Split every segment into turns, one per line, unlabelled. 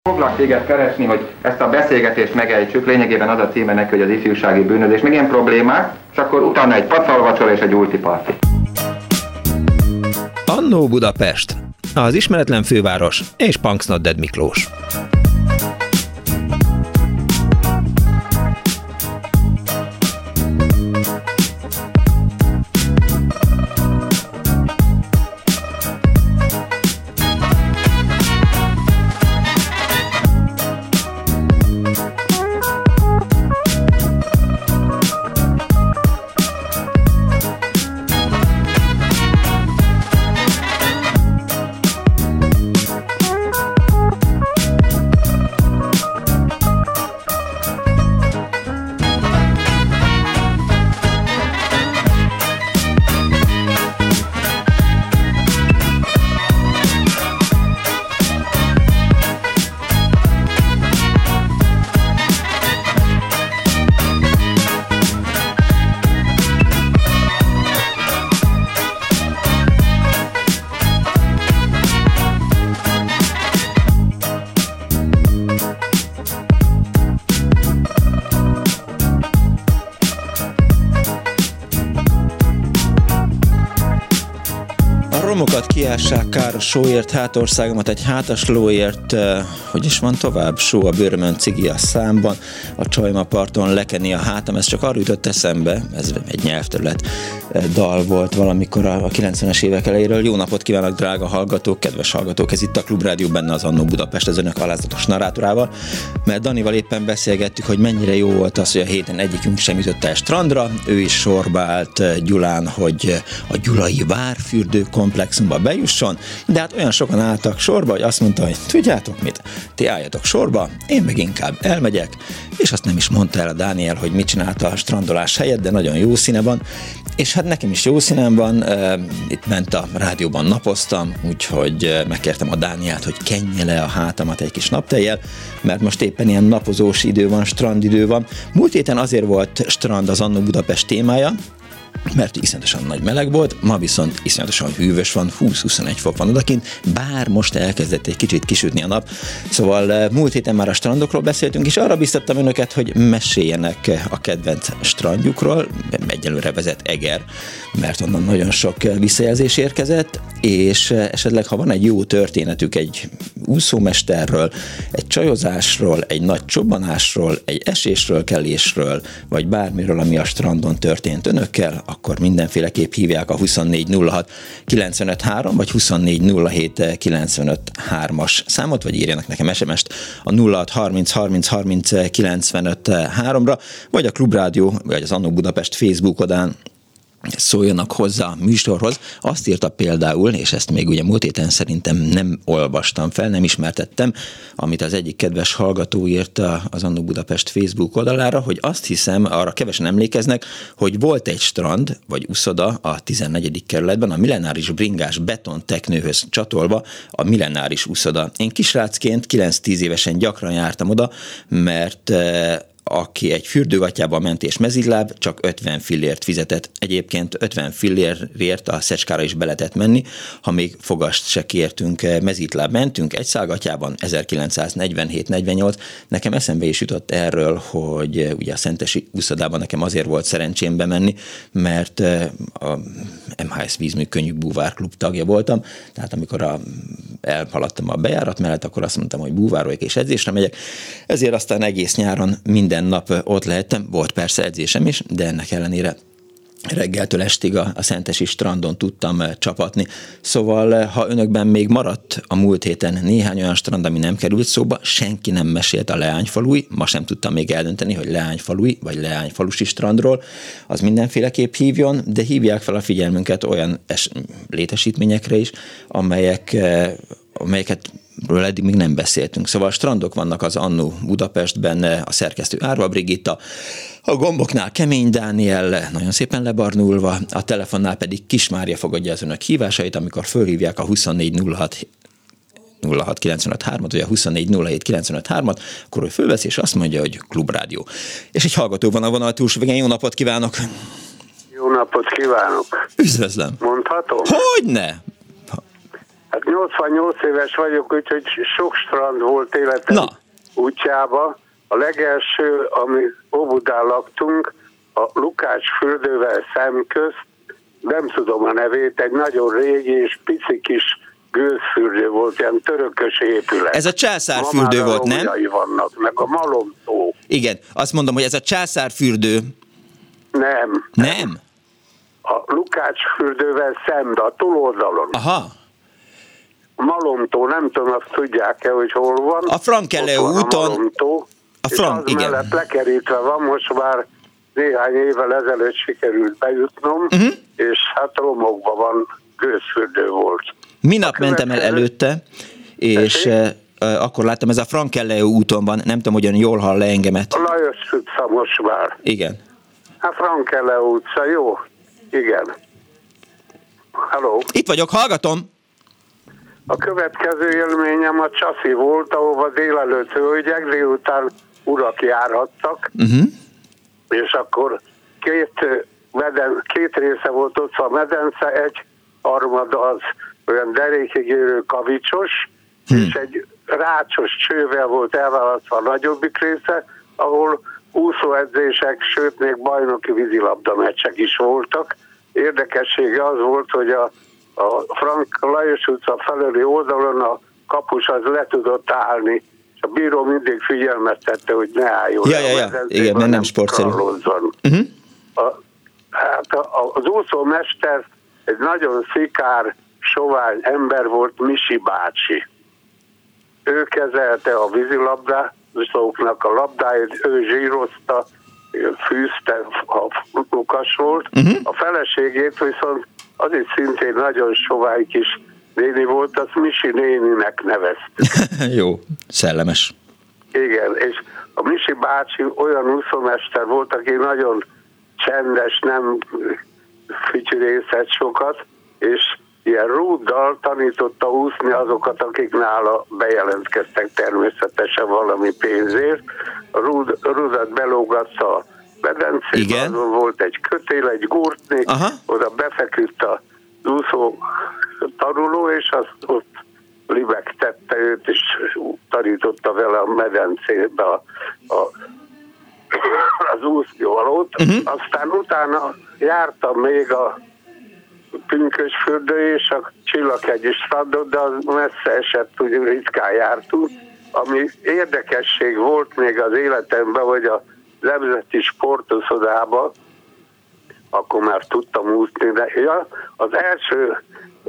Foglak téged keresni, hogy ezt a beszélgetést megejtsük, lényegében az a címe neki, hogy az ifjúsági bűnözés, meg ilyen problémák, és akkor utána egy pacalvacsora és egy ultiparti.
Annó Budapest, az ismeretlen főváros és Punks Not Dead Miklós. Kiássák káros sóért, hátországomat egy hátas lóért, hogy is van tovább? Só a bőrömön, cigi a számban, a Csajmaparton lekeni a hátam, ez csak arra jutott eszembe, ez egy nyelvterület dal volt valamikor a 90-es évek elejéről. Jó napot kívánok, drága hallgatók, kedves hallgatók, ez itt a Klubrádió, benne az Annó Budapest, az önök alázatos narrátorával, mert Danival éppen beszélgettük, hogy mennyire jó volt az, hogy a héten egyikünk sem jutott el strandra, ő is sorba állt Gyulán, hogy a gyulai várfürdő komplexumba bejusson, de hát olyan sokan álltak sorba, hogy azt mondta, hogy tudjátok mit, ti álljatok sorba, én meg inkább elmegyek, és azt nem is mondta el a Dániel, hogy mit csinálta a strandolás helyett, de nagyon jó színe van, és hát nekem is jó színem van, itt ment a rádióban napoztam, úgyhogy megkértem a Dánielt, hogy kenje le a hátamat egy kis naptejjel, mert most éppen ilyen napozós idő van, strandidő van. Múlt héten azért volt strand az Annó Budapest témája, mert iszonyatosan nagy meleg volt, ma viszont iszonyatosan hűvös van, 20-21 fok van odakint, bár most elkezdett egy kicsit kisütni a nap. Szóval múlt héten már a strandokról beszéltünk, és arra biztattam önöket, hogy meséljenek a kedvenc strandjukról. Egyelőre vezet Eger, mert onnan nagyon sok visszajelzés érkezett, és esetleg, ha van egy jó történetük egy úszómesterről, egy csajozásról, egy nagy csobbanásról, egy esésről, kelésről, vagy bármiről, ami a strandon történt önökkel, akkor mindenféleképp hívják a 2406 953 vagy 2407 953-as számot, vagy írjanak nekem SMS-t a 06 30 30 30 953-ra, vagy a Klubrádió, vagy az Annó Budapest Facebook oldalán szóljanak hozzá a műsorhoz. Azt írta például, és ezt még ugye múlt héten szerintem nem olvastam fel, nem ismertettem, amit az egyik kedves hallgató írta az Annó Budapest Facebook oldalára, hogy azt hiszem, arra kevesen emlékeznek, hogy volt egy strand, vagy uszoda a 14. kerületben, a millenáris bringás betonteknőhöz csatolva, a millenáris uszoda. Én kisrácként 9-10 évesen gyakran jártam oda, mert aki egy fürdőgatjával ment és mezitláb, csak 50 fillért fizetett. Egyébként 50 fillérért a Szecskára is be lehetett menni, ha még fogast se kértünk, mezitláb mentünk, egy szálgatjában 1947-48. Nekem eszembe is jutott erről, hogy ugye a szentesi úszodában nekem azért volt szerencsém bemenni, mert a MHS Vízmű Könnyű Búvárklub tagja voltam, tehát amikor elhaladtam a bejárat mellett, akkor azt mondtam, hogy búvároljak és edzésre megyek, ezért aztán egész nyáron minden nap ott lehettem, volt persze edzésem is, de ennek ellenére reggeltől estig a szentesi strandon tudtam csapatni. Szóval, ha önökben még maradt a múlt héten néhány olyan strand, ami nem került szóba, senki nem mesélt a Leányfalui, ma sem tudtam még eldönteni, hogy Leányfalui vagy Leányfalusi strandról, az mindenféleképp hívjon, de hívják fel a figyelmünket olyan létesítményekre is, amelyeket ről eddig még nem beszéltünk. Szóval strandok vannak az Annó Budapestben, a szerkesztő Árva Brigitta, a gomboknál Kemény Dániel, nagyon szépen lebarnulva, a telefonnál pedig Kis Mária fogadja az önök hívásait, amikor fölhívják a 2406 953-at, vagy a 2407 953-at, akkor ő fölvesz, és azt mondja, hogy Klubrádió. És egy hallgató van a vonal túlsó végén. Jó napot kívánok!
Jó napot kívánok!
Üdvözlöm!
Mondhatom?
Hogyne!
Hát 88 éves vagyok, úgyhogy sok strand volt életem útjába. A legelső, ami Óbudán laktunk, a Lukács fürdővel szemközt, nem tudom a nevét, egy nagyon régi és pici kis gőzfürdő volt, ilyen törökös épület.
Ez a császárfürdő volt, nem?
Vannak, meg a Malomtó.
Igen, azt mondom, hogy ez a császárfürdő.
Nem.
Nem?
A Lukács fürdővel szembe, a túloldalon.
Aha.
Malomtó, nem tudom, azt tudják-e, hogy hol van.
A Frankeleó úton.
Malomtó,
igen.
Mellett lekerítve van, most már néhány évvel ezelőtt sikerült bejutnom, és hát romokban van, gőzfürdő volt.
Minap mentem el előtte, és akkor láttam, ez a Frankeleó úton van, nem tudom, hogyan jól hall le engemet.
A Lajos utca most már.
Igen.
A Frankeleó utca, jó. Igen. Halló?
Itt vagyok, hallgatom.
A következő élményem a Csaszi volt, ahova délelőtt hölgyek, délután urak járhattak, és akkor két része volt ott a medence, egy harmada az olyan derékig érő kavicsos, és egy rácsos csővel volt elválasztva a nagyobbik része, ahol úszóedzések, sőt még bajnoki vízilabda meccsek is voltak. Érdekessége az volt, hogy a Frank Lajos utca felőli oldalon a kapus az le tudott állni, és a bíró mindig figyelmeztette, hogy ne álljon le.
Igen, mert nem sportszerű.
Az úszómester egy nagyon szikár, sovány ember volt, Misi bácsi. Ő kezelte a vízilabdázóknak a labdáit, ő zsírozta, fűzte, ha lukas volt. A feleségét viszont az is szintén nagyon sovány kis néni volt, azt Misi néninek neveztük.
Jó, szellemes.
Igen, és a Misi bácsi olyan úszómester volt, aki nagyon csendes, nem fütyürészett sokat, és ilyen rúddal tanította úszni azokat, akik nála bejelentkeztek természetesen valami pénzért. A rúdat belógatta a medencébe, azon volt egy kötél, egy gurtni, oda befeküdt az úszó tanuló, és azt ott libegtette őt, és tanította vele a medencébe az úsznivalót. Aztán utána jártam még a Pünkösfürdő és a Csillaghegyi strandot, de az messze esett, úgy ritkán jártunk. Ami érdekesség volt még az életemben, hogy a Nemzeti Sportuszodában, akkor már tudtam úszni, de az első,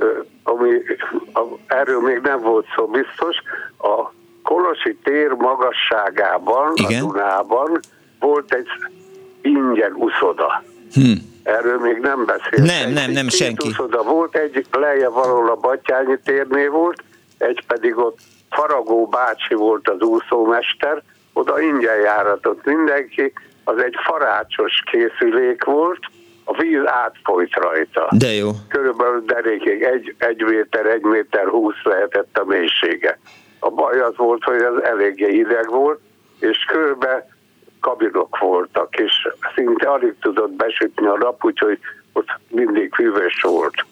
erről még nem volt szó biztos, a Kolosi tér magasságában, a Dunában volt egy ingyen uszoda. Erről még nem beszélt.
Nem, senki.
Uszoda volt, egy lejjebb valahol a Battyányi térnél volt, egy pedig ott Faragó bácsi volt az úszómester, oda ingyen járatott mindenki, az egy farácsos készülék volt, a víz átfolyt rajta.
De jó.
Körülbelül derékig 1 méter, 1 méter 20 lehetett a mélysége. A baj az volt, hogy ez eléggé hideg volt, és körbe kabinok voltak, és szinte alig tudott besütni a nap, úgyhogy ott mindig hűvös volt.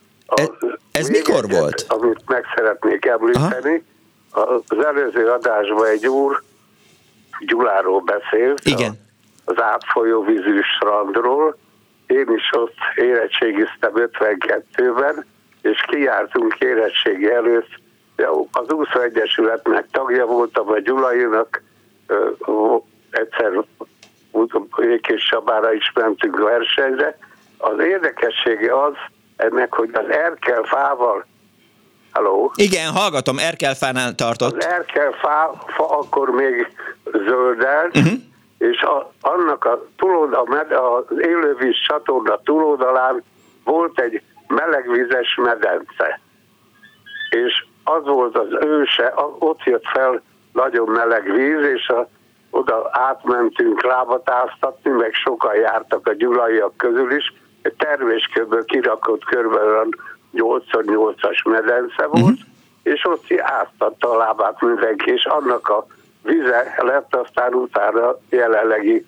Ez mikor volt?
Amit meg szeretnék említeni, az előző adásban egy úr Gyuláról beszélt,
igen.
Az átfolyó vízű strandról. Én is ott érettségiztem 52-ben, és kijártunk érettségi előtt. Az úszóegyesületnek tagja voltam, a Gyulainak, egyszer Ékés Csabára is mentünk a versenyre. Az érdekessége az ennek, hogy az erkelfával, halló?
Igen, hallgatom, erkelfánál tartott.
Az erkelfá akkor még zöldelt, és annak az élővíz csatorna túloldalán volt egy melegvizes medence. És az volt az őse, ott jött fel nagyon meleg víz, és oda átmentünk lábatáztatni, meg sokan jártak a gyulaiak közül is. Egy terméskőből kirakott körülbelül 8x8-as medence volt, és ott áztatta a lábát mindenki, és annak a vize lett aztán utána jelenlegi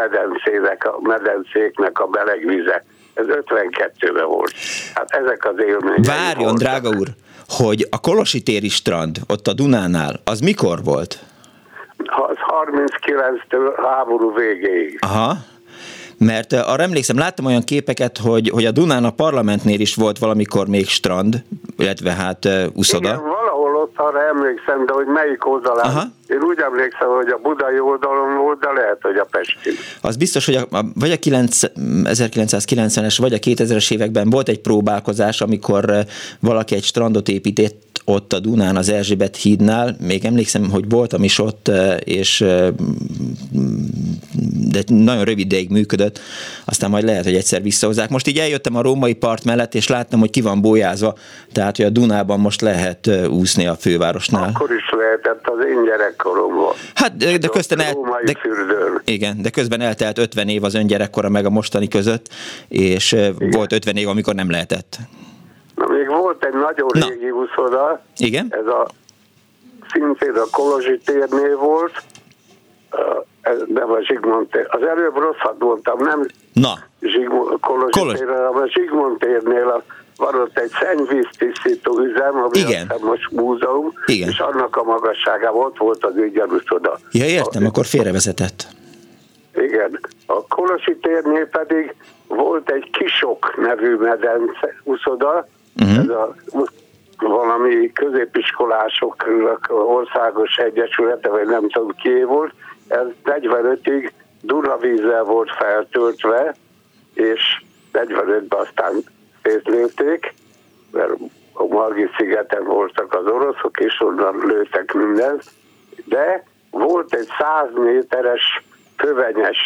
medencéknek a meleg vize. Ez 52-ben volt. Hát ezek az élmények.
Várjon, drága úr, hogy a Kolosi téri strand ott a Dunánál, az mikor volt?
Az 39-től háború végéig.
Aha. Mert arra emlékszem, láttam olyan képeket, hogy a Dunán a parlamentnél is volt valamikor még strand, illetve hát uszoda.
Igen, valahol ott arra emlékszem, de hogy melyik oldalán. Aha. Én úgy emlékszem, hogy a budai oldalon volt, de lehet, hogy a pesti.
Az biztos, hogy vagy a 1990-es, vagy a 2000-es években volt egy próbálkozás, amikor valaki egy strandot épített ott a Dunán, az Erzsébet hídnál. Még emlékszem, hogy voltam is ott, de nagyon rövid ideig működött, aztán majd lehet, hogy egyszer visszahozzák. Most így eljöttem a római part mellett, és láttam, hogy ki van bójázva, tehát, hogy a Dunában most lehet úszni a fővárosnál.
Akkor is lehetett, az én gyerekkoromban.
Hát, de közben eltelt 50 év az ön gyerekkora meg a mostani között, és igen. Volt 50 év, amikor nem lehetett.
Na, még volt egy nagyon régi uszoda.
Igen?
Ez szintén a Kolozsi térnél volt, nem a Zsigmond tér. Az előbb rosszat mondtam, nem Kolozsi térnél, hanem a Zsigmond térnél van ott egy szennyvíztisztító üzem, ami aztán most múzeum, igen. És annak a magasságában ott volt az ügyelőszoda.
Ja, értem, akkor félrevezetett.
Igen. A Kolosi térnél pedig volt egy Kisok nevű medence uszoda, ez valami középiskolások országos egyesülete, vagy nem tudom ki volt, ez 45-ig Dunavízzel volt feltöltve, és 45-ben aztán szétlőtték, mert a Margit-szigeten voltak az oroszok, és onnan lőttek mindent, de volt egy 100 méteres kövenyes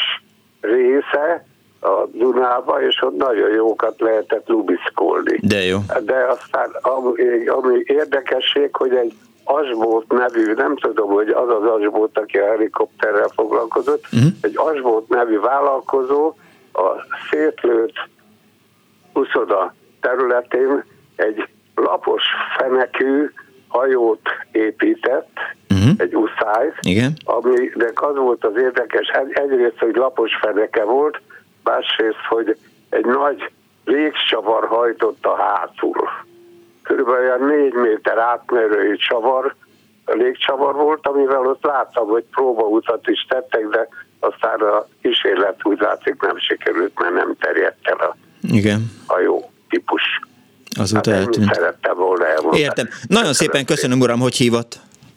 része a Dunába, és ott nagyon jókat lehetett lubiszkolni.
De jó.
De aztán ami érdekesség, hogy egy Asbolt nevű, nem tudom, hogy az az Asbolt, aki a helikopterrel foglalkozott, egy Asbolt nevű vállalkozó a szétlőtt uszoda területén egy lapos fenekű hajót épített, egy uszályt, aminek az volt az érdekes, egyrészt, hogy lapos feneke volt, másrészt, hogy egy nagy légcsavar hajtotta hátul. Körülbelül 4 méter átmérőjű légcsavar volt, amivel ott láttam, hogy próbautat is tettek, de aztán a kísérlet úgy látszik nem sikerült, mert nem terjedt el a hajó típus.
Azóta eltűnt.
Szerettem volna elmondani.
Értem. Nagyon szépen köszönöm, uram, hogy hívott.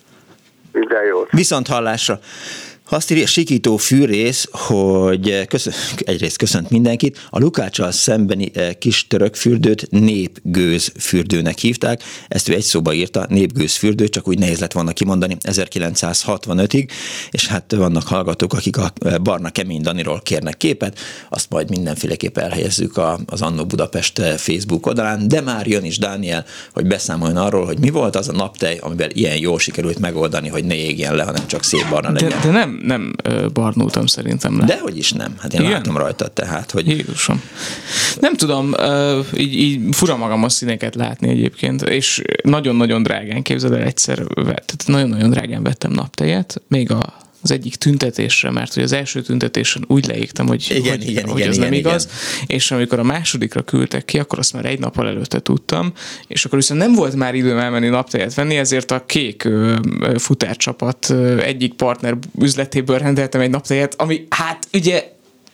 Minden jót.
Viszont hallásra. Azt írja Sikító fűrész, hogy egyrészt köszönt mindenkit, a Lukáccsal szembeni kis török fürdőt népgőzfürdőnek hívták, ezt ő egy szóba írta, népgőzfürdő, csak úgy nehéz lett volna kimondani 1965-ig, és hát vannak hallgatók, akik a Barna Kemény Daniról kérnek képet, azt majd mindenféleképp elhelyezzük az Annó Budapest Facebook oldalán, de már jön is Dániel, hogy beszámoljon arról, hogy mi volt az a naptej, amivel ilyen jól sikerült megoldani, hogy ne égjen le, hanem csak szép barna legyen.
De nem barnultam szerintem le.
Dehogy is nem. Hát én látom rajta, tehát, hogy...
Jézusom. Nem tudom, így fura magam a színeket látni egyébként, és nagyon-nagyon drágán, képzeld el, tehát nagyon-nagyon drágán vettem naptejet, még az egyik tüntetésre, mert hogy az első tüntetésen úgy leégtem, hogy ez nem igaz, és amikor a másodikra küldtek ki, akkor azt már egy nappal előtte tudtam, és akkor viszont nem volt már időm elmenni naptejet venni, ezért a kék futárcsapat egyik partner üzletéből rendeltem egy naptejet, ami hát ugye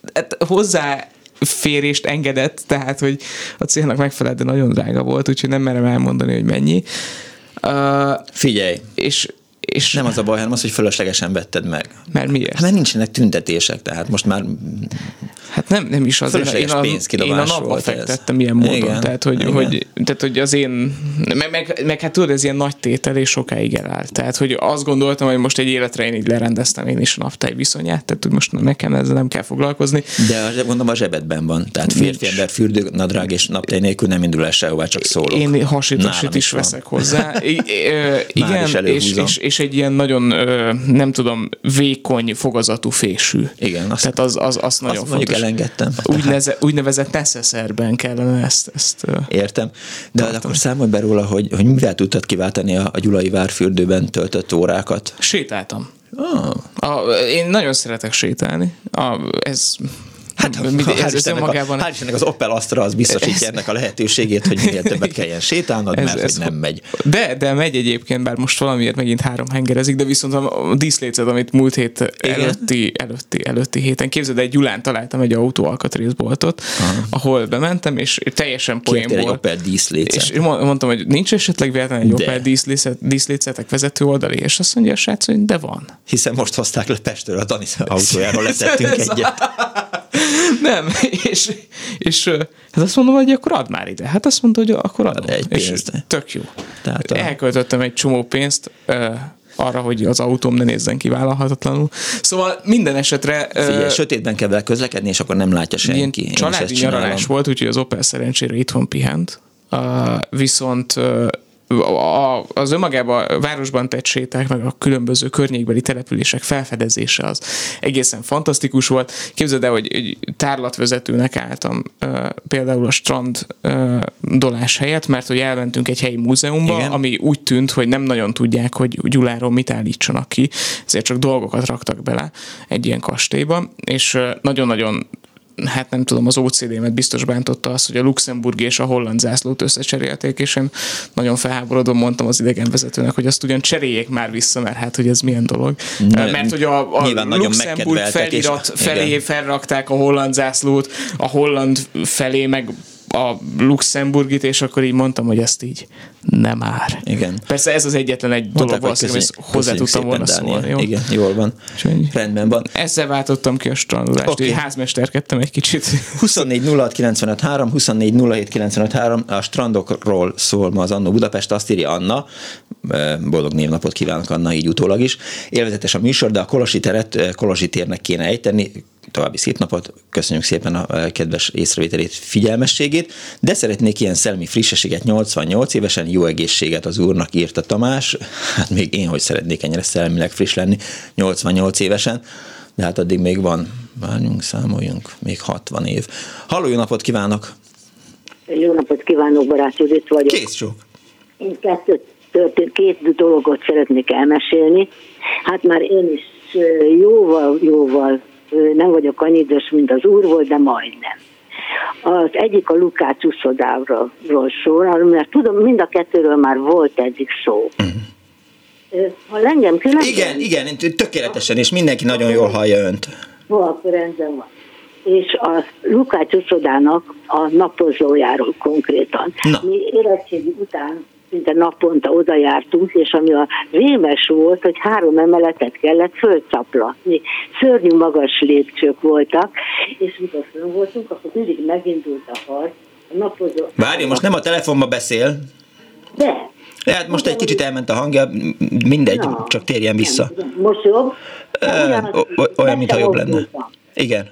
hozzá férést engedett, tehát hogy a célnak megfelelt, de nagyon drága volt, úgyhogy nem merem elmondani, hogy mennyi.
Figyelj!
És
nem az a baj, hanem az, hogy fölöslegesen vetted meg.
Mert miért?
Hát mert nincsenek tüntetések, tehát most már...
Hát nem is az.
Fölösleges pénzkidobás
én a napba fektettem ilyen módon. Igen, tehát, hogy az én... Meg hát tudod, ez ilyen nagy tétel, és sokáig elállt. Tehát, hogy azt gondoltam, hogy most egy életre én így lerendeztem én is a naptály viszonyát, tehát hogy most nekem ezzel nem kell foglalkozni.
De gondolom a zsebedben van. Tehát férfi ember fürdő, nadrág és naptály nélkül nem indul el sehová, csak szólok.
Én hasítosit is veszek hozzá. Igen, és egy ilyen nagyon, nem tudom, vékony fogazatú fésű.
Igen.
Tehát az nagyon fontos.
Elengedtem.
Úgynevezett neszeszerben kellene ezt
értem. De akkor számolj be róla, hogy mivel tudtad kiváltani a Gyulai Várfürdőben töltött órákat?
Sétáltam. Én nagyon szeretek sétálni. Ez
hál' Istennek az Opel Astra az biztosítja ennek a lehetőségét, hogy minél többet kelljen sétálnod, mert hogy nem megy.
De megy egyébként, bár most valamiért megint 3 hengerezik, de viszont a díszlécet, amit múlt hét előtti héten, képzeld, egy Gyulán találtam egy autóalkatrészboltot, ahol bementem, és teljesen poénból.
Kértél egy Opel díszlécet.
És mondtam, hogy nincs esetleg véletlenül egy Opel díszlécetek vezető oldali, és azt mondja a srác, hogy de van.
Hiszen most hozták le Pestről a Dani autójáról, letettünk egyet.
Nem, és hát azt mondom, hogy akkor add már ide. Hát azt mondta, hogy akkor adom.
Egy pénzt.
És tök jó. Elköltöttem egy csomó pénzt arra, hogy az autóm ne nézzen ki vállalhatatlanul. Szóval minden esetre...
Figyelj, sötétben kell vele közlekedni, és akkor nem látja senki.
Családi nyaralás volt, úgyhogy az Opel szerencsére itthon pihent. Viszont az önmagában városban tett séták, meg a különböző környékbeli települések felfedezése az egészen fantasztikus volt. Képzeld el, hogy tárlatvezetőnek álltam például a strandolás helyett, mert hogy elmentünk egy helyi múzeumba, igen, ami úgy tűnt, hogy nem nagyon tudják, hogy Gyuláról mit állítsanak ki, ezért csak dolgokat raktak bele egy ilyen kastélyba, és nagyon-nagyon hát nem tudom, az OCD-met biztos bántotta az, hogy a luxemburgi és a holland zászlót összecserélték, és én nagyon felháborodom mondtam az idegenvezetőnek, hogy azt ugyan cseréljék már vissza, mert hát, hogy ez milyen dolog. Mert hogy a Luxemburg felirat felé felrakták a holland zászlót, a holland felé meg a luxemburgit, és akkor így mondtam, hogy ezt így nem ár.
Igen.
Persze ez az egyetlen egy dolog, valószínűleg ezt hozzá tudtam volna szólni. Jó?
Igen, jól van. Rendben van.
Ezzel váltottam ki a strandolást. Okay. Házmesterkedtem egy kicsit.
24 06 95 3, 24 07 95 3, a strandokról szól ma az Annó Budapest, azt írja Anna, boldog névnapot kívánok Anna, így utólag is. Élvezetes a műsor, de a Kolozsi teret Kolozsi térnek kéne ejteni. További szép napot, köszönjük szépen a kedves észrevételét, figyelmességét, de szeretnék ilyen szellemi frissességet 88 évesen, jó egészséget az úrnak, írta Tamás. Hát még én hogy szeretnék ennyire szellemileg friss lenni 88 évesen, de hát addig még van, várjunk, számoljunk, még 60 év. Halló, jó napot kívánok!
Jó napot kívánok, barát Judit vagyok.
Kész sok!
Én két dolgot szeretnék elmesélni. Hát már én is jóval nem vagyok annyi idős, mint az úr volt, de majdnem. Az egyik a Lukács uszodáról szól, mert tudom, mind a kettőről már volt eddig szó. Ha engem különben...
Igen, tökéletesen, és mindenki nagyon jól hallja önt.
Akkor rendben van. És a Lukács uszodának a napozójáról konkrétan. Na. Mi érettségi után szinte naponta oda jártunk, és ami a rémes volt, hogy 3 emeletet kellett fölcsaplatni. Szörnyű magas lépcsők voltak, és mikor föl voltunk, akkor mindig megindult a harc. A napozó...
Várj, most nem a telefonba beszél.
De.
Hát most egy kicsit elment a hangja, mindegy, csak térjen vissza.
Most jobb?
Olyan, mintha jobb lenne. Igen.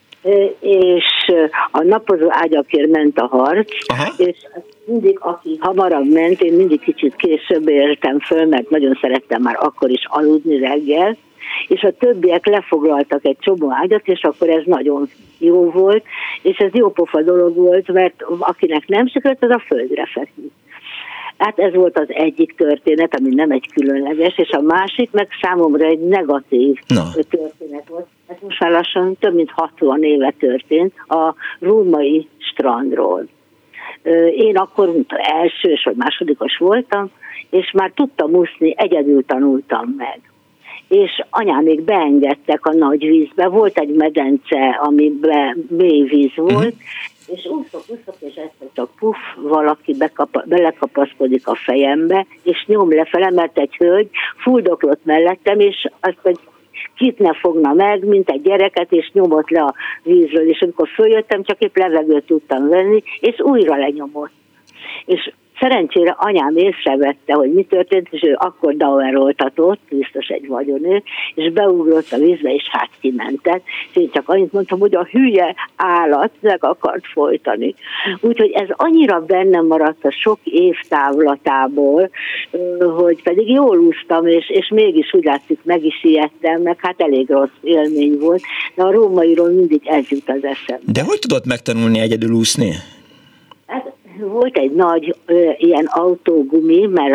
És a napozó ágyakért ment a harc, aha, és mindig, aki hamarabb ment, én mindig kicsit később értem föl, mert nagyon szerettem már akkor is aludni reggel, és a többiek lefoglaltak egy csomó ágyat, és akkor ez nagyon jó volt, és ez jó pofa dolog volt, mert akinek nem sikerült, az a földre feküdt. Hát ez volt az egyik történet, ami nem egy különleges, és a másik meg számomra egy negatív történet volt. Ez most már lassan több mint 60 éve történt a római strandról. Én akkor elsős vagy másodikos voltam, és már tudtam úszni, egyedül tanultam meg. És anyámék beengedtek a nagy vízbe, volt egy medence, amiben mély víz volt, és úszok, és egyszer csak puff, valaki belekapaszkodik a fejembe, és nyom lefele, mert egy hölgy fuldoklott mellettem, és azt, hogy kit ne fogna meg, mint egy gyereket, és nyomott le a vízről, és amikor följöttem, csak épp levegőt tudtam venni, és újra lenyomott. És szerencsére anyám észrevette, hogy mi történt, és ő akkor daueroltatott, biztos egy vagyonő, és beugrott a vízbe, és hát kimentett. És én csak annyit mondtam, hogy a hülye állat meg akart folytani. Úgyhogy ez annyira bennem maradt a sok év távlatából, hogy pedig jól úsztam, és mégis úgy látszik, meg is ijedtem, meg hát elég rossz élmény volt, de a rómairól mindig ez jut az eszembe.
De hogy tudod megtanulni egyedül úszni?
Hát volt egy nagy ilyen autógumi, mert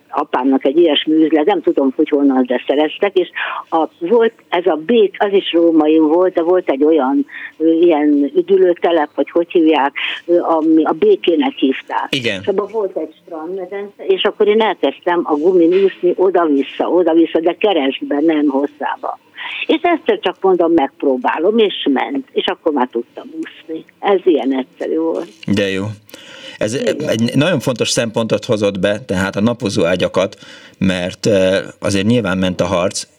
apámnak egy ilyesmi üzlet, nem tudom, hogy honnan, de szereztek, és volt ez a Bék, az is római volt, de volt egy olyan ilyen üdülőtelep, vagy hogy hívják, ami a Békének hívták.
Igen.
És abban volt egy strandmedence, és akkor én elkezdtem a gumin úszni oda-vissza, de keresztben, nem hosszába. És ezt csak mondom, megpróbálom, és ment. És akkor már tudtam úszni. Ez ilyen egyszerű volt.
De jó. Ez egy nagyon fontos szempontot hozott be, tehát a napozó ágyakat, mert azért nyilván ment a harc,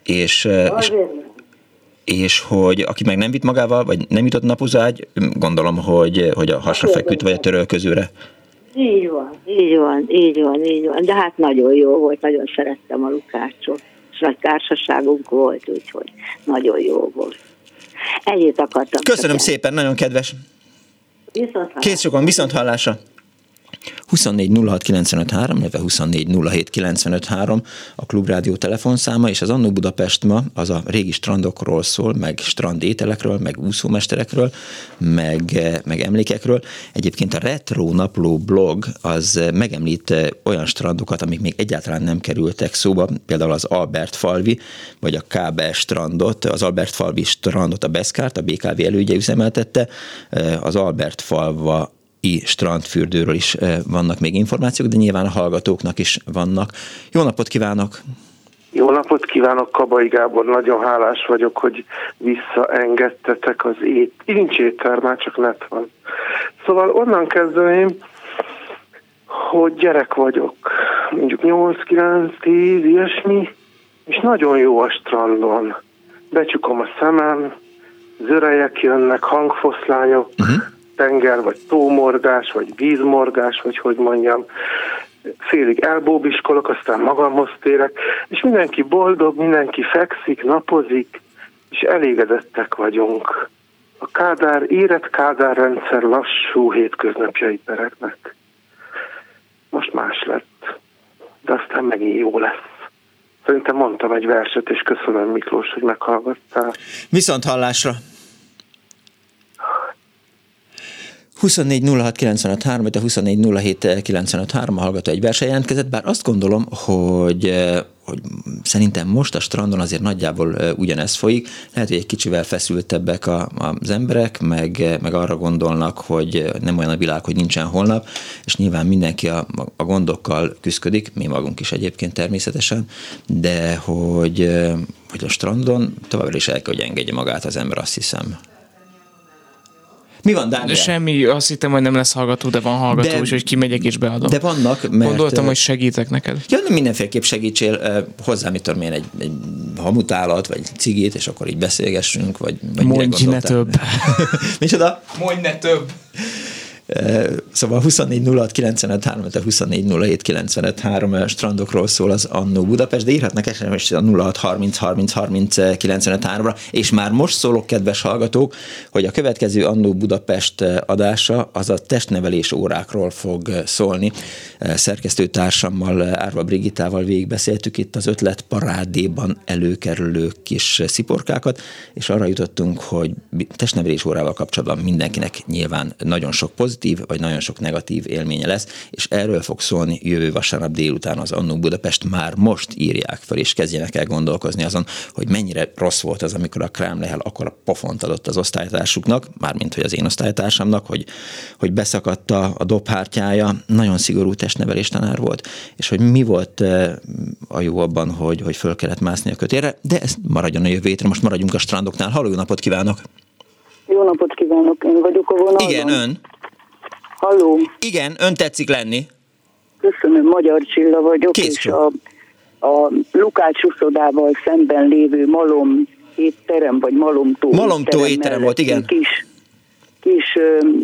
és hogy aki meg nem vitt magával, vagy nem jutott napozó ágy, gondolom, hogy a hasrafeküdt, vagy a törölközőre.
Így van. De hát nagyon jó volt, nagyon szerettem a Lukácsot. És nagy társaságunk volt, úgyhogy nagyon jó volt. Ennyit akartam.
Köszönöm szépen, nagyon kedves. Kész sokan, viszont hallásra. 24 06 953, illetve 24 07 953 a Klubrádió telefonszáma, és az Annó Budapest ma az a régi strandokról szól, meg strandételekről, meg úszómesterekről, meg emlékekről. Egyébként a Retro Napló blog az megemlít olyan strandokat, amik még egyáltalán nem kerültek szóba, például az Albertfalvi, vagy a KB strandot, az Albertfalvi strandot a Beszkárt, a BKV elődje üzemeltette, az Albertfalva strandfürdőről is vannak még információk, de nyilván a hallgatóknak is vannak. Jó napot kívánok!
Jó napot kívánok, Kabai Gábor, nagyon hálás vagyok, hogy visszaengedtetek az Incséter, már csak net van. Szóval onnan kezdeném, hogy gyerek vagyok, mondjuk 8-9-10, ilyesmi, és nagyon jó a strandon. Becsukom a szemem, zörejek jönnek, hangfoszlányok, tenger, vagy tómorgás, vagy vízmorgás, vagy hogy mondjam, félig elbóbiskolok, aztán magamhoz térek, és mindenki boldog, mindenki fekszik, napozik, és elégedettek vagyunk. A érett Kádár rendszer lassú hétköznapjai peregnek. Most más lett, de aztán megint jó lesz. Szerintem mondtam egy verset, és köszönöm, Miklós, hogy meghallgattál.
Viszont hallásra! 24 06 953, vagy a 24 07 953 a hallgató egy versen jelentkezett, bár azt gondolom, hogy szerintem most a strandon azért nagyjából ugyanez folyik. Lehet, hogy egy kicsivel feszültebbek az emberek, meg arra gondolnak, hogy nem olyan a világ, hogy nincsen holnap, és nyilván mindenki a gondokkal küszködik, mi magunk is egyébként természetesen, de hogy a strandon továbbra is el kell, hogy engedje magát az ember, azt hiszem. Mi van, Dániel?
Semmi, azt hittem, hogy nem lesz hallgató, de van hallgató, úgyhogy kimegyek és beadom.
De vannak, mert...
Gondoltam, hogy segítek neked.
Ja, nem mindenféleképp segítsél, hozzá, mit tudom én, egy hamutálat, vagy cigit, és akkor így beszélgessünk, vagy
mondj ne több.
Micsoda?
Mondj ne több.
Szóval 24 06 953, a 24 07 953 strandokról szól az Annó Budapest, de írhatnak SMS a 06 30 30 30 953-ra, és már most szólok, kedves hallgatók, hogy a következő Annó Budapest adása az a testnevelés órákról fog szólni. Szerkesztőtársammal, Árva Brigittával végigbeszéltük itt az ötletparádéban előkerülő kis sziporkákat, és arra jutottunk, hogy testnevelés órával kapcsolatban mindenkinek nyilván nagyon sok pozitív, vagy nagyon sok negatív élménye lesz, és erről fog szólni jövő vasárnap délután az Annó Budapest. Már most írják fel, és kezdjenek el gondolkozni azon, hogy mennyire rossz volt az, amikor a Krám Lehel akkora pofont adott az osztálytársuknak, mármint hogy az én osztálytársamnak, hogy beszakadt a dobhártyája, nagyon szigorú testnevelés tanár volt, és hogy mi volt a jó abban, hogy föl kellett mászni a kötélre, de ez maradjon a jövő hétre, most maradjunk a strandoknál. Halló, jó napot kívánok!
Jó napot kívánok, én vagyok a vonalban.
Igen, ön.
Halló.
Igen, ön tetszik lenni.
Köszönöm, Magyar Csilla vagyok,
Kész
és a Lukács uszodával szemben lévő Malom étterem, vagy
Malomtó étterem volt, igen.
Kis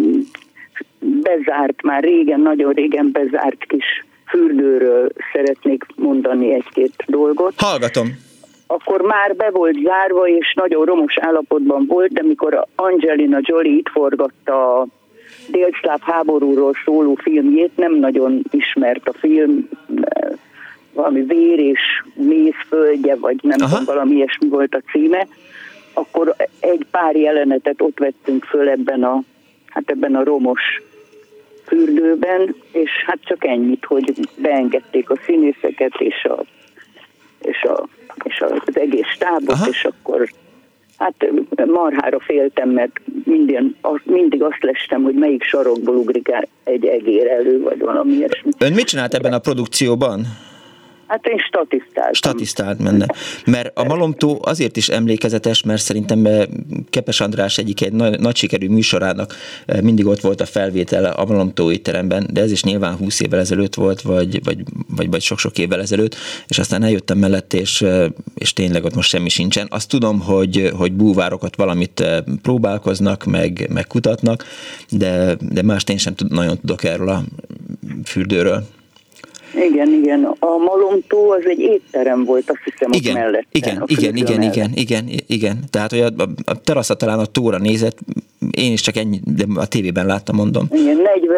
bezárt, már régen, nagyon régen bezárt kis fürdőről szeretnék mondani egy-két dolgot.
Hallgatom.
Akkor már be volt zárva, és nagyon romos állapotban volt, de mikor Angelina Jolie itt forgatta a délszláv háborúról szóló filmjét, nem nagyon ismert a film, valami Vér és mézföldje, vagy nem tudom, valami ilyesmi volt a címe, akkor egy pár jelenetet ott vettünk föl ebben a romos fürdőben, és hát csak ennyit, hogy beengedték a színészeket és az egész stábot, aha, és akkor hát marhára féltem, mert mindig azt lestem, hogy melyik sarokból ugrik egy egér elő, vagy valami ilyesmi.
Ön mit csinált ebben a produkcióban?
Hát én statisztált
menne. Mert a Malomtó azért is emlékezetes, mert szerintem Kepes András egyik egy nagy sikerű műsorának mindig ott volt a felvétel a Malomtó étteremben, de ez is nyilván 20 évvel ezelőtt volt, vagy sok-sok évvel ezelőtt, és aztán eljöttem mellett, és tényleg ott most semmi sincsen. Azt tudom, hogy búvárokat valamit próbálkoznak, meg kutatnak, de mást én sem nagyon tudok erről a fürdőről.
Igen. A Malomtó az egy étterem volt, azt hiszem, ott mellett.
Igen. Tehát, hogy a teraszat talán a tóra nézett, én is csak ennyi, de a tévében láttam, mondom.
Igen,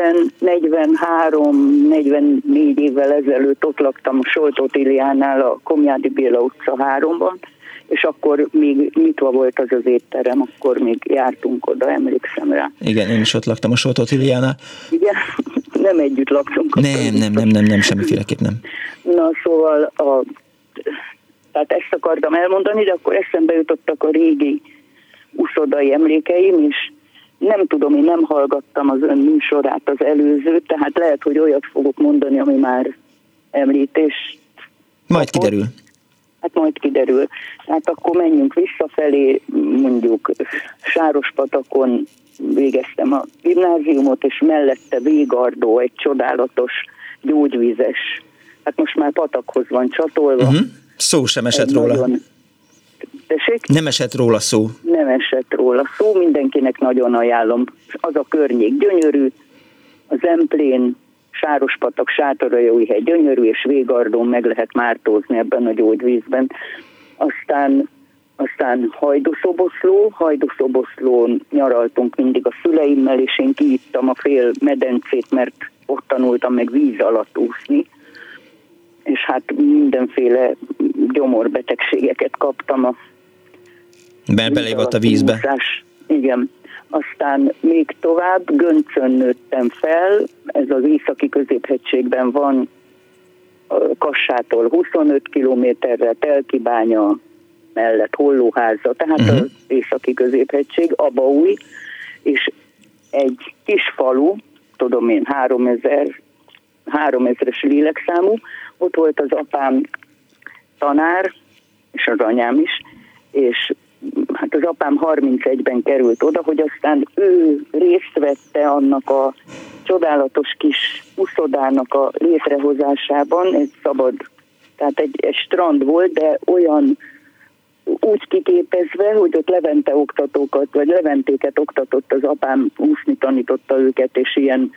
44 évvel ezelőtt ott laktam a Soltó-Tiliánál a Komjádi Béla utca 3-ban, és akkor még nyitva volt az étterem, akkor még jártunk oda, emlékszem rá.
Igen, én is ott laktam a Soltó-Tiliánál.
Igen, nem együtt laktunk.
Nem, semmiféleképp nem.
Na, szóval, tehát ezt akartam elmondani, de akkor eszembe jutottak a régi uszodai emlékeim, és nem tudom, én nem hallgattam az ön műsorát, az előzőt, tehát lehet, hogy olyat fogok mondani, ami már említés.
Majd kiderül.
Hát majd kiderül. Hát akkor menjünk visszafelé, mondjuk Sárospatakon végeztem a gimnáziumot, és mellette Végardó, egy csodálatos gyógyvízes. Hát most már patakhoz van csatolva.
Uh-huh. Szó sem esett róla.
Nagyon...
Nem esett róla szó.
Nem esett róla szó, mindenkinek nagyon ajánlom. Az a környék gyönyörű, az Zemplén, Sárospatak, Sátorajóhely gyönyörű, és Végardón meg lehet mártózni ebben a gyógyvízben. Aztán Hajdúszoboszlón nyaraltunk mindig a szüleimmel, és én kiittam a fél medencét, mert ott tanultam meg víz alatt úszni, és hát mindenféle gyomorbetegségeket kaptam.
Mert belévott a vízbe.
Úszás. Igen. Aztán még tovább Göncön nőttem fel, ez az északi középhegységben van, Kassától 25 kilométerre, Telkibánya mellett Hollóháza, tehát az északi középhegység, Abaúj, és egy kis falu, tudom én, 3000-es lélekszámú, ott volt az apám tanár, és az anyám is, és hát az apám 31-ben került oda, hogy aztán ő részt vette annak a csodálatos kis uszodának a létrehozásában, egy szabad, tehát egy strand volt, de olyan úgy kiképezve, hogy ott leventéket oktatott az apám, úszni tanította őket, és ilyen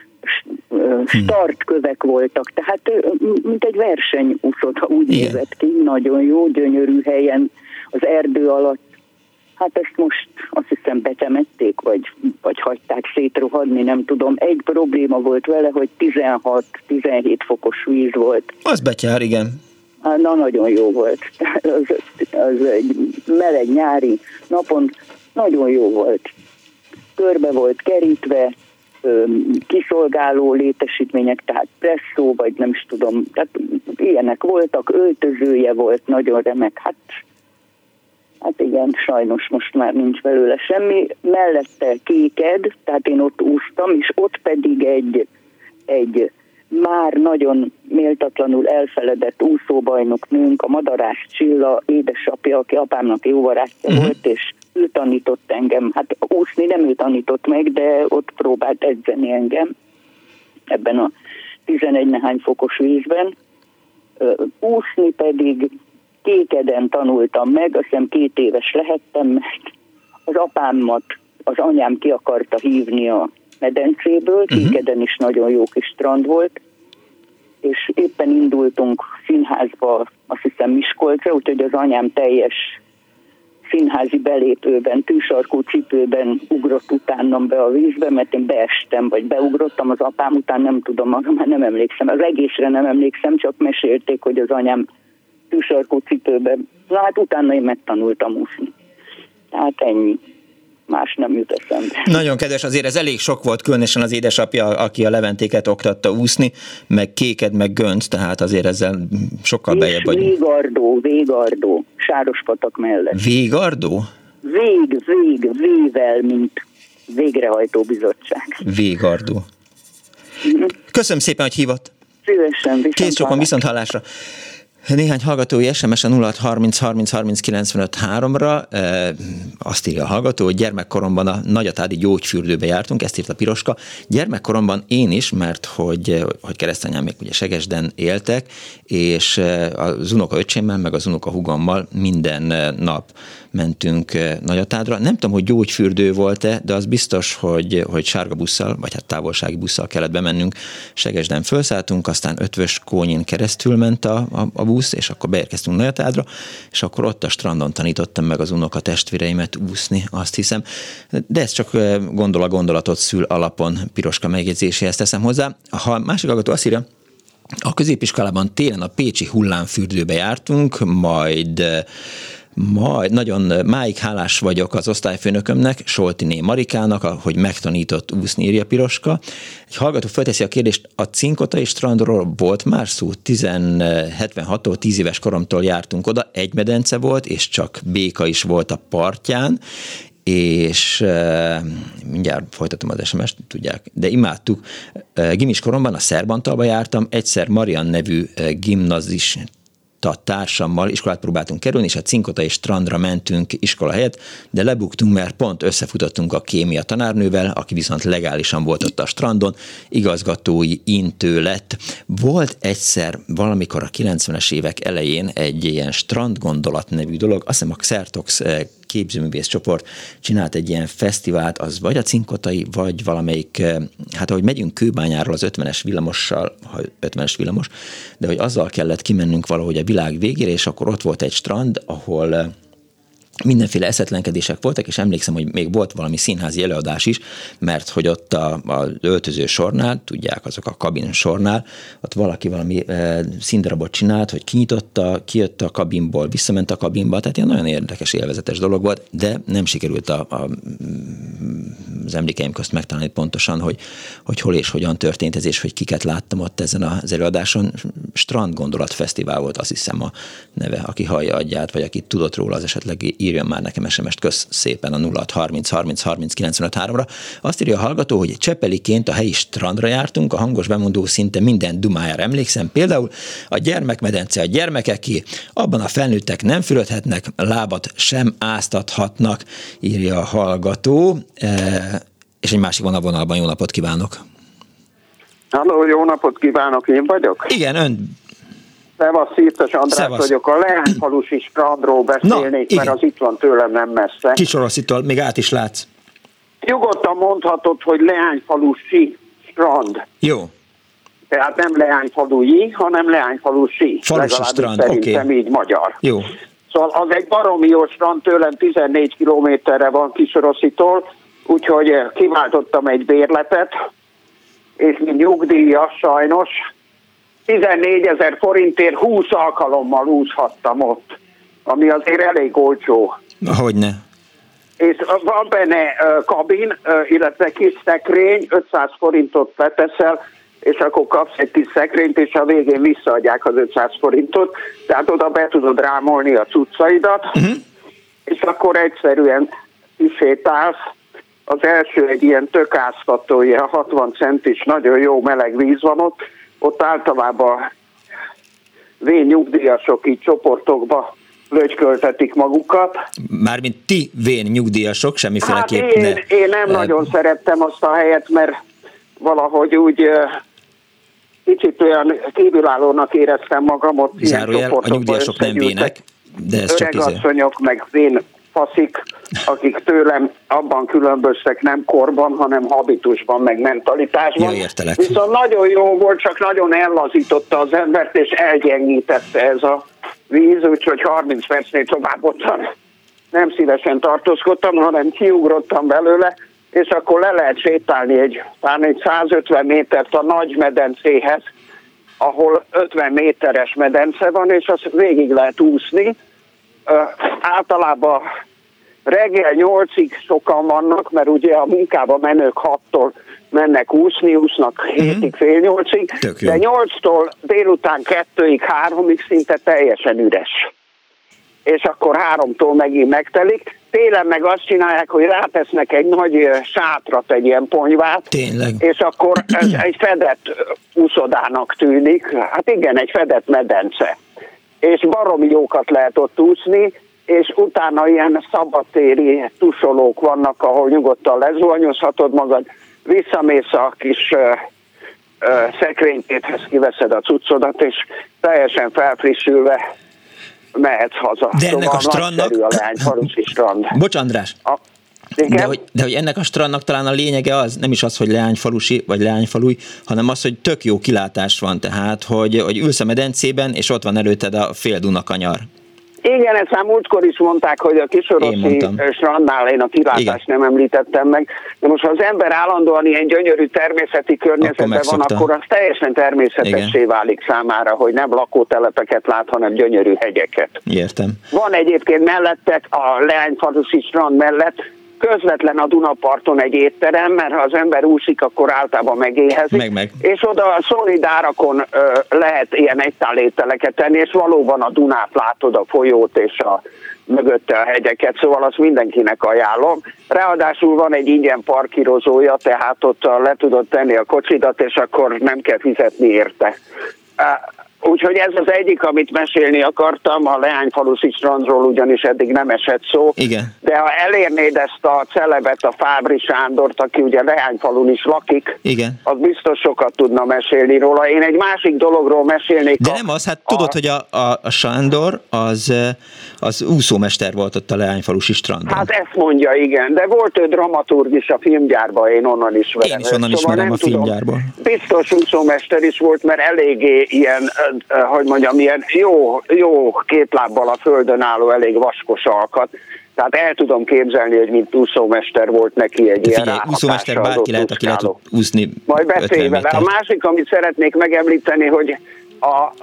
startkövek voltak, tehát mint egy versenyúszoda úgy nézett ki, nagyon jó, gyönyörű helyen, az erdő alatt. Hát ezt most azt hiszem betemették, vagy hagyták szétrohadni, nem tudom. Egy probléma volt vele, hogy 16-17 fokos víz volt.
Az betyár, igen.
Na, nagyon jó volt. Az egy meleg nyári napon nagyon jó volt. Körbe volt kerítve, kiszolgáló létesítmények, tehát presszó, vagy nem is tudom, tehát ilyenek voltak, öltözője volt, nagyon remek. Hát igen, sajnos most már nincs belőle semmi. Mellette Kéked, tehát én ott úsztam, és ott pedig egy már nagyon méltatlanul elfeledett úszóbajnok nőnk, a Madarász Csilla édesapja, aki apámnak jó barátja volt, és ő tanított engem. Hát úszni nem ő tanított meg, de ott próbált edzeni engem ebben a 11 nehány fokos vízben. Úszni pedig Kékeden tanultam meg, azt hiszem 2 éves lehettem, mert az apámat az anyám ki akarta hívni a medencéből, Kékeden is nagyon jó kis strand volt, és éppen indultunk színházba, azt hiszem Miskolcra, úgyhogy az anyám teljes színházi belépőben, tűsarkú cipőben ugrott utánam be a vízbe, mert én beestem, vagy beugrottam az apám után, nem tudom, már nem emlékszem, az egészre nem emlékszem, csak mesélték, hogy az anyám tűsarkú cipőben. Na hát utána én megtanultam úszni. Tehát ennyi. más nem jut eszembe.
Nagyon kedves, azért ez elég sok volt, különösen az édesapja, aki a leventéket oktatta úszni, meg Kéked, meg Gönc, tehát azért ezzel sokkal bejebb vagyunk.
Végardó, Sárospatak mellett.
Végardó?
Vével, mint végrehajtó bizottság.
Végardó. Köszönöm szépen, hogy hívott.
Szívesen,
Kész csókon, viszont hallásra. Néhány hallgatói SMS a 0630 30 30 95 3-ra. Azt írja a hallgató, hogy gyermekkoromban a Nagyatádi gyógyfürdőbe jártunk, ezt írta Piroska. Gyermekkoromban én is, mert hogy keresztanyám még ugye Segesden éltek, és az unoka öcsémmel, meg az unoka húgommal minden nap mentünk Nagyatádra. Nem tudom, hogy gyógyfürdő volt-e, de az biztos, hogy sárga busszal, vagy hát távolsági busszal kellett bemennünk. Segesden felszálltunk, aztán Ötvös Kónyin keresztül ment a busz, és akkor beérkeztünk Nagyatádra, és akkor ott a strandon tanítottam meg az unoka testvéreimet úszni, azt hiszem. De ez csak gondolatot szül alapon, Piroska megjegyzéséhez teszem hozzá. Ha másik hallgató azt írja, a középiskolában télen a pécsi hullámfürdőbe jártunk, majd nagyon máig hálás vagyok az osztályfőnökömnek, Soltiné Marikának, hogy megtanított úszni, írja Piroska. Egy hallgató felteszi a kérdést, a Cinkotai strandról volt már szó? 76-tól 10 éves koromtól jártunk oda, egy medence volt, és csak béka is volt a partján, és mindjárt folytatom az SMS-t, tudják, de imádtuk. Gimis koromban a Szerbantalba jártam, egyszer Marian nevű gimnazis társammal iskolát próbáltunk kerülni, és a Cinkotai strandra mentünk iskola helyett, de lebuktunk, mert pont összefutottunk a kémia tanárnővel, aki viszont legálisan volt ott a strandon, igazgatói intő lett. Volt egyszer valamikor a 90-es évek elején egy ilyen strandgondolat nevű dolog, azt hiszem a Xertox képzőművész csoport csinált egy ilyen fesztivált, az vagy a Cinkotai, vagy valamelyik, hát ahogy megyünk Kőbányáról az 50-es villamossal, 50-es villamos, de hogy azzal kellett kimennünk valahogy a világ végére, és akkor ott volt egy strand, ahol mindenféle eszetlenkedések voltak, és emlékszem, hogy még volt valami színházi előadás is, mert hogy ott az öltöző sornál, tudják, azok a kabin sornál, ott valaki valami színdarabot csinált, hogy kinyitotta, kijött a kabinból, visszament a kabinba, tehát ilyen nagyon érdekes, élvezetes dolog volt, de nem sikerült az emlékeim közt megtalálni pontosan, hogy hol és hogyan történt ez, és hogy kiket láttam ott ezen az előadáson. Strand Gondolat Fesztivál volt, azt hiszem a neve, aki hallja adját, vagy aki tudott róla, az esetleg írjon már nekem SMS-t, kösz szépen a 0630 30 30 95 3-ra. Azt írja a hallgató, hogy Csepeliként a helyi strandra jártunk, a hangos bemondó szinte minden dumájára emlékszem, például a gyermekmedence a gyermekeké, abban a felnőttek nem fürödhetnek, lábat sem áztathatnak, írja a hallgató, és egy másik van a vonalban. Jó napot kívánok!
Halló, jó napot kívánok, én vagyok?
Igen, ön.
Szevasz, Szirtes András
Szevasz.
vagyok, a Leányfalusi strandról beszélnék, mert az itt van tőlem nem messze.
Kisoroszittól, még át is látsz.
Nyugodtan mondhatod, hogy Leányfalusi strand.
Jó.
Tehát nem Leányfalui, hanem Leányfalusi.
Falusi strand,
szerintem így magyar.
Jó.
Szóval az egy baromi jó strand, tőlem 14 kilométerre van Kisoroszitól, úgyhogy kiváltottam egy bérletet, és mint nyugdíjas sajnos, 14 000 forintért 20 alkalommal úszhattam ott, ami azért elég olcsó.
Hogyne.
És van benne kabin, illetve kis szekrény, 500 forintot beteszel, és akkor kapsz egy kis szekrényt, és a végén visszaadják az 500 forintot, tehát oda be tudod rámolni a cuccaidat, és akkor egyszerűen kisétálsz. Az első egy ilyen tökáztató, ilyen 60 centis, nagyon jó meleg víz van ott általában vén-nyugdíjasok így csoportokba lögyköltetik magukat.
Mármint ti vén-nyugdíjasok, semmiféleképp
hát én nem nagyon szerettem azt a helyet, mert valahogy úgy kicsit olyan kívülállónak éreztem magam ott.
Zárójel, a nyugdíjasok nem vének, de ez csak
öregasszonyok, meg vén faszik, akik tőlem abban különböztek, nem korban, hanem habitusban, meg mentalitásban.
Ja, értelek.
Viszont nagyon jó volt, csak nagyon ellazította az embert, és elgyengítette ez a víz, úgyhogy 30 percnél tovább ottan nem szívesen tartózkodtam, hanem kiugrottam belőle, és akkor le lehet sétálni talán egy 150 métert a nagy medencéhez, ahol 50 méteres medence van, és azt végig lehet úszni. Általában reggel 8-ig sokan vannak, mert ugye a munkába menők 6-tól mennek úsznak 7-ig, fél 8-ig, de 8-tól délután 2-ig, 3-ig szinte teljesen üres. És akkor 3-tól megint megtelik. Télen meg azt csinálják, hogy rátesznek egy nagy sátrat, egy ilyen ponyvát,
tényleg?
És akkor ez egy fedett úszodának tűnik. Hát igen, egy fedett medence. És baromi jókat lehet ott úszni, és utána ilyen szabadtéri tusolók vannak, ahol nyugodtan lezuhanyozhatod magad, visszamész a kis szekrénytéthez, kiveszed a cuccodat, és teljesen felfrissülve mehetsz haza.
De ennek a strandnak...
a Leányfalusi strand.
Bocs, András. De hogy ennek a strandnak talán a lényege az, nem is az, hogy Leányfalusi vagy Leányfaluj, hanem az, hogy tök jó kilátás van, tehát, hogy ülsz a medencében, és ott van előtted a fél Dunakanyar.
Igen, ezt már múltkor is mondták, hogy a Kisoroszi strandnál én a kilátást nem említettem meg. De most, ha az ember állandóan ilyen gyönyörű természeti környezetben van, akkor az teljesen természetessé válik számára, hogy nem lakótelepeket lát, hanem gyönyörű hegyeket.
Értem.
Van egyébként mellettek, a Leányfalusi strand mellett közvetlen a Dunaparton egy étterem, mert ha az ember úszik, akkor általában megéhezik.
Meg.
És oda a szolid árakon lehet ilyen egytálételeket tenni, és valóban a Dunát látod, a folyót és a mögötte a hegyeket, szóval azt mindenkinek ajánlom. Ráadásul van egy ingyen parkírozója, tehát ott le tudod tenni a kocsidat, és akkor nem kell fizetni érte. Úgyhogy ez az egyik, amit mesélni akartam, a Leányfalusi strandról ugyanis eddig nem esett szó.
Igen.
De ha elérnéd ezt a celebet, a Fábri Sándort, aki ugye Leányfalun is lakik,
igen,
az biztos sokat tudna mesélni róla. Én egy másik dologról mesélnék.
De nem az, hát tudod, hogy a Sándor az úszómester volt ott a Leányfalusi strandon.
Hát ezt mondja, igen, de volt ő dramaturg is a filmgyárban, én onnan ismerem.
Én is onnan ismerem a filmgyárból.
Biztos úszómester is volt, mert eléggé ilyen, hogy mondjam, ilyen jó két lábbal a földön álló, elég vaskos alkat. Tehát el tudom képzelni, hogy mint úszómester volt neki egy ilyen ráhatása.
Úszómester bárki lehet, aki lehet úszni.
Majd beszélj vele. A másik, amit szeretnék megemlíteni, hogy a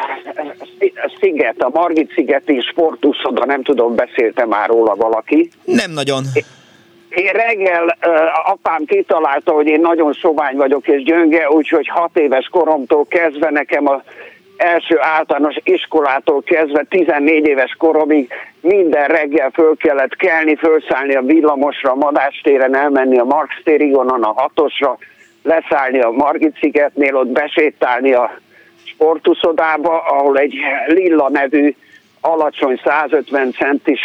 sziget, a Margit-szigeti sportúszoda, nem tudom, beszélte már róla valaki?
Nem nagyon.
Én reggel apám kitalálta, hogy én nagyon sovány vagyok és gyönge, úgyhogy 6 éves koromtól kezdve nekem az első általános iskolától kezdve 14 éves koromig minden reggel föl kellett kelni, fölszállni a villamosra, a Madách téren, elmenni a Marx térig, onnan a 6-osra, leszállni a Margit-szigetnél, ott besétálni a sportuszodába, ahol egy Lilla nevű alacsony 150 centis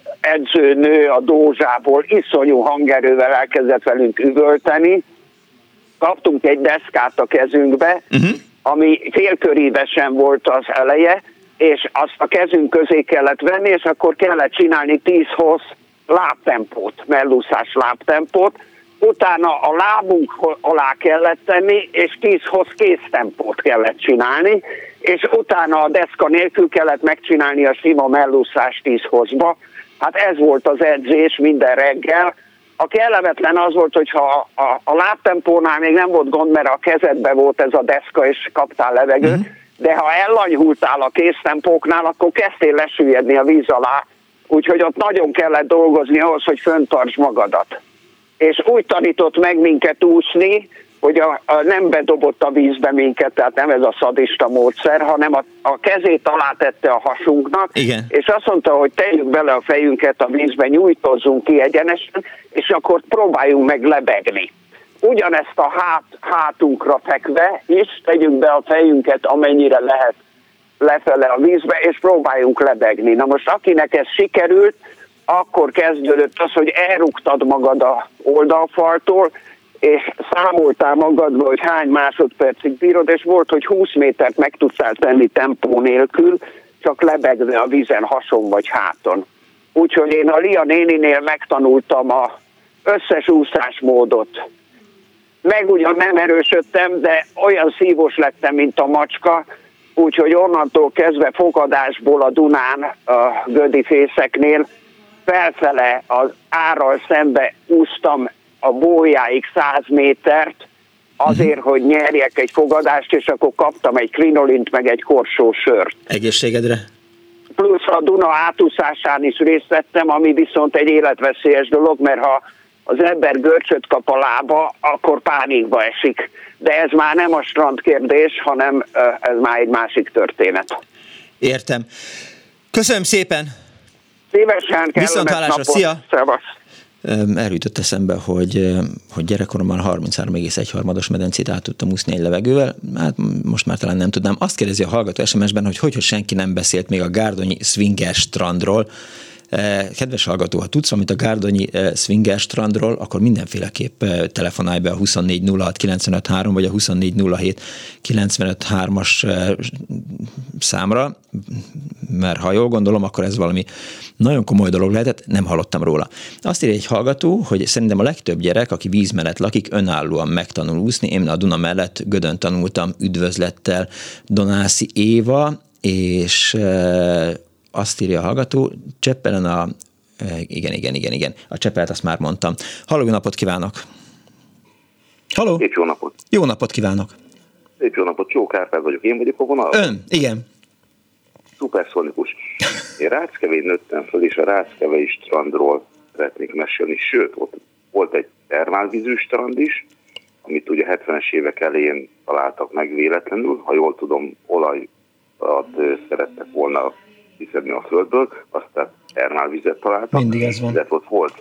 edzőnő a Dózsából iszonyú hangerővel elkezdett velünk üvölteni. Kaptunk egy deszkát a kezünkbe, ami félkörívesen volt az eleje, és azt a kezünk közé kellett venni, és akkor kellett csinálni 10 hossz lábtempót, mellúszás lábtempót, utána a lábunk alá kellett tenni, és 10 hossz kéztempót kellett csinálni, és utána a deszka nélkül kellett megcsinálni a sima mellúszás 10 hosszba. Hát ez volt az edzés minden reggel. A kellemetlen az volt, hogyha a lábtempónál még nem volt gond, mert a kezedbe volt ez a deszka, és kaptál levegőt, de ha ellanyhultál a kéztempóknál, akkor kezdtél lesüllyedni a víz alá, úgyhogy ott nagyon kellett dolgozni ahhoz, hogy föntartsd magadat. És úgy tanított meg minket úszni, hogy nem bedobott a vízbe minket, tehát nem ez a szadista módszer, hanem a kezét alá tette a hasunknak,
igen,
és azt mondta, hogy tegyük bele a fejünket a vízbe, nyújtozzunk ki egyenesen, és akkor próbáljunk meg lebegni. Ugyanezt a hátunkra fekve is tegyük be a fejünket, amennyire lehet lefele a vízbe, és próbáljunk lebegni. Na most akinek ez sikerült, akkor kezdődött az, hogy elrúgtad magad a oldalfaltól, és számoltál magadba, hogy hány másodpercig bírod, és volt, hogy 20 métert meg tudtál tenni tempó nélkül, csak lebegve a vízen, hason vagy háton. Úgyhogy én a Lia néninél megtanultam az összes úszásmódot. Meg ugyan nem erősödtem, de olyan szívós lettem, mint a macska, úgyhogy onnantól kezdve fogadásból a Dunán, a Gödi fészeknél felfele az árral szembe úsztam a bójáig 100 métert, azért, hogy nyerjek egy fogadást, és akkor kaptam egy krinolint, meg egy korsó sört.
Egészségedre?
plusz a Duna átúszásán is részt vettem, ami viszont egy életveszélyes dolog, mert ha az ember görcsöt kap a lába, akkor pánikba esik. De ez már nem a strand kérdés, hanem ez már egy másik történet.
Értem. Köszönöm szépen!
Szívesen,
kellemes napot! Szia!
Szevasz!
Erről jutott eszembe, hogy gyerekkoromban 33,1 medencét át tudtam úszni egy levegővel, hát most már talán nem tudnám. Azt kérdezi a hallgató SMS-ben, hogy senki nem beszélt még a gárdonyi swinger strandról. Kedves hallgató, ha tudsz valamit a gárdonyi swinger strandról, akkor mindenféleképp telefonálj be a 2406953 vagy a 2407953-as számra, mert ha jól gondolom, akkor ez valami nagyon komoly dolog lehetett, nem hallottam róla. Azt írja egy hallgató, hogy szerintem a legtöbb gyerek, aki víz mellett lakik, önállóan megtanul úszni. Én a Duna mellett Gödön tanultam, üdvözlettel Donászi Éva, és azt írja a hallgató, Cseppelen igen, a Cseppelt azt már mondtam. Halló, jó napot kívánok! Halló!
Szép jó napot!
Jó napot kívánok!
Szép jó napot, Csók Árpád vagyok, én vagyok a vonalban.
Ön, igen.
Szuperszonikus. Én Ráckevén nőttem föl, és a Ráckevei strandról szeretnék mesélni, sőt, ott volt egy termálvízű strand is, amit ugye 70-es évek elején találtak meg véletlenül, ha jól tudom, olajat szerettek volna kiszedni a földből, aztán termálvizet találtak.
Mindig ez van.
De ott volt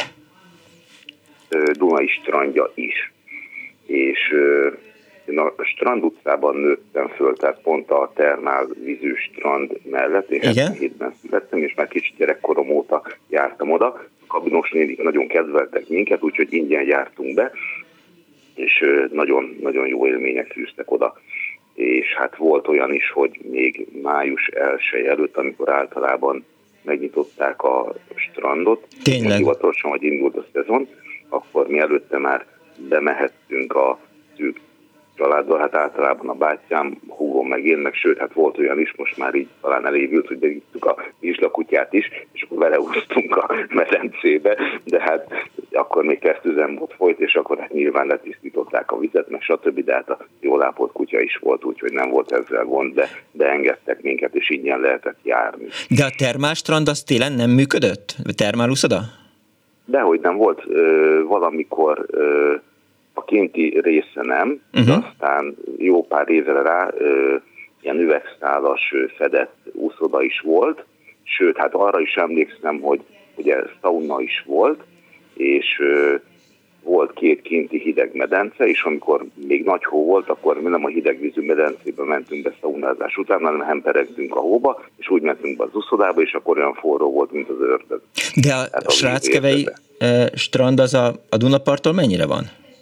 Dunai strandja is. És én a Strand utcában nőttem föl, tehát pont a termálvízű strand mellett. Én 77-ben születtem, és már kicsit gyerekkorom óta jártam oda. A kabinos nénik nagyon kedveltek minket, úgyhogy ingyen jártunk be, és nagyon, nagyon jó élmények fűztek oda. És hát volt olyan is, hogy még május 1 előtt, amikor általában megnyitották a strandot, hivatalosan, hogy indult a szezon, akkor mi előtte már bemehettünk a szűk családdal, hát általában a bátyám, húgom meg én, meg sőt, hát volt olyan is, most már így talán elévült, hogy bevittük a vizslakutyát is, és akkor beleúsztunk a medencébe, de hát akkor még keresztüzemmód folyt, és akkor hát nyilván letisztították a vizet, meg stb., de hát a jól ápolt kutya is volt, úgyhogy nem volt ezzel gond, de beengedtek minket, és ingyen lehetett járni.
De a termálstrand az télen nem működött? Termálúszoda?
Dehogy nem volt, valamikor a kinti része nem, de aztán jó pár évre rá ilyen üvegszálas fedett úszoda is volt, sőt, hát arra is emlékszem, hogy ugye szauna is volt, és volt 2 kinti hideg medence, és amikor még nagy hó volt, akkor mi nem a hidegvízű medencébe mentünk be szaunázás után, hanem hemperegtünk a hóba, és úgy mentünk be az úszodába, és akkor olyan forró volt, mint az ördög.
De a Sráckevei strand az a Dunaparttól mennyire van?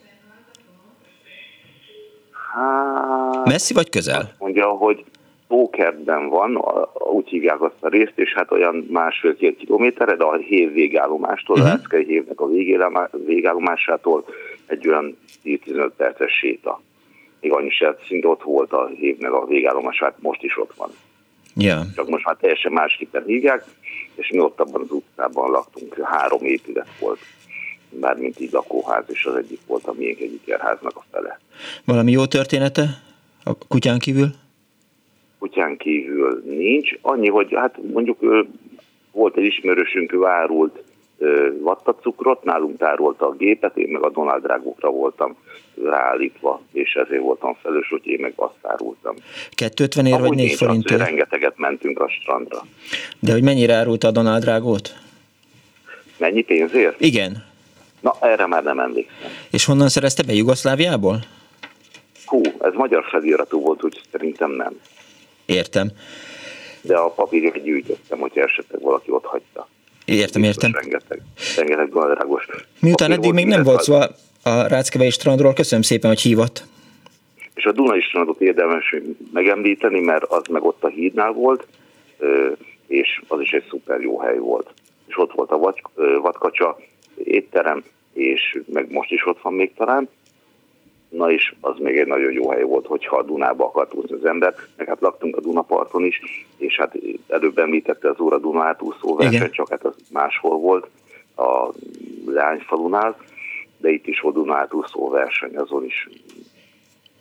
Messzi vagy közel?
Azt mondja, hogy Tókertben van, úgy hívják azt a részt, és hát olyan 1,5-2 kilométerre, de a hév végállomástól, a Ráckei hévnek a végállomásától egy olyan 10-15 perces séta. Még annyi se, szinte ott volt a hévnek a végállomását, most is ott van.
Yeah.
Csak most már teljesen másképpen hívják, és mi ott abban az utcában laktunk, 3 épület volt. Bármint így lakóház, és az egyik volt a miénk egy ikerháznak a fele.
Valami jó története a kutyán kívül?
Kutyán kívül nincs. Annyi, hogy hát mondjuk volt egy ismerősünk, ő árult vattacukrot, nálunk tárolta a gépet, én meg a Donald drágokra voltam ráállítva, és ezért voltam felelős, hogy én meg azt árultam.
2,50 ér vagy 4 forintért?
Rengeteget mentünk a strandra.
De hogy mennyire árulta a Donald drágót?
Mennyi pénzért?
Igen.
Na, erre már nem emlékszem.
És honnan szerezte be, Jugoszláviából?
Ez magyar feliratú volt, úgyhogy szerintem nem.
Értem.
De a papírját gyűjtöttem, hogyha esetleg valaki ott hagyta.
Értem.
Rengeteg drágos.
Miután eddig még nem volt szó a Ráckevei strandról, köszönöm szépen, hogy hívott.
És a Dunai strandot érdemes megemlíteni, mert az meg ott a hídnál volt, és az is egy szuper jó hely volt. És ott volt a vadkacsa étterem, és meg most is ott van még talán. Na és az még egy nagyon jó hely volt, hogyha a Dunába akart úszni az ember, meg hát laktunk a Dunaparton is, és hát előbb említette az úr a Duna átúszó verseny, csak hát az máshol volt, a Leányfalunál, de itt is volt Duna átúszó verseny, azon is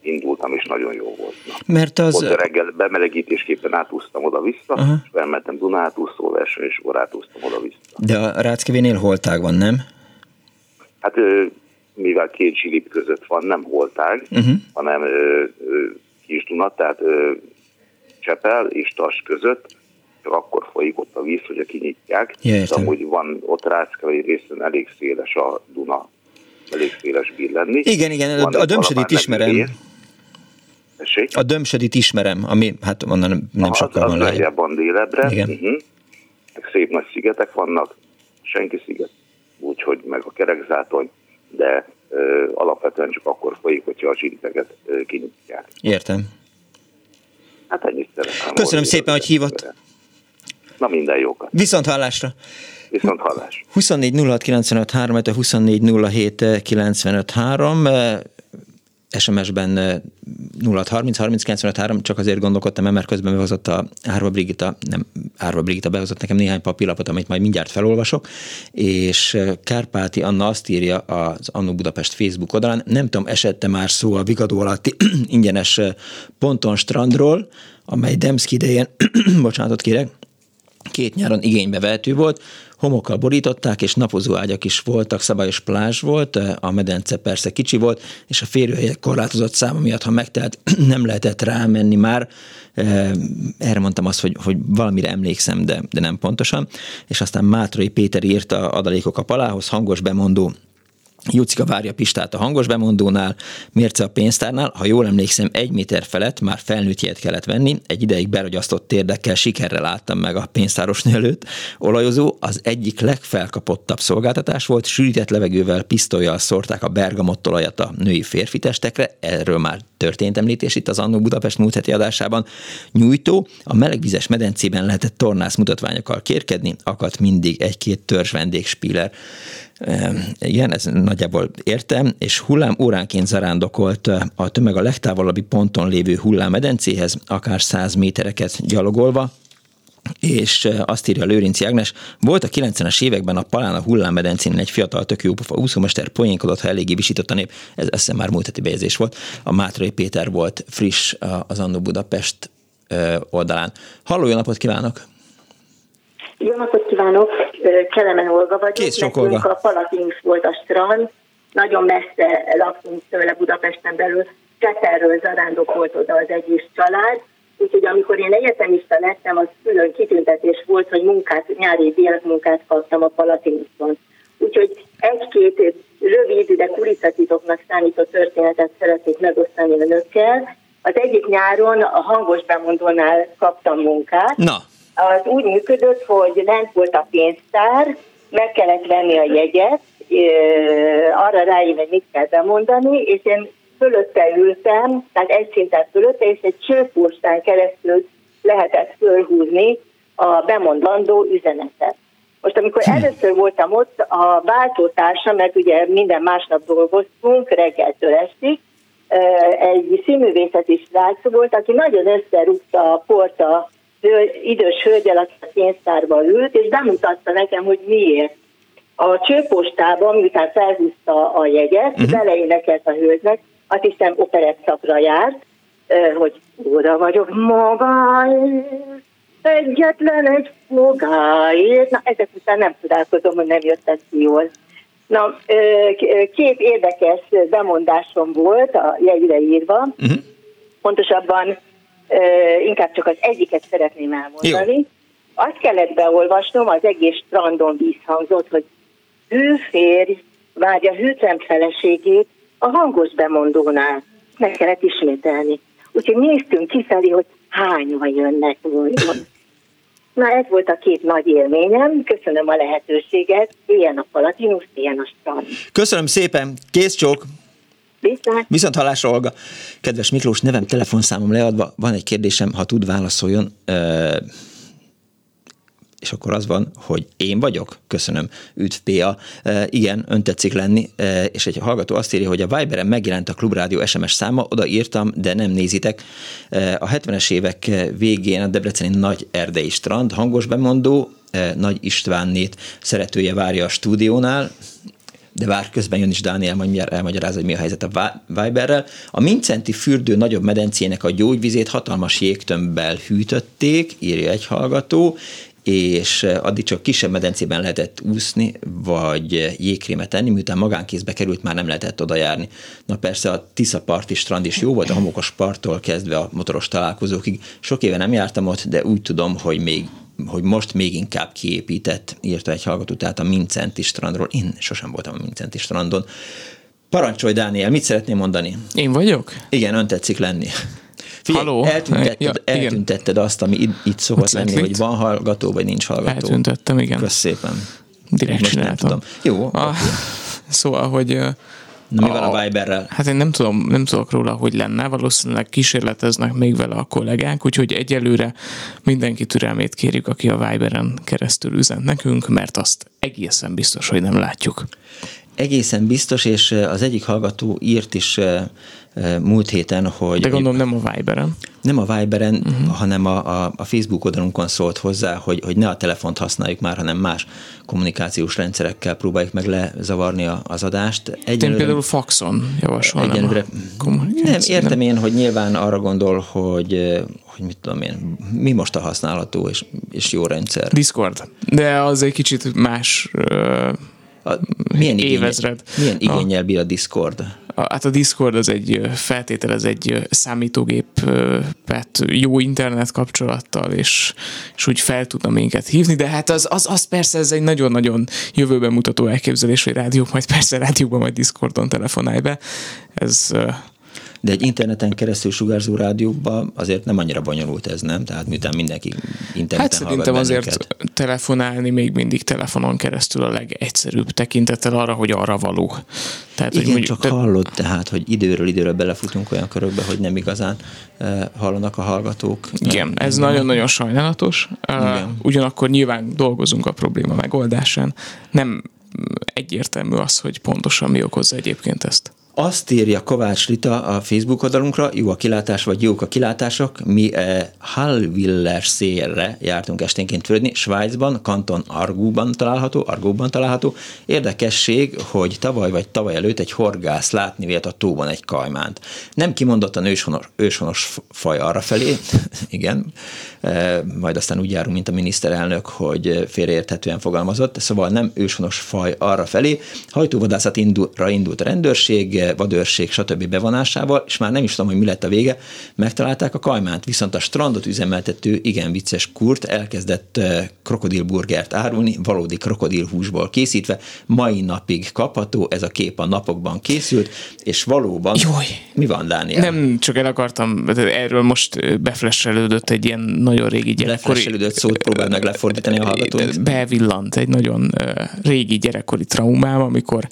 indultam, és nagyon jó volt.
Mert az...
Ott reggel bemelegítésképpen átúztam oda-vissza, és felmentem Dunátúszó verseny, és akkor átúztam oda-vissza.
De a Ráckevénél holtág van, nem?
Hát mivel két zsilip között van, nem holtág, hanem Kis Duna, tehát Csepel és Tas között, csak akkor folyik ott a víz, hogyha kinyitják.
Ja,
de amúgy van ott Ráckevei részen elég széles a Duna, elég széles bír lenni.
Igen, a Dömsödit ismerem. A Dömsödit ismerem, ami hát onnan nem sokkal van lehet.
Az van délebbre. Szép nagy szigetek vannak, Senki sziget, úgyhogy meg a Kerekzátony, de alapvetően csak akkor folyik, hogyha a zsilipeket kinyitják.
Értem.
Hát ennyit szeretem.
Köszönöm szépen, hogy hívott.
Na, minden jókat.
Viszont hallásra.
Viszont hallás.
24 06 95 3, 24 07 95 3, SMS-ben 06 30 30 95 3, csak azért gondolkodtam, mert közben behozott a Árva Brigitta behozott nekem néhány papírlapot, amit majd mindjárt felolvasok, és Kárpáti Anna azt írja az Annó Budapest Facebook oldalán, nem tudom, esette már szó a Vigadó alatti ingyenes ponton strandról, amely Demszki idején, bocsánatot kérek, 2 nyáron igénybe vehető volt, homokkal borították, és napozó ágyak is voltak, szabályos plázs volt, a medence persze kicsi volt, és a férőhelyek korlátozott száma miatt, ha megtelt, nem lehetett rámenni már. Erre mondtam azt, hogy valamire emlékszem, de nem pontosan. És aztán Mátrai Péter írta adalékok a palához, hangos bemondó, Jucika várja Pistát a hangos bemondónál, Mérce a pénztárnál, ha jól emlékszem, 1 méter felett már felnőtt jegyet kellett venni, egy ideig beragyasztott térdekkel sikerrel álltam meg a pénztárosnő előtt. Olajozó az egyik legfelkapottabb szolgáltatás volt, sűrített levegővel, pisztollyal szórták a bergamott olajat a női férfi testekre, erről már történt említés itt az Annó Budapest múlt heti adásában. Nyújtó, a melegvizes medencében lehetett tornász mutatványokkal kérkedni, akadt mindig 1-2 törzs vendégspíler. Igen, ez nagyjából értem, és hullám óránként zarándokolt a tömeg a legtávolabbi ponton lévő hullámmedencéhez, akár 100 métereket gyalogolva, és azt írja Lőrinci Ágnes, volt a 90-es években a Palán a hullámmedencén egy fiatal tök jópofa úszómester, poénkodott, ha eléggé visított a nép, ez azt hiszem már múlt heti bejegyzés volt, a Mátrai Péter volt friss az Annó Budapest oldalán. Halló, jó napot kívánok!
Jó napot kívánok! Kelemen Olga vagyok.
Kész sok Olga.
A Palatinus volt a strand, nagyon messze laktunk tőle Budapesten belül, Cseperről zarándokolt oda az egész család, úgyhogy amikor én egyetemista lettem, az külön kitüntetés volt, hogy nyári diákmunkát kaptam a Palatinuson. Úgyhogy 1-2 rövid, de kulisszatitoknak számító történetet szeretnék megosztani önökkel. Az egyik nyáron a hangos bemondónál kaptam munkát.
Na.
Az úgy működött, hogy lent volt a pénztár, meg kellett venni a jegyet, arra ráírni, hogy mit kell bemondani, és én fölötte ültem, tehát egy szinten fölötte, és egy csőpostán keresztül lehetett fölhúzni a bemondandó üzenetet. Most amikor először voltam ott, a váltótársam, mert ugye minden másnap dolgoztunk, reggeltől estig, egy színművészeti srác volt, aki nagyon összerúgta a porta idős hölgyel, aki a pénztárban ült, és bemutatta nekem, hogy miért. A csőpostában, miután felhúzta a jegyet, beleénekelt a hölgynek, azt hiszem operettszakra járt, hogy óra vagyok magáért, egyetlen egy fogáért. Na, ezek után nem tudálkozom, hogy nem jöttek ki jól. Na, 2 érdekes bemondásom volt a jegyre írva. Pontosabban inkább csak az egyiket szeretném elmondani. Jó. Azt kellett beolvasnom, az egész strandon vízhangzott, hogy hű férj várja hűtlen feleségét a hangos bemondónál. Meg kellett ismételni. Úgyhogy néztünk kifelé, hogy hányan jönnek volna. Na, ez volt a 2 nagy élményem. Köszönöm a lehetőséget. Éljen a Palatinus, éljen a strand.
Köszönöm szépen. Kész csók. Viszont hallásra, Olga. Kedves Miklós, nevem, telefonszámom leadva. Van egy kérdésem, ha tud, válaszoljon. És akkor az van, hogy én vagyok. Köszönöm. Üdv P.A. Igen, ön tetszik lenni. És egy hallgató azt írja, hogy a Viberen megjelent a Klubrádió SMS száma, odaírtam, de nem nézitek. A 70-es évek végén a debreceni Nagy Erdei strand, hangos bemondó, Nagy Istvánnét szeretője várja a stúdiónál. de vár, közben jön is Dániel, majd elmagyarázza, hogy mi a helyzet a Viberrel. A Mincenti fürdő nagyobb medencének a gyógyvizét hatalmas jégtömbbel hűtötték, írja egy hallgató, és addig csak kisebb medencében lehetett úszni, vagy jégkrémet enni, miután magánkézbe került, már nem lehetett oda járni. Na persze a Tisza parti strand is jó volt, a homokos parttól kezdve a motoros találkozókig. Sok éve nem jártam ott, de úgy tudom, hogy most még inkább kiépített, írta egy hallgató, tehát a Mincenti strandról. Én sosem voltam a Mincenti strandon. Parancsolj, Dániel, mit szeretnél mondani?
Én vagyok?
Igen, ön tetszik lenni. Figyelj, eltüntetted azt, ami itt szokott lenni, hogy van hallgató, vagy nincs hallgató.
Eltüntettem, igen.
Kösz szépen.
Direkt most csináltam.
Nem tudom. Jó.
Szóval, hogy...
Na, mi van a Viberrel?
Hát én nem tudok róla, hogy lenne, valószínűleg kísérleteznek még vele a kollégánk, úgyhogy egyelőre mindenki türelmét kérjük, aki a Viberen keresztül üzent nekünk, mert azt egészen biztos, hogy nem látjuk.
Egészen biztos, és az egyik hallgató írt is múlt héten, hogy...
De gondolom nem a Viberen.
Nem a Viberen, hanem a Facebook oldalunkon szólt hozzá, hogy ne a telefont használjuk már, hanem más kommunikációs rendszerekkel próbáljuk meg lezavarni az adást.
Én például faxon javasolnám.
Nem, értem én, hogy nyilván arra gondol, hogy mit tudom én, mi most a használható és jó rendszer.
Discord. De az egy kicsit más
milyen
évezred.
Milyen igénnyel bír a Discord?
Hát a Discord az feltételez egy számítógépet jó internet kapcsolattal, és úgy fel tudna minket hívni, de hát az persze ez egy nagyon-nagyon jövőben mutató elképzelés, hogy rádiókban majd Discordon telefonálj be.
De egy interneten keresztül sugárzó rádiókban azért nem annyira bonyolult ez, nem? Tehát miután mindenki interneten
hát szerintem azért telefonálni még mindig telefonon keresztül a legegyszerűbb tekintettel arra, hogy arra való. Tehát,
igen, hogy csak hallod tehát, hogy időről időre belefutunk olyan körökbe, hogy nem igazán hallanak a hallgatók.
Igen, ez nagyon-nagyon sajnálatos. Ugyanakkor nyilván dolgozunk a probléma megoldásán. Nem egyértelmű az, hogy pontosan mi okozza egyébként ezt.
Azt írja Kovács Rita a Facebook oldalunkra, jó a kilátás, vagy jók a kilátások. Mi Hallwiller-szélre jártunk esténként fürödni, Svájcban, kanton Argóban található. Érdekesség, hogy tavaly előtt egy horgász látni vélt a tóban egy kajmánt. Nem kimondottan őshonos faj arrafelé, igen, majd aztán úgy járunk, mint a miniszterelnök, hogy félreérthetően fogalmazott, szóval nem őshonos faj arrafelé. Hajtóvadászatra indult a rendőrség, vadőrség, stb. Bevonásával, és már nem is tudom, hogy mi lett a vége, megtalálták a kajmánt, viszont a strandot üzemeltető igen vicces Kurt elkezdett krokodilburgert árulni, valódi krokodilhúsból készítve, mai napig kapható, ez a kép a napokban készült, és valóban...
Jaj.
Mi van, Dániel?
Nem, csak el akartam, erről most beflesselődött egy ilyen nagyon régi gyerekkori...
Leflesselődött szót próbál meg lefordítani a hallgatót.
Bevillant egy nagyon régi gyerekkori traumám, amikor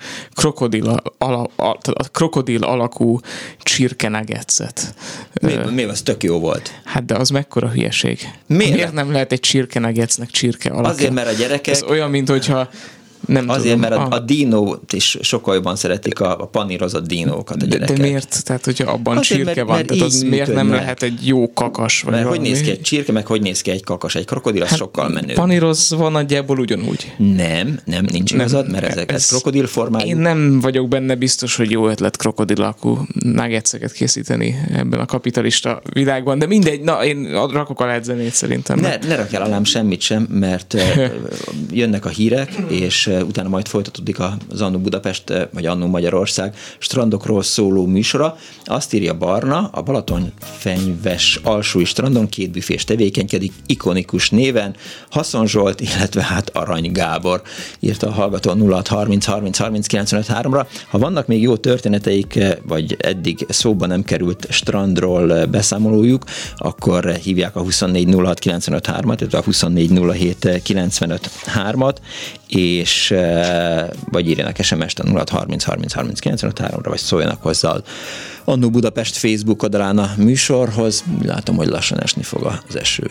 krokodil alakú csirkenuggets-et.
Miért az tök jó volt?
Hát de az mekkora hülyeség.
Miért
nem lehet egy csirkenuggetsnek csirke alakja?
Azért, mert a gyerekek...
Ez olyan, mint hogyha... Nem
azért,
tudom,
mert a dinót is sokkal jobban szeretik a panírozott dinókat a gyerekek.
De miért? Tehát, hogyha abban azért, csirke van, tehát az miért nem lehet egy jó kakas? Vagy
mert hogy néz ki egy csirke, meg hogy néz ki egy kakas? Egy krokodil, az sokkal menőbb.
Panírozva nagyjából ugyanúgy.
Nem, nincs igazad, mert ezek krokodil formájú.
Én nem vagyok benne biztos, hogy jó ötlet krokodilakú nuggetseket készíteni ebben a kapitalista világban, de mindegy, én rakok alá egy zenét szerintem.
Ne rakjál alám semmit sem, mert jönnek a hírek, és utána majd folytatódik az Annó Budapest, vagy Annó Magyarország strandokról szóló műsora. Azt írja Barna, a Balatonfenyves alsói strandon 2 büfés tevékenykedik, ikonikus néven, Haszon Zsolt, illetve hát Arany Gábor, írta a hallgató 0630303953-ra. Ha vannak még jó történeteik, vagy eddig szóba nem került strandról beszámolójuk, akkor hívják a 2406953-at, illetve a 2407953-at, és vagy írjanak SMS-t a 0630303953-ra, vagy szóljanak hozzá az Annó Budapest Facebook oldalán a műsorhoz. Látom, hogy lassan esni fog az eső.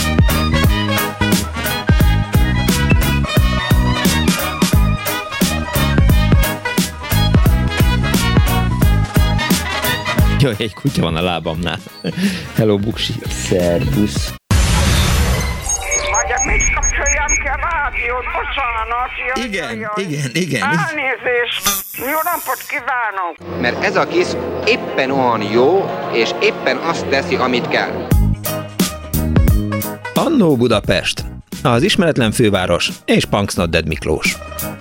Jaj, egy kutya van a lábamnál. Hello, Buksi. Szervusz.
Vagy mit kapcsoljam ki a rádiót? rádiót, bocsánat.
Igen.
Elnézést, jó napot kívánok.
Mert ez a kis éppen olyan jó, és éppen azt teszi, amit kell.
Annó Budapest, az ismeretlen főváros és Punks Not Dead Miklós.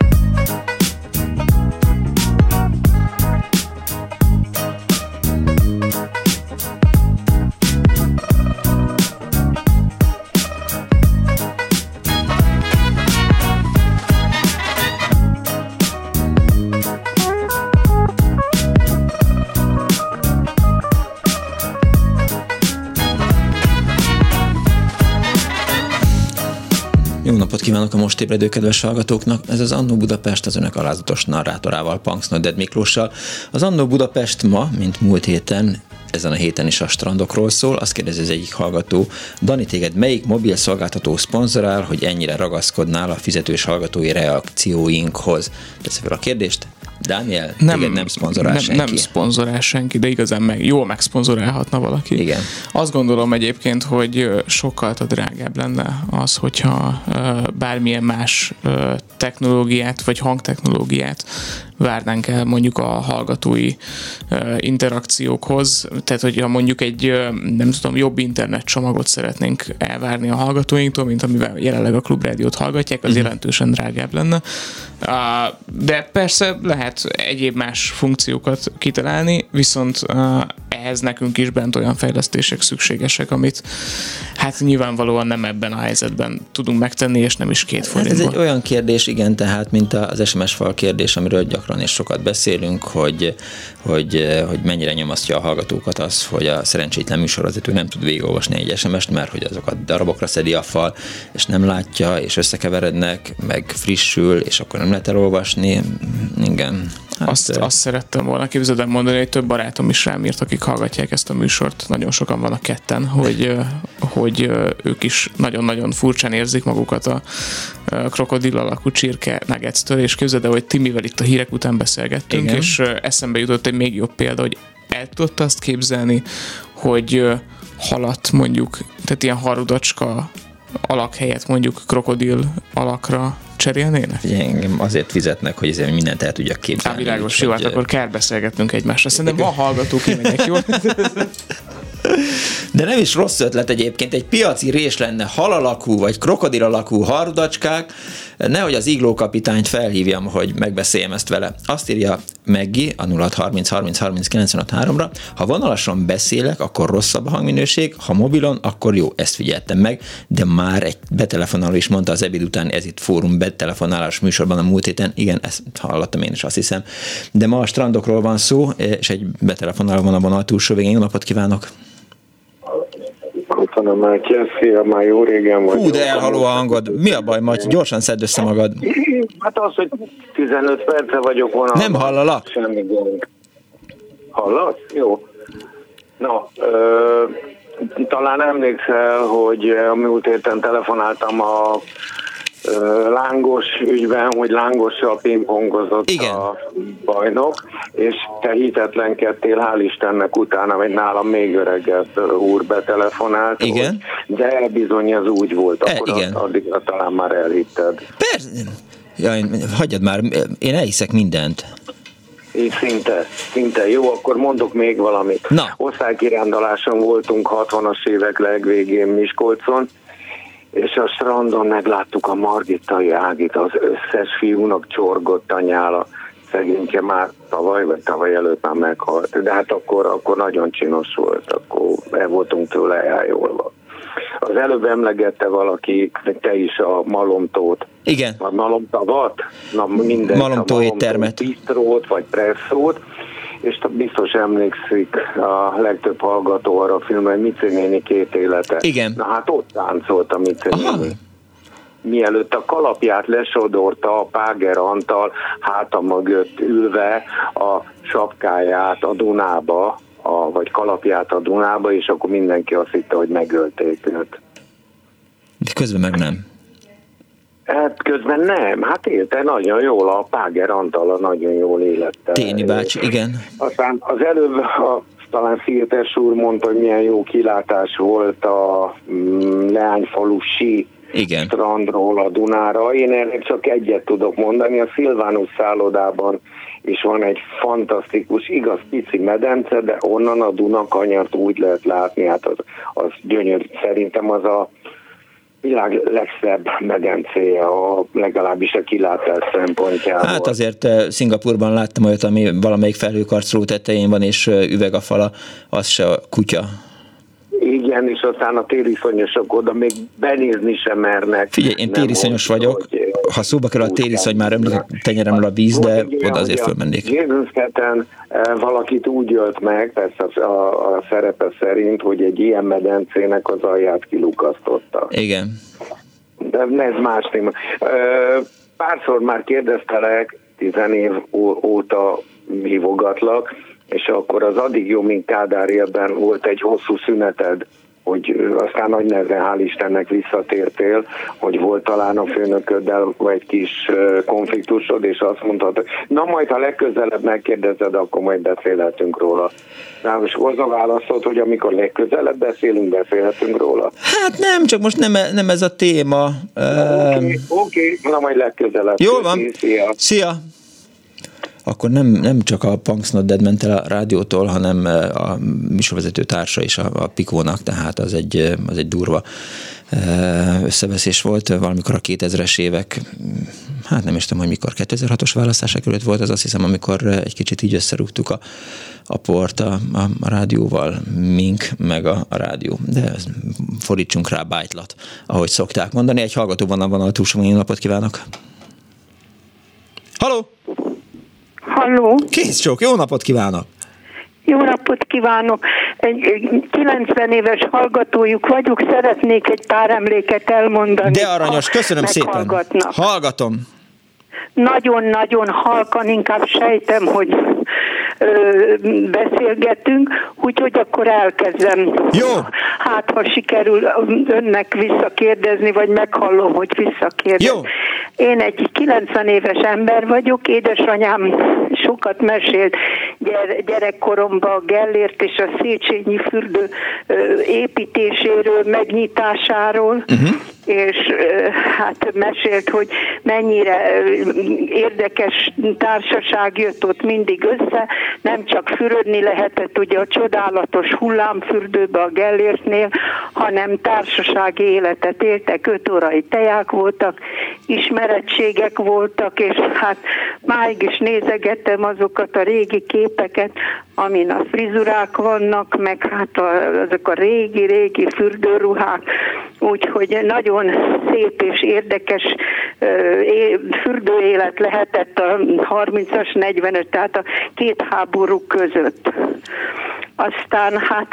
Jó napot kívánok a most ébredő kedves hallgatóknak! Ez az Annó Budapest az önök alázatos narrátorával, Punks Not Dead Miklóssal. Az Annó Budapest ma, mint múlt héten, ezen a héten is a strandokról szól. Azt kérdezi az egyik hallgató: Dani, téged melyik mobil szolgáltató szponzorál, hogy ennyire ragaszkodnál a fizetős hallgatói reakcióinkhoz? Teszem fel a kérdést. Dániel, téged nem szponzorál senki.
Nem szponzorál senki, de igazán jól megszponzorálhatna valaki.
Igen.
Azt gondolom egyébként, hogy sokkal drágább lenne az, hogyha bármilyen más technológiát, vagy hangtechnológiát várnánk el mondjuk a hallgatói interakciókhoz. Tehát, hogyha mondjuk egy, nem tudom, jobb internet csomagot szeretnénk elvárni a hallgatóinktól, mint amivel jelenleg a Klubrádiót hallgatják, az jelentősen drágább lenne. De persze lehet egyéb más funkciókat kitalálni, viszont ehhez nekünk is bent olyan fejlesztések szükségesek, amit hát nyilvánvalóan nem ebben a helyzetben tudunk megtenni, és nem is 2 forintból.
Ez egy olyan kérdés, igen, tehát, mint az SMS fal kérdés, amiről gyakran és sokat beszélünk, hogy mennyire nyomasztja a hallgatókat az, hogy a szerencsétlen műsorvezető nem tud végigolvasni egy SMS-t, mert hogy azokat darabokra szedi a fal, és nem látja, és összekeverednek, meg frissül, és akkor nem lehet elolvasni. Igen. Hát,
azt szerettem volna képzeld mondani, hogy több barátom is rám írt, akik hallgatják ezt a műsort, nagyon sokan vannak ketten, hogy ők is nagyon-nagyon furcsán érzik magukat a krokodil alakú csirke Nuggets-től, és képzeld el, hogy Timivel itt a hírek után beszélgettünk, igen. És eszembe jutott egy még jobb példa, hogy el tudta azt képzelni, hogy halat mondjuk, tehát ilyen harudacska alak helyett mondjuk krokodil alakra cserélnének?
Engem azért fizetnek, hogy ezért mindent el tudjak képzelni.
Világos, jó, hát akkor kell beszélgetnünk egymásra. Szerintem ma hallgató kimegyek, jó?
De nem is rossz ötlet egyébként, egy piaci rés lenne hal alakú vagy krokodil alakú harudacskák, nehogy az Igló kapitányt felhívjam, hogy megbeszéljem ezt vele. Azt írja Meggi a 0630303953-ra, ha vonalason beszélek, akkor rosszabb a hangminőség, ha mobilon, akkor jó, ezt figyeltem meg, de már egy betelefonáló is mondta az ebéd után, ez itt fórum betelefonálás műsorban a múlt héten, igen, ezt hallottam én is, azt hiszem. De ma a strandokról van szó, és egy betelefonáló van a vonal túlsó végén. Jó napot kívánok!
Köszönöm, már készfél, már jó régen vagy.
Hú, de elhaló a hangod. Mi a baj, Matyi? Gyorsan szedd össze magad.
Hát az, hogy 15 perce vagyok vonalban.
Nem hallalak?
Semmi gond. Hallasz? Jó. Na, talán emlékszel, hogy a múlt héten telefonáltam a lángos ügyben, hogy lángossal pingpongozott a bajnok, és te hitetlenkedtél, hál' Istennek utána, vagy nálam még öregebb úr betelefonált,
igen.
Hogy, de bizony ez úgy volt, akkor addigra talán már elhitted.
Persze, ja, hagyjad már, én elhiszek mindent.
Én szinte. Jó, akkor mondok még valamit. Osztálykiránduláson voltunk 60-as évek legvégén Miskolcon, és a strandon megláttuk a Margittai Ágit, az összes fiúnak csorgott a nyála. Szegényke már tavaly előtt már meghalt, de hát akkor nagyon csinos volt, akkor el voltunk tőle eljólva. Az előbb emlegette valaki, te is a Malomtót.
Igen.
A Malomtavat? Na minden.
Malomtó éttermet.
Bistrót vagy presszót, és biztos emlékszik a legtöbb hallgató arra a filmre, hogy Mici néni 2 élete.
Igen.
Na hát ott táncolt a Mici néni. Mielőtt a kalapját lesodorta a Páger Antal háta mögött ülve a sapkáját a Dunába, vagy kalapját a Dunába, és akkor mindenki azt hitte, hogy megölték őt.
De közben meg nem.
Hát közben nem, hát élte nagyon jól, a Páger Antala nagyon jól élette.
Téni bácsi, igen.
Aztán az előbb talán Szirtes úr mondta, hogy milyen jó kilátás volt a Leányfalusi
Igen.
strandról a Dunára. Én erre csak egyet tudok mondani, a Szilvánus szállodában is van egy fantasztikus, igaz pici medence, de onnan a Dunakanyart úgy lehet látni, hát az gyönyörű. Szerintem az a világ legszebb medencéje, legalábbis a kilátás szempontjából.
Hát azért Szingapurban láttam olyat, ami valamelyik felhőkarcoló tetején van, és üveg a fala, az se a kutya.
Igen, és aztán a tériszonyosok oda még benézni sem mernek.
Figyelj, én tériszonyos vagyok, ha szóba kerül a tériszony, már ömlik a tenyeremről a víz, de oda azért fölmennék.
Jézusketen valakit úgy ölt meg, persze a szerepe szerint, hogy egy ilyen medencének az alját kilukasztotta.
Igen.
De ez más téma. Párszor már kérdeztelek, 10 év óta hívogatlak, és akkor az addig jó, mint Kádár élben volt egy hosszú szüneted, hogy aztán nagy nehezen, hál' Istennek visszatértél, hogy volt talán a főnököddel egy kis konfliktusod, és azt mondtad, na majd ha legközelebb megkérdezed, akkor majd beszélhetünk róla. Na most az a válaszod, hogy amikor legközelebb beszélhetünk róla?
Hát nem, csak most nem ez a téma.
Oké, na majd legközelebb.
Jól van. Szia! Akkor nem csak a Punks Not Dead ment el a rádiótól, hanem a műsorvezető társa is a Pikónak, tehát az egy durva összeveszés volt valamikor a 2000-es évek, hát nem is tudom, hogy mikor, 2006-os választások előtt volt, az azt hiszem, amikor egy kicsit így összerúgtuk a port a rádióval, mink meg a rádió. De fordítsunk rá bájtlat, ahogy szokták mondani. Egy hallgatóban van a túlsó, napot kívánok! Halló!
Halló!
Kész csók, jó napot kívánok!
Jó napot kívánok! Egy 90 éves hallgatójuk vagyok, szeretnék egy pár emléket elmondani.
De aranyos, köszönöm szépen! Hallgatom!
Nagyon-nagyon halkan, inkább sejtem, hogy beszélgetünk, úgyhogy akkor elkezdem.
Jó!
Hát, ha sikerül önnek visszakérdezni, vagy meghallom, hogy visszakérdez.
Jó!
Én egy 90 éves ember vagyok, édesanyám sokat mesélt gyerekkoromban a Gellért és a Széchenyi fürdő építéséről, megnyitásáról, és hát mesélt, hogy mennyire érdekes társaság jött ott mindig össze, nem csak fürödni lehetett ugye a csodálatos hullámfürdőbe a Gellértnél, hanem társasági életet éltek, 5 órai teják voltak, ismerettségek voltak, és hát máig is nézegettem azokat a régi képeket, amin a frizurák vannak, meg hát azok a régi fürdőruhák, úgyhogy nagyon szép és érdekes fürdőélet lehetett a 30-as, 45, tehát a két háború között. Aztán hát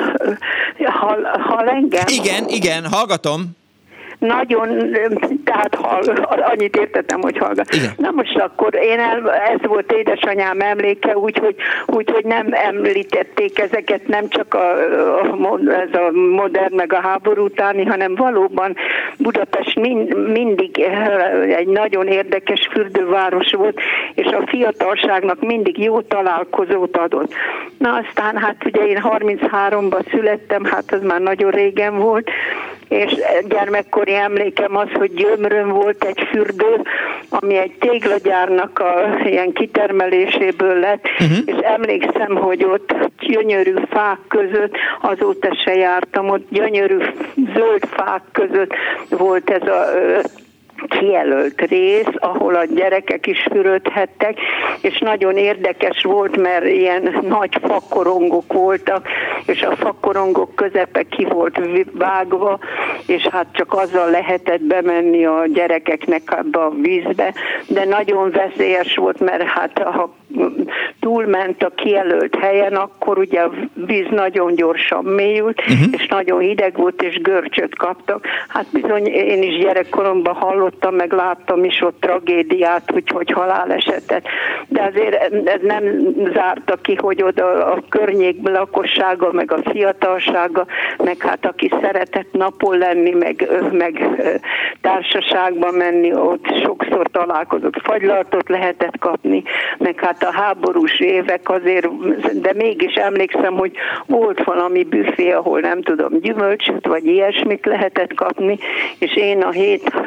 hall engem?
Igen, hallgatom.
Nagyon, tehát annyit értettem, hogy hallgat.
Igen.
Na most akkor ez volt édesanyám emléke, úgyhogy nem említették ezeket, nem csak ez a modern meg a háború utáni, hanem valóban Budapest mindig egy nagyon érdekes fürdőváros volt, és a fiatalságnak mindig jó találkozót adott. Na aztán hát ugye én 33-ban születtem, hát az már nagyon régen volt, és gyermekkori emlékem az, hogy Gyömrön volt egy fürdő, ami egy téglagyárnak ilyen kitermeléséből lett, és emlékszem, hogy ott gyönyörű fák között, azóta se jártam, ott gyönyörű zöld fák között volt ez a kijelölt rész, ahol a gyerekek is fürödhettek, és nagyon érdekes volt, mert ilyen nagy fakorongok voltak, és a fakorongok közepe ki volt vágva, és hát csak azzal lehetett bemenni a gyerekeknek ebbe a vízbe, de nagyon veszélyes volt, mert hát ha túlment a kijelölt helyen, akkor ugye a víz nagyon gyorsan mélyült, és nagyon hideg volt, és görcsöt kaptak. Hát bizony én is gyerekkoromban hallottam, meg láttam is ott tragédiát, úgyhogy halálesetet. De azért ez nem zárta ki, hogy oda a környék lakossága, meg a fiatalsága, meg hát aki szeretett napon lenni, meg társaságban menni, ott sokszor találkozott, fagylaltot lehetett kapni, meg hát a háborús évek azért, de mégis emlékszem, hogy volt valami büfé, ahol nem tudom, gyümölcsöt vagy ilyesmit lehetett kapni, és én a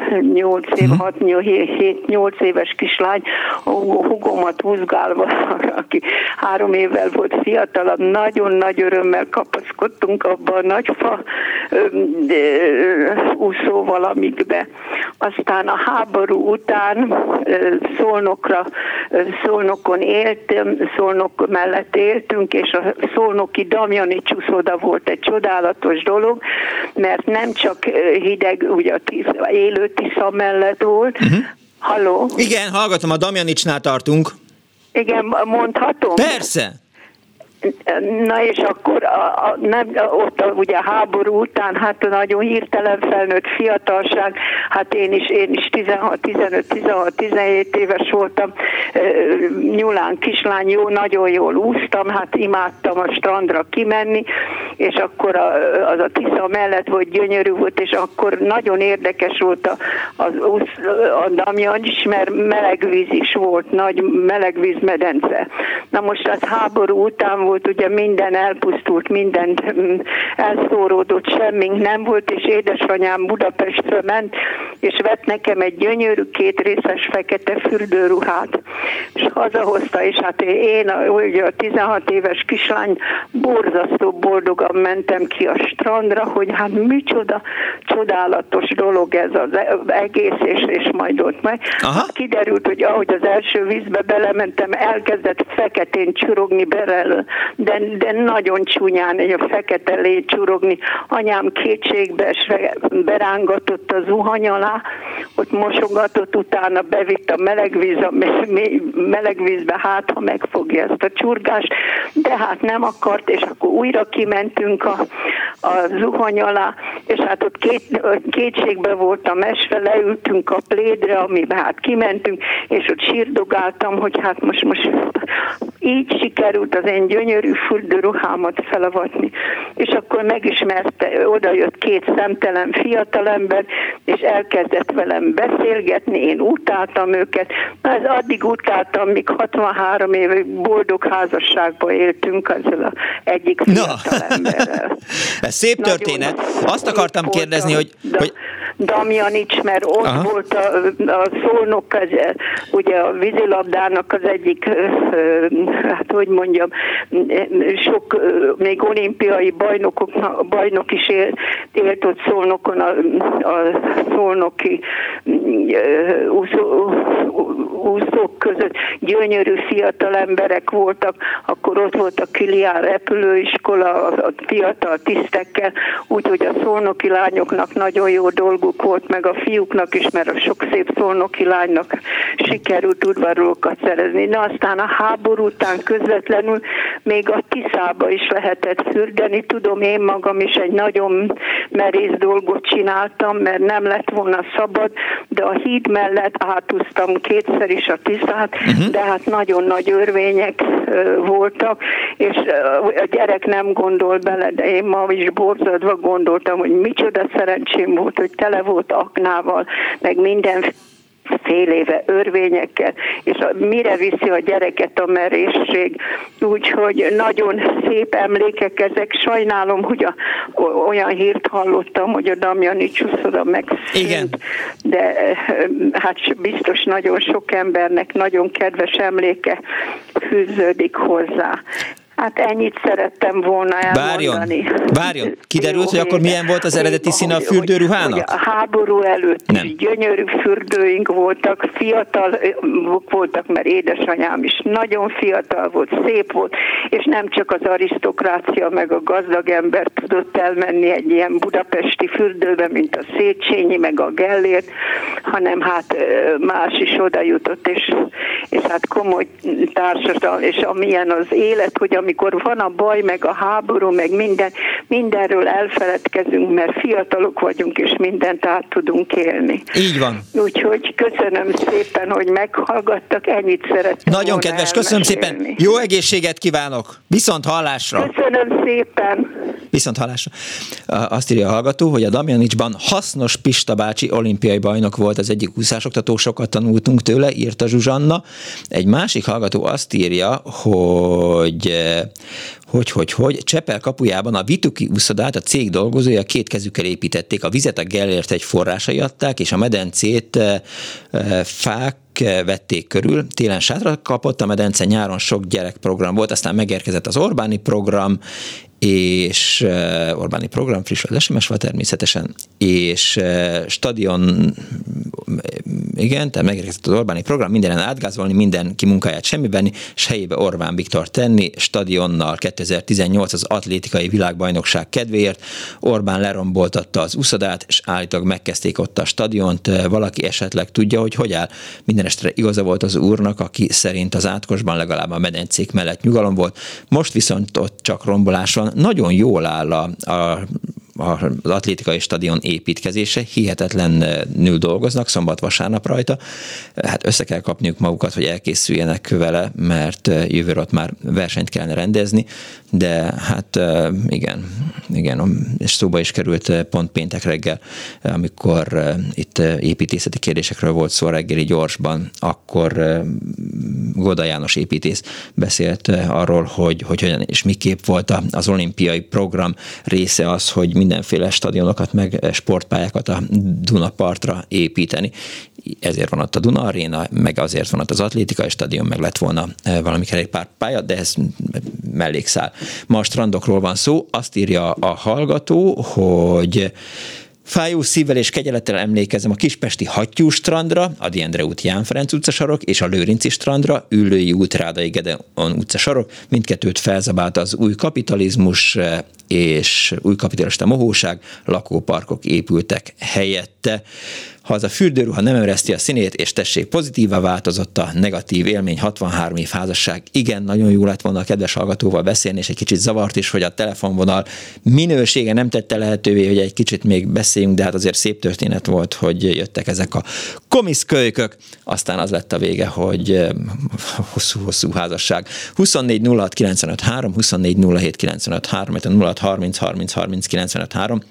7-8 éves kislány, a hugomat húzgálva, aki 3 évvel volt fiatalabb, nagyon nagy örömmel kapaszkodtunk abba a nagy fa úszó valamikbe. Aztán a háború után Szolnokon éltem, Szolnok mellett éltünk, és a szolnoki Damjanics uszoda volt egy csodálatos dolog, mert nem csak hideg, ugye élő Tisza mellett volt. Halló?
Igen, hallgatom, a Damjanicsnál tartunk.
Igen, mondhatom?
Persze!
Na és akkor ott ugye a háború után, hát nagyon hirtelen felnőtt fiatalság, hát én is 15-16-17 éves voltam, nyulán kislány, nagyon jól úsztam, hát imádtam a strandra kimenni, és akkor az a Tisza mellett volt, gyönyörű volt, és akkor nagyon érdekes volt a Damjanics, mert melegvíz is volt, nagy melegvízmedence. Na most az háború után volt, ugye minden elpusztult, minden elszóródott, semmink nem volt, és édesanyám Budapestre ment, és vett nekem egy gyönyörű 2 részes fekete fürdőruhát, és hazahozta, és hát én, ugye a 16 éves kislány, borzasztó boldogan mentem ki a strandra, hogy hát micsoda csodálatos dolog ez az egész, és majd ott meg. Hát kiderült, hogy ahogy az első vízbe belementem, elkezdett feketén csurogni belőle, de nagyon csúnyán egy a fekete lé csurogni. Anyám kétségbe berángatott a zuhany alá, ott mosogatott, utána bevitt a melegvízbe, hát ha megfogja ezt a csurgást, de hát nem akart, és akkor újra kimentünk a zuhany alá, és hát ott kétségbe voltam esve, leültünk a plédre, amiben hát kimentünk, és ott sírdogáltam, hogy hát most így sikerült az én gyönyörű fürdőruhámat felavatni. És akkor megismerte, oda jött 2 szemtelen fiatalember, és elkezdett velem beszélgetni, én utáltam őket. Na, ez addig utáltam, míg 63 éve boldog házasságban éltünk ezzel az egyik fiatalemberrel.
Ez szép történet. Azt akartam kérdezni, hogy
Damjanics, mert ott volt a Szolnok, ugye a vízilabdának az egyik, hát hogy mondjam, sok még olimpiai bajnok is élt ott Szolnokon, a szolnoki úszók között gyönyörű fiatal emberek voltak, akkor ott volt a Kilián repülőiskola a fiatal tisztekkel, úgyhogy a szolnoki lányoknak nagyon jó dolguk volt, meg a fiúknak is, mert a sok szép szolnoki lánynak sikerült udvarlókat szerezni. De aztán a háború után közvetlenül még a Tiszába is lehetett fürdeni. Tudom, én magam is egy nagyon merész dolgot csináltam, mert nem lett volna szabad, de a híd mellett átúztam 2-szer is a Tiszát, de hát nagyon nagy örvények voltak, és a gyerek nem gondol bele, de én ma is borzadva gondoltam, hogy micsoda szerencsém volt, hogy tele volt aknával, meg minden fél éve örvényekkel, és mire viszi a gyereket a merészség. Úgyhogy nagyon szép emlékek ezek. Sajnálom, hogy olyan hírt hallottam, hogy a Damjanics uszoda megszűnt, de hát biztos nagyon sok embernek nagyon kedves emléke fűződik hozzá. Hát ennyit szerettem volna elmondani.
Várjon. Kiderült, hogy akkor milyen volt az eredeti színe a fürdőruhának?
A háború előtt is gyönyörű fürdőink voltak, fiatal voltak, mert édesanyám is nagyon fiatal volt, szép volt, és nem csak az arisztokrácia meg a gazdag ember tudott elmenni egy ilyen budapesti fürdőbe, mint a Széchenyi meg a Gellért, hanem hát más is oda jutott, és hát komoly társadalom, és amilyen az élet, hogy amikor van a baj, meg a háború, meg mindenről elfeledkezünk, mert fiatalok vagyunk, és mindent át tudunk élni.
Így van.
Úgyhogy köszönöm szépen, hogy meghallgattak, ennyit szerettem
Nagyon kedves, köszönöm szépen. Jó egészséget kívánok. Viszont hallásra.
Köszönöm szépen.
Viszont hallásra. Azt írja a hallgató, hogy a Damjanicsban hasznos Pista bácsi olimpiai bajnok volt, az egyik úszásoktató, sokat tanultunk tőle, írta Zsuzsanna. Egy másik hallgató azt írja, hogy Csepel kapujában a Vituki úszodát a cég dolgozója 2 kezükkel építették. A vizet a Gellért egy forrásai adták, és a medencét fák vették körül. Télen sátra kapott a medence, nyáron sok gyerekprogram volt, aztán megérkezett az Orbáni program, és Orbáni program, friss az SMS volt természetesen, és stadion, igen, tehát megérkezett az Orbáni program, mindenen átgázolni, mindenki munkáját semmibenni, és helyébe Orbán Viktor tenni, stadionnal 2018 az atlétikai világbajnokság kedvéért. Orbán leromboltatta az úszodát, és állítólag megkezdték ott a stadiont. Valaki esetleg tudja, hogy áll? Minden estre igaza volt az úrnak, aki szerint az Átkosban legalább a medencék mellett nyugalom volt. Most viszont ott csak rombolás van. Nagyon jól áll az atlétikai stadion építkezése, hihetetlenül dolgoznak szombat-vasárnap rajta. Hát össze kell kapniuk magukat, hogy elkészüljenek vele, mert jövőre ott már versenyt kellene rendezni, de hát igen, és szóba is került pont péntek reggel, amikor itt építészeti kérdésekről volt szó reggeli gyorsban, akkor Goda János építész beszélt arról, hogy hogyan és miképp volt az olimpiai program része az, hogy mindenféle stadionokat meg sportpályákat a Dunapartra építeni. Ezért van ott a Duna Aréna, meg azért van ott az atlétikai stadion, meg lett volna valami kerékpárpálya, de ez mellékszál. Ma a strandokról van szó, azt írja a hallgató, hogy fájó szívvel és kegyelettel emlékezem a kispesti Hattyú strandra, Ady Endre út, Ján Ferenc utca sarok, és a Lőrinci strandra, Üllői út, Rádai Gedeon utca sarok. Mindkettőt felzabálta az új kapitalizmus és új kapitalista mohóság, lakóparkok épültek helyette. Ha az a fürdőruha nem ereszti a színét, és tessék, pozitívá változott a negatív élmény, 63 év házasság. Igen, nagyon jó lett volna a kedves hallgatóval beszélni, és egy kicsit zavart is, hogy a telefonvonal minősége nem tette lehetővé, hogy egy kicsit még beszéljünk, de hát azért szép történet volt, hogy jöttek ezek a komiszkölykök, aztán az lett a vége, hogy hosszú házasság. 24 06 95 3, 24 07 95 3, 06 30 30 30 95 3,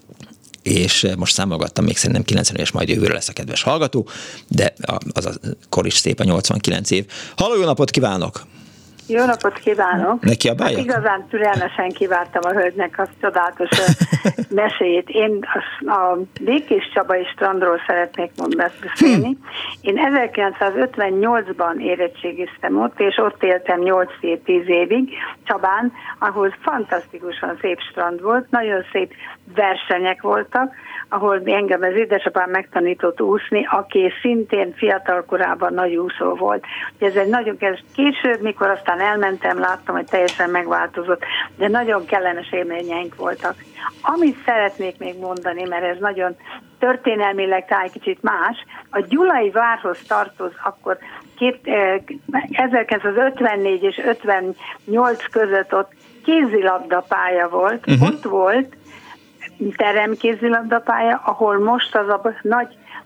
és most számolgattam, még szerintem 90 és majd jövőre lesz a kedves hallgató, de az a kor is szép, a 89 év. Halló, jó napot kívánok!
Jó napot kívánok!
Hát
igazán türelmesen kivártam a hölgynek a csodálatos meséjét. Én a Békés Csabai strandról szeretnék beszélni. Én 1958-ban érettségiztem ott, és ott éltem 8-10 évig Csabán, ahol fantasztikusan szép strand volt, nagyon szép versenyek voltak, ahol engem az édesapám megtanított úszni, aki szintén fiatal korában nagy úszó volt. Ez egy nagyon később, mikor aztán elmentem, láttam, hogy teljesen megváltozott, de nagyon kellemes élményeink voltak. Amit szeretnék még mondani, mert ez nagyon történelmileg talán kicsit más, a Gyulai várhoz tartoz akkor 1954 és 58 között ott kézilabdapálya volt, ott volt teremkézilabdapálya, ahol most az a nagy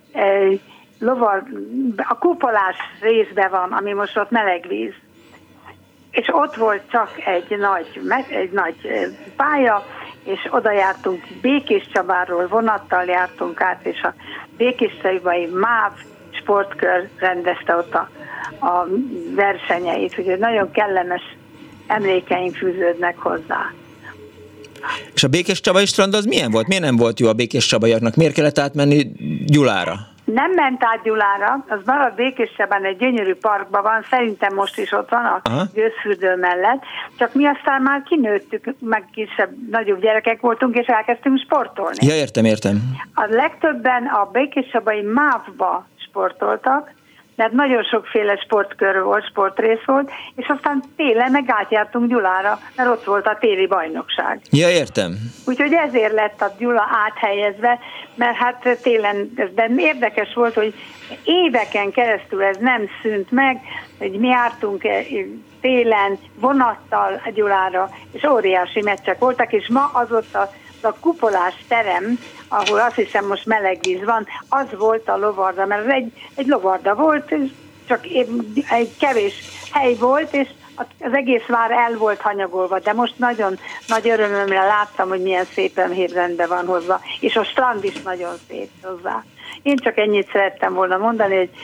a kupolás részben van, ami most ott melegvíz. És ott volt csak egy nagy pálya, és oda jártunk Békés Csabáról, vonattal jártunk át, és a Békés Csabai MÁV sportkör rendezte ott a versenyeit, úgyhogy nagyon kellemes emlékeink fűződnek hozzá.
És a Békés Csabai strand az milyen volt? Miért nem volt jó a Békés Csabaiaknak? Miért kellett átmenni Gyulára?
Nem ment át Gyulára, az maradt Békés Csabán egy gyönyörű parkban van, szerintem most is ott van a gőzfürdő mellett, csak mi aztán már kinőttük, meg nagyobb gyerekek voltunk, és elkezdtünk sportolni.
Ja, értem.
A legtöbben a Békés Csabai MÁV-ba sportoltak, mert nagyon sokféle sportkör volt, sportrész volt, és aztán télen meg átjártunk Gyulára, mert ott volt a téli bajnokság.
Ja, értem.
Úgyhogy ezért lett a Gyula áthelyezve, mert hát télen, de érdekes volt, hogy éveken keresztül ez nem szűnt meg, hogy mi jártunk télen vonattal Gyulára, és óriási meccsek voltak, és ma az ott a kupolás terem, ahol azt hiszem most melegvíz van, az volt a lovarda, mert egy lovarda volt, és csak egy kevés hely volt, és az egész már el volt hanyagolva, de most nagyon nagy örömömre láttam, hogy milyen szépen rendben van hozzá, és a strand is nagyon szép hozzá. Én csak ennyit szerettem volna mondani, hogy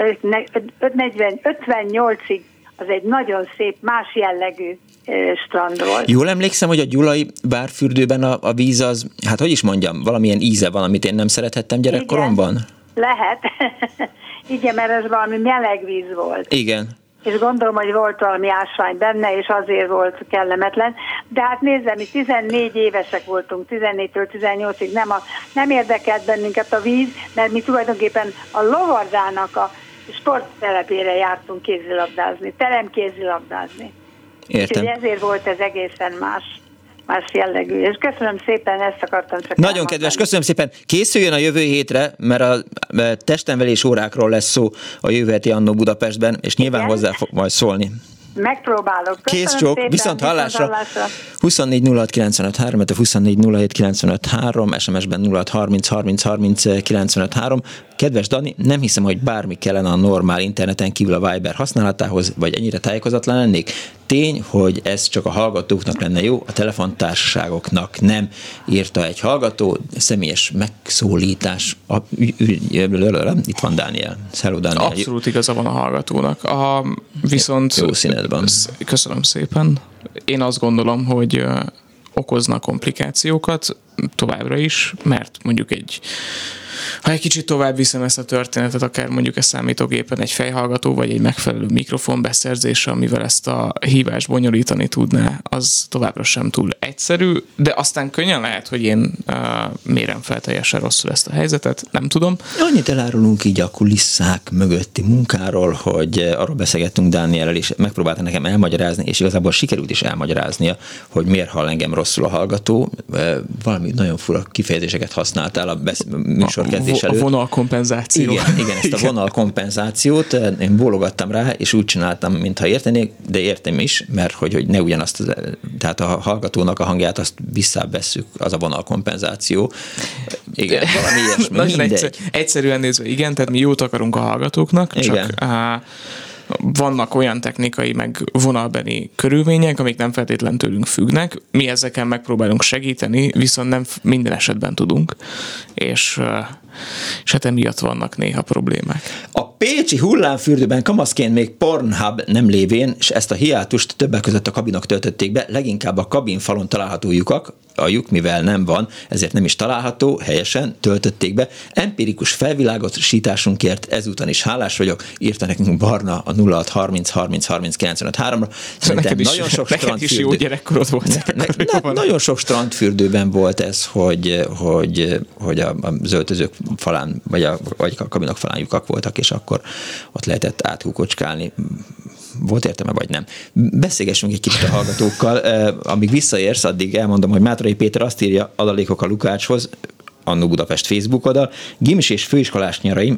58-ig az egy nagyon szép, más jellegű strand volt.
Jól emlékszem, hogy a gyulai bárfürdőben a víz az, hát hogy is mondjam, valamilyen íze van, amit én nem szerethettem gyerekkoromban?
Igen, lehet. Igen, mert ez valami meleg víz volt.
Igen.
És gondolom, hogy volt valami ásvány benne, és azért volt kellemetlen. De hát nézzem, mi 14 évesek voltunk, 14-től 18-ig nem érdekelt bennünket a víz, mert mi tulajdonképpen a Lovardának a sporttelepére jártunk kézilabdázni, teremkézilabdázni.
Értem.
És ezért volt ez egészen más jellegű. És köszönöm szépen, ezt akartam csak
nagyon elmondani. Kedves, köszönöm szépen. Készüljön a jövő hétre, mert a testnevelés órákról lesz szó a jövő heti Annó Budapestben, és nyilván hozzá fog majd szólni.
Megpróbálok.
Kész csók, viszont hallásra. 24 06 95 3, 24 07 95 3, SMS-ben 06 30 30 30 95 3. Kedves Dani, nem hiszem, hogy bármi kellene a normál interneten kívül a Viber használatához, vagy ennyire tájékozatlan lennék. Tény, hogy ez csak a hallgatóknak lenne jó, a telefontársaságoknak nem, írta egy hallgató, személyes megszólítás. Itt van Dániel. Hello, Dániel.
Abszolút igaza van a hallgatónak. Viszont
jó színedben.
Köszönöm szépen. Én azt gondolom, hogy okozna komplikációkat továbbra is, mert mondjuk ha egy kicsit tovább viszem ezt a történetet, akár mondjuk a számítógépen egy fejhallgató, vagy egy megfelelő mikrofon beszerzése, amivel ezt a hívást bonyolítani tudná, az továbbra sem túl egyszerű, de aztán könnyen lehet, hogy én mérem fel teljesen rosszul ezt a helyzetet, nem tudom.
Annyit elárulunk így a kulisszák mögötti munkáról, hogy arról beszélgettünk Dániellel, és megpróbálta nekem elmagyarázni, és igazából sikerült is elmagyaráznia, hogy miért hall engem rosszul a hallgató. Valami nagyon fura kifejezéseket használtál a műsorkezdés előtt.
A vonalkompenzáció.
Igen, ezt a vonalkompenzációt én bólogattam rá, és úgy csináltam, mintha értenék, de értem is, mert hogy ne ugyanazt, tehát a hallgatónak a hangját azt visszavesszük, az a vonalkompenzáció. Igen, valami ilyesmi.
Nagyon egyszerűen nézve, igen, tehát mi jót akarunk a hallgatóknak,
igen.
Csak vannak olyan technikai, meg vonalbeni körülmények, amik nem feltétlen tőlünk függnek. Mi ezeken megpróbálunk segíteni, viszont nem minden esetben tudunk, és hát emiatt vannak néha problémák.
A pécsi hullámfürdőben kamaszként még Pornhub nem lévén, és ezt a hiátust többek között a kabinok töltötték be, leginkább a kabinfalon található lyukak, a lyuk, mivel nem van, ezért nem is található, helyesen töltötték be. Empirikus felvilágosításunkért ezúton is hálás vagyok, írta nekünk Barna a 06 30 30 30 95 3-ra.
Neked is jó gyerekkorod volt.
Nagyon sok strandfürdőben volt ez, hogy a zöldözők falán, vagy a kabinok falán lyukak voltak, és akkor ott lehetett áthúkocskálni. Volt értelme, vagy nem? Beszélgessünk egy kicsit a hallgatókkal. Amíg visszaérsz, addig elmondom, hogy Mátrai Péter azt írja adalékok a Lukácshoz, Annó Budapest Facebook oldal. Gimis és főiskolás nyaraim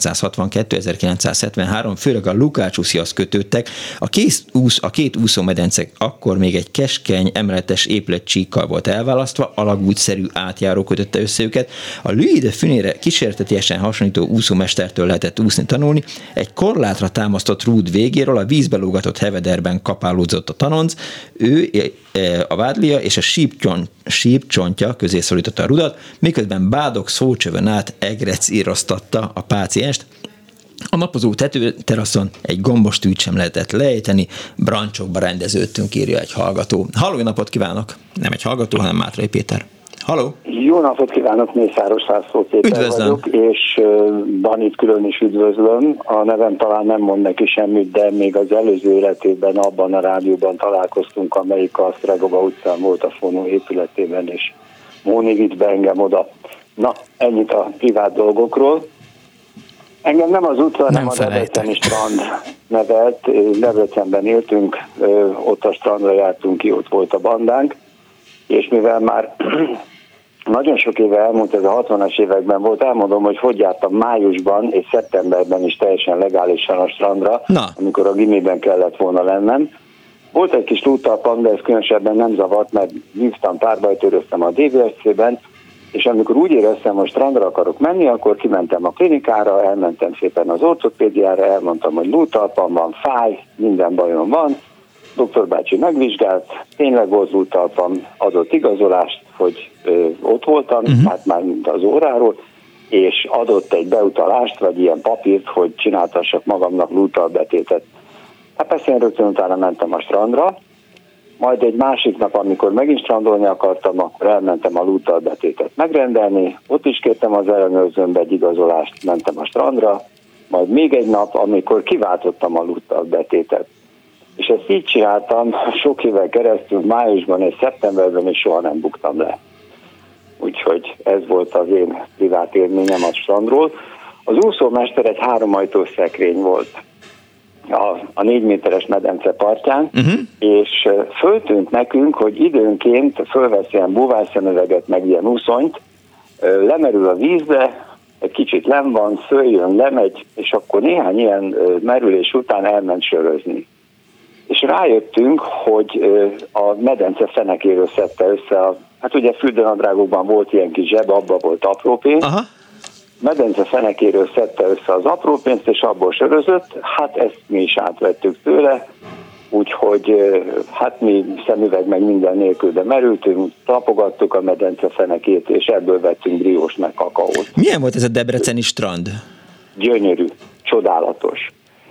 1962-1973 főleg a Lukácsúszihoz kötődtek. A két úszómedence akkor még egy keskeny emeletes épületcsíkkal volt elválasztva, alagútszerű átjáró kötötte össze őket. A Louis de Funére kísértetiesen hasonlító úszómestertől lehetett úszni tanulni. Egy korlátra támasztott rúd végéről a vízbe lógatott hevederben kapálódzott a tanonc. Ő, a vádlia és a sípcsontja közé szorította a rudat, miközben bádok szócsövön át egrecíroztatta a pácienst. A napozó tetőteraszon egy gombos tűt sem lehetett lejteni, brancsokba rendeződtünk, írja egy hallgató. Halló, napot kívánok! Nem egy hallgató, hanem Mátrai Péter. Halló!
Jó napot kívánok, Mészáros László Péter vagyok, és Danit külön is üdvözlöm. A nevem talán nem mond neki semmit, de még az előző életében abban a rádióban találkoztunk, amelyik a Sztregova utcán volt a Fonó épületében, és Móni vitt be engem oda. Na, ennyit a privát dolgokról. Engem nem az utca, hanem a Debreceni strand nevelt. Debrecenben éltünk, ott a strandra jártunk ki, ott volt a bandánk, és mivel már nagyon sok éve elmúlt, ez a 60-as években volt, elmondom, hogy jártam májusban és szeptemberben is teljesen legálisan a strandra, amikor a gimiben kellett volna lennem. Volt egy kis lúttalpam, de ez különösebben nem zavart, mert hívtam párbajtőröztem a DVSC-ben, és amikor úgy éreztem, hogy strandra akarok menni, akkor kimentem a klinikára, elmentem szépen az ortopédiára, elmondtam, hogy lúttalpam van, fáj, minden bajom van, doktor bácsi megvizsgált, tényleg mozdultalpam, adott igazolást, hogy ott voltam, hát már mint az óráról, és adott egy beutalást, vagy ilyen papírt, hogy csináltassak magamnak lúttalbetétet. Hát persze én rögtön utána mentem a strandra, majd egy másik nap, amikor megint strandolni akartam, akkor elmentem a lúttalbetétet megrendelni, ott is kértem az ellenőrzőmbe egy igazolást, mentem a strandra, majd még egy nap, amikor kiváltottam a lúttalbetétet. És ezt így csináltam sok évvel keresztül, májusban és szeptemberben, és soha nem buktam le. Úgyhogy ez volt az én privát élményem a strandról. Az úszómester egy 3 ajtós szekrény volt a 4 méteres medence partján, és föltűnt nekünk, hogy időnként fölvesz ilyen búvásszemüveget, meg ilyen úszonyt, lemerül a vízbe, egy kicsit len van, följön, lemegy, és akkor néhány ilyen merülés után elment sörözni. És rájöttünk, hogy a medence fenekéről szedte össze hát ugye fürdőnadrágokban volt ilyen kis zseb, abban volt apró pénz. Aha. Medence fenekéről szedte össze az apró pénzt, és abból sörözött. Hát ezt mi is átvettük tőle, úgyhogy hát mi szemüveg meg minden nélkül, de merültünk, tapogattuk a medence fenekét, és ebből vettünk brióst meg kakaót.
Milyen volt ez a debreceni strand?
Gyönyörű, csodálatos.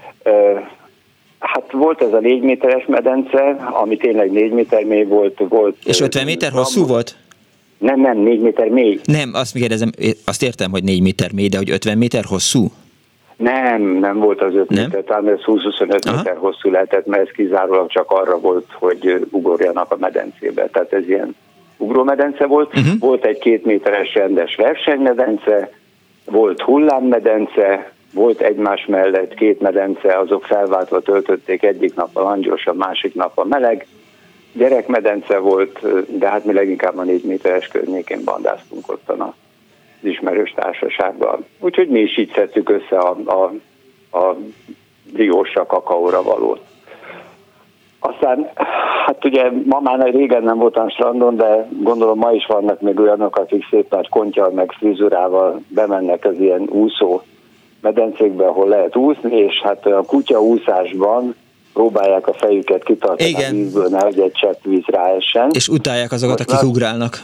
Hát volt ez a 4 méteres medence, ami tényleg 4 méter mély volt.
És 50 méter hosszú volt?
Nem, 4 méter mély.
Nem, azt kérdezem, azt értem, hogy 4 méter mély, de hogy 50 méter hosszú?
Nem volt az 5 méter, talán ez 20-25 méter hosszú lehetett, mert ez kizárólag csak arra volt, hogy ugorjanak a medencébe. Tehát ez ilyen ugrómedence volt. Volt egy 2 méteres rendes versenymedence, volt hullámmedence, volt egymás mellett 2 medence, azok felváltva töltötték egyik nap a langyos, a másik nap a meleg. Gyerekmedence volt, de hát mi leginkább a 4 méteres környékén bandáztunk ott az ismerős társaságban. Úgyhogy mi is így szedtük össze a briósra, kakaóra valót. Aztán, hát ugye ma már régen nem voltam strandon, de gondolom ma is vannak még olyanok, akik szép nagy kontyal meg frizurával bemennek az ilyen úszó medencékbe, ahol lehet úszni, és hát a kutyaúszásban próbálják a fejüket kitartani a vízből, nehogy egy csepp víz ráessen.
És utálják azokat, akik ugrálnak.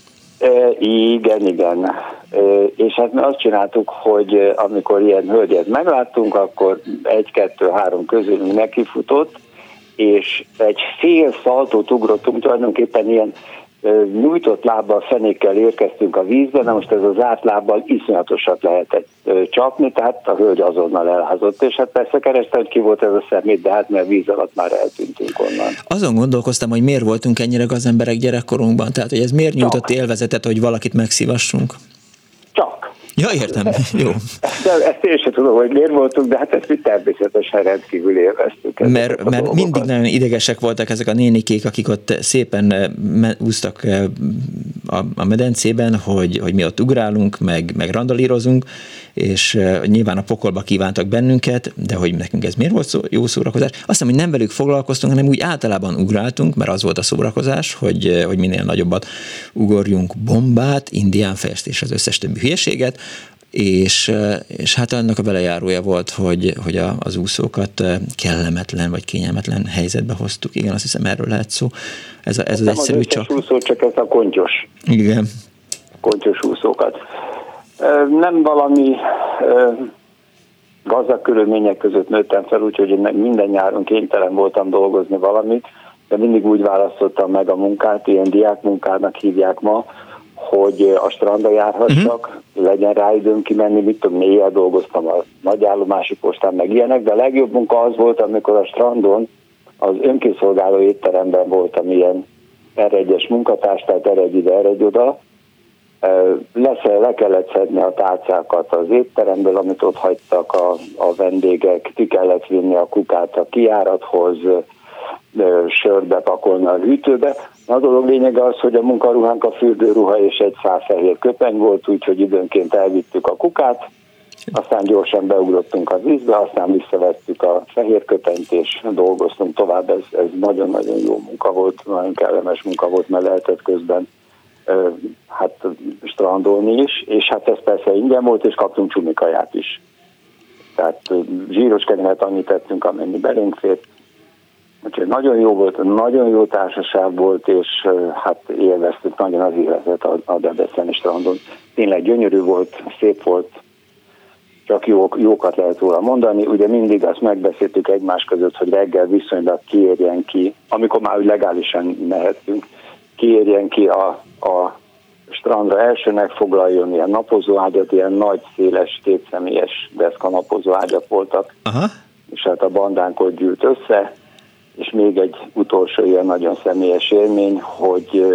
Igen. És hát mi azt csináltuk, hogy amikor ilyen hölgyet megláttunk, akkor 1-2-3 közül nekifutott, és egy fél szaltót ugrottunk, tulajdonképpen ilyen nyújtott lábbal, fenékkel érkeztünk a vízbe, de most ez az zárt lábbal iszonyatosat lehetett csapni, tehát a hölgy azonnal elházott, és hát persze kereste, hogy ki volt ez a szemét, de hát mert víz alatt már eltűntünk onnan.
Azon gondolkoztam, hogy miért voltunk ennyire gazemberek gyerekkorunkban, tehát hogy ez miért nyújtott élvezetet, hogy valakit megszívassunk?
Csak.
Ja, értem, jó.
Ezt én sem tudom, hogy miért voltunk, de hát ezt mi természetesen rendkívül élveztük.
Mert mindig nagyon idegesek voltak ezek a nénikék, akik ott szépen úsztak a medencében, hogy mi ott ugrálunk, meg randalírozunk, és nyilván a pokolba kívántak bennünket, de hogy nekünk ez miért volt jó szórakozás? Azt hiszem, hogy nem velük foglalkoztunk, hanem úgy általában ugráltunk, mert az volt a szórakozás, hogy minél nagyobbat ugorjunk, bombát, indiánfejest és az összes többi hülyeséget, és hát annak a belejárója volt, hogy az úszókat kellemetlen vagy kényelmetlen helyzetbe hoztuk. Igen, azt hiszem, erről lehet szó. Ez az egyszerű csak.
Nem az úszó, csak ez a kontyos.
Igen.
Kontyos úszókat. Nem valami gazdag körülmények között nőttem fel, úgyhogy én minden nyáron kénytelen voltam dolgozni valamit, de mindig úgy választottam meg a munkát, ilyen diákmunkának hívják ma, hogy a strandra járhassak, legyen rá időm kimenni, mit tudom, éjjel dolgoztam a nagyállomási postán, meg ilyenek, de a legjobb munka az volt, amikor a strandon az önkiszolgáló étteremben voltam ilyen R1-es munkatárs, tehát R1 ide, R1 oda. Le kellett szedni a tálcákat az étteremből, amit ott hagytak a vendégek, ki kellett vinni a kukát a kijárathoz, sörbe pakolni a hűtőbe. A dolog lényege az, hogy a munkaruhánk a fürdőruha és egy szál fehér köpeny volt, úgyhogy időnként elvittük a kukát, aztán gyorsan beugrottunk a vízbe, aztán visszavettük a fehér köpenyt, és dolgoztunk tovább. Ez nagyon-nagyon jó munka volt, nagyon kellemes munka volt, mert lehetett közben hát strandolni is, és hát ez persze ingyen volt, és kaptunk csumikaját is. Tehát zsíros kenyeret annyit tettünk, amennyi belénk fért, Úgyhogy nagyon jó volt, nagyon jó társaság volt, és hát élveztük nagyon az életet a debreceni strandon. Tényleg gyönyörű volt, szép volt, csak jókat lehet róla mondani. Ugye mindig azt megbeszéltük egymás között, hogy reggel viszonylag kiérjen ki, amikor már legálisan mehettünk, kiérjen ki a strandra, elsőnek foglaljon ilyen napozóágyat, ilyen nagy, széles, kétszemélyes deszka napozóágyak voltak. Aha. És hát a bandánk ott gyűlt össze, és még egy utolsó ilyen nagyon személyes élmény, hogy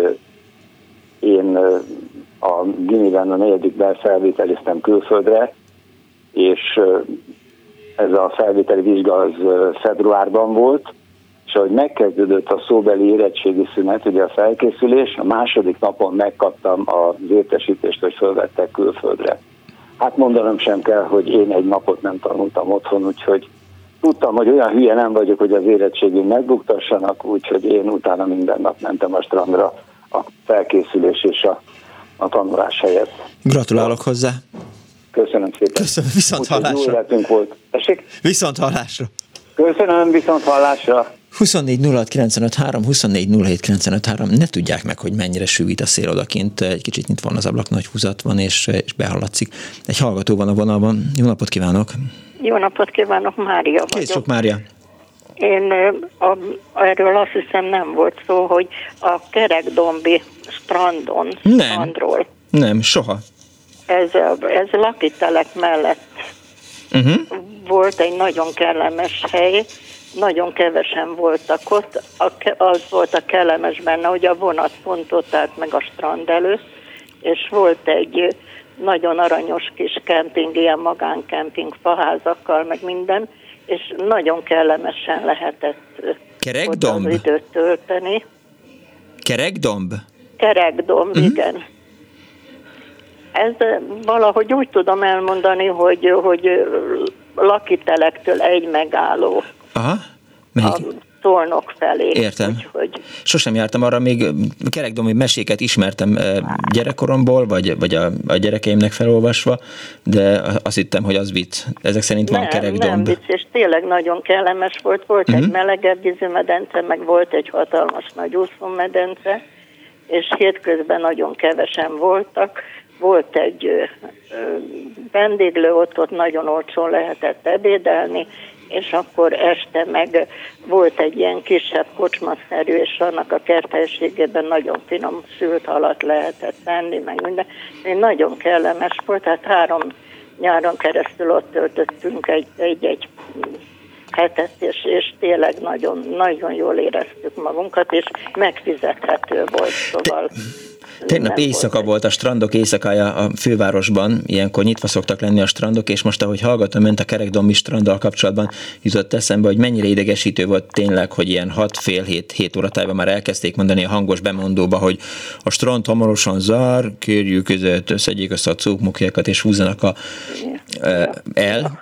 én a gimiben a 4. felvételiztem külföldre, és ez a felvételi vizsga az februárban volt, és ahogy megkezdődött a szóbeli érettségi szünet, ugye a felkészülés, a második napon megkaptam az értesítést, hogy fölvettek külföldre. Hát mondanom sem kell, hogy én egy napot nem tanultam otthon, úgyhogy tudtam, hogy olyan hülye nem vagyok, hogy az érettségén megbuktassanak, úgyhogy én utána minden nap mentem a strandra a felkészülés és a tanulás helyett.
Gratulálok hozzá!
Köszönöm szépen!
Köszönöm, viszont hallásra!
Jó életünk volt. Tessék?
Viszont hallásra!
Köszönöm, viszont hallásra!
24 06 95 3, 24 07 95 3. Ne tudják meg, hogy mennyire sűvít a szél odakint. Egy kicsit nyitva van az ablak, nagy húzat van, és behallatszik. Egy hallgató van a vonalban. Jó napot kívánok!
Jó napot kívánok, Mária vagyok.
Kész sok, Mária!
Én erről azt hiszem nem volt szó, hogy a Kerekdombi strandról.
Nem, soha.
Ez lakitelek mellett volt egy nagyon kellemes hely, nagyon kevesen voltak ott, az volt a kellemes benne, hogy a vonat pont ott állt meg a strand előtt, és volt egy nagyon aranyos kis kemping, ilyen magánkemping faházakkal, meg minden, és nagyon kellemesen lehetett
Kerekdomb?
az időt tölteni.
Kerekdomb?
Kerekdomb, igen. Ez valahogy úgy tudom elmondani, hogy lakitelektől egy megálló.
Aha.
A Szolnok felé.
Értem. Sosem jártam arra, még kerekdombi meséket ismertem gyerekkoromból, vagy a gyerekeimnek felolvasva, de azt hittem, hogy az vicc. Ezek szerint van kerekdomb.
Nem vicc, és tényleg nagyon kellemes volt. Volt egy melegebb vízmedence, meg volt egy hatalmas nagy úszómedence, és hétközben nagyon kevesen voltak. Volt egy vendéglő, ott nagyon olcsón lehetett ebédelni, és akkor este meg volt egy ilyen kisebb kocsmaszerű, és annak a kerthelyiségében nagyon finom sült halat lehetett venni, meg minden. Nagyon kellemes volt, tehát 3 nyáron keresztül ott töltöttünk egy hetet, és tényleg nagyon, nagyon jól éreztük magunkat, és megfizethető volt, szóval...
Tegnap éjszaka volt a strandok éjszakája a fővárosban, ilyenkor nyitva szoktak lenni a strandok, és most, ahogy hallgatom önt a Kerekdombi stranddal kapcsolatban, jutott eszembe, hogy mennyire idegesítő volt tényleg, hogy ilyen 6-7 óra tájban már elkezdték mondani a hangos bemondóba, hogy a strand hamarosan zár, kérjük, szedjék össze a cukmukjákat, és húzzanak el.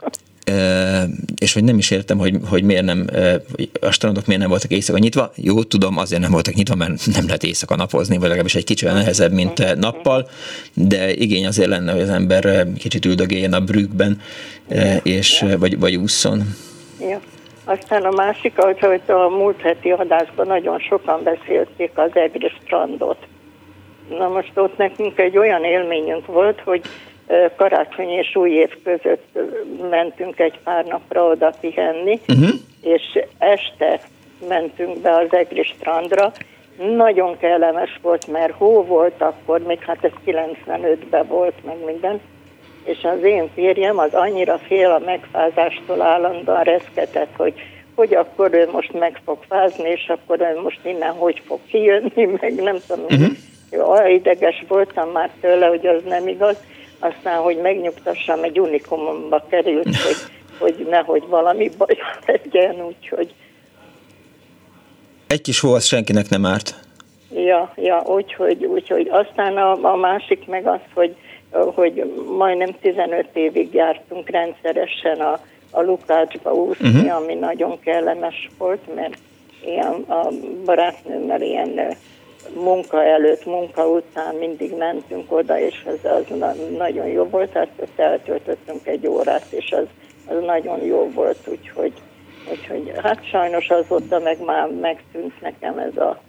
És hogy nem is értem, hogy miért nem, a strandok miért nem voltak éjszaka nyitva. Jó, tudom, azért nem voltak nyitva, mert nem lehet éjszaka napozni, vagy legalábbis egy kicsivel nehezebb, mint nappal, de igény azért lenne, hogy az ember kicsit üldögéljen a brükkben, és, vagy ússzon.
Ja. Aztán a másik, hogy a múlt heti adásban nagyon sokan beszélték az Egri strandot. Na most ott nekünk egy olyan élményünk volt, hogy karácsony és új év között mentünk egy pár napra oda pihenni, és este mentünk be az Egri strandra. Nagyon kellemes volt, mert hó volt akkor, még hát ez 95-ben volt, meg minden, és az én férjem az annyira fél a megfázástól, állandóan reszketett, hogy akkor ő most meg fog fázni, és akkor ő most innen hogy fog kijönni, meg nem tudom, olyan ideges voltam már tőle, hogy az nem igaz. Aztán, hogy megnyugtassam, egy unikumba került, hogy nehogy valami baj legyen, úgyhogy...
Egy kis hó az senkinek nem árt.
Ja, úgyhogy aztán a másik meg az, hogy majdnem 15 évig jártunk rendszeresen a Lukácsba úszni, ami nagyon kellemes volt, mert ilyen a barátnőmmel ilyen... munka előtt, munka után mindig mentünk oda, és az nagyon jó volt, tehát eltöltöttünk egy órát, és az nagyon jó volt, úgyhogy Úgyhogy hát sajnos azóta meg már megszűnt nekem ez a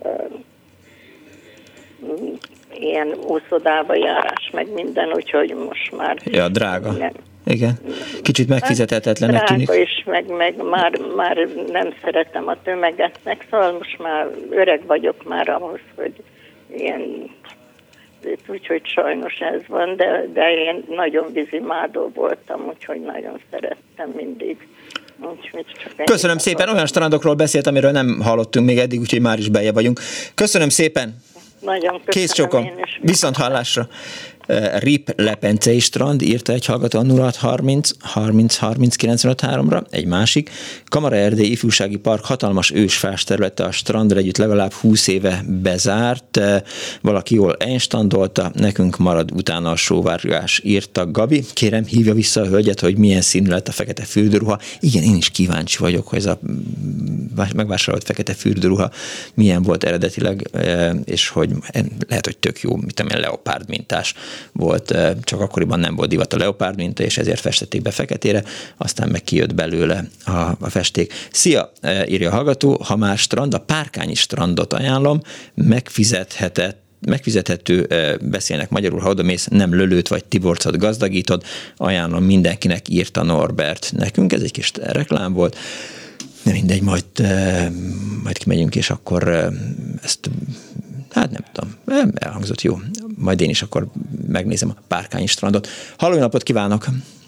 ilyen úszodába járás, meg minden, úgyhogy most már...
Ja, drága. Igen. Kicsit megfizethetetlenek tűnik.
Drága is, meg már nem szeretem a tömeget, meg szóval most már öreg vagyok már ahhoz, hogy ilyen... Úgyhogy sajnos ez van, de én nagyon vízimádó voltam, úgyhogy nagyon szerettem mindig.
Köszönöm szépen, olyan strandokról beszélt, amiről nem hallottunk még eddig, úgyhogy már is beje vagyunk. Köszönöm szépen!
Nagyon köszönöm.
Kész csókom. Viszont hallásra. RIP Lepencei strand, írta egy hallgató a 0630 30 30 95-3-ra, egy másik. Kamara-Erdély ifjúsági park hatalmas ősfás területe, a strandra együtt legalább 20 éve bezárt. Valaki jól einstandolta, nekünk marad utána a sóvárgás, írta Gabi. Kérem, hívja vissza a hölgyet, hogy milyen színű lett a fekete fürdőruha. Igen, én is kíváncsi vagyok, hogy ez a megvásárolt fekete fürdőruha milyen volt eredetileg, és hogy lehet, hogy tök jó, mit tudom én, leopárd mintás volt, csak akkoriban nem volt divat a leopárd minta, és ezért festették be feketére, aztán meg kijött belőle a festék. Szia, írja a hallgató, ha már strand, a Párkányi strandot ajánlom, megfizethető, beszélnek magyarul, ha odamész, nem Lölőt vagy Tiborcot gazdagítod, ajánlom mindenkinek, írta Norbert. Nekünk ez egy kis reklám volt, de mindegy, majd kimegyünk, és akkor ezt, hát nem tudom, elhangzott, jó, majd én is akkor megnézem a Párkányi strandot. Halló, jó napot kívánok!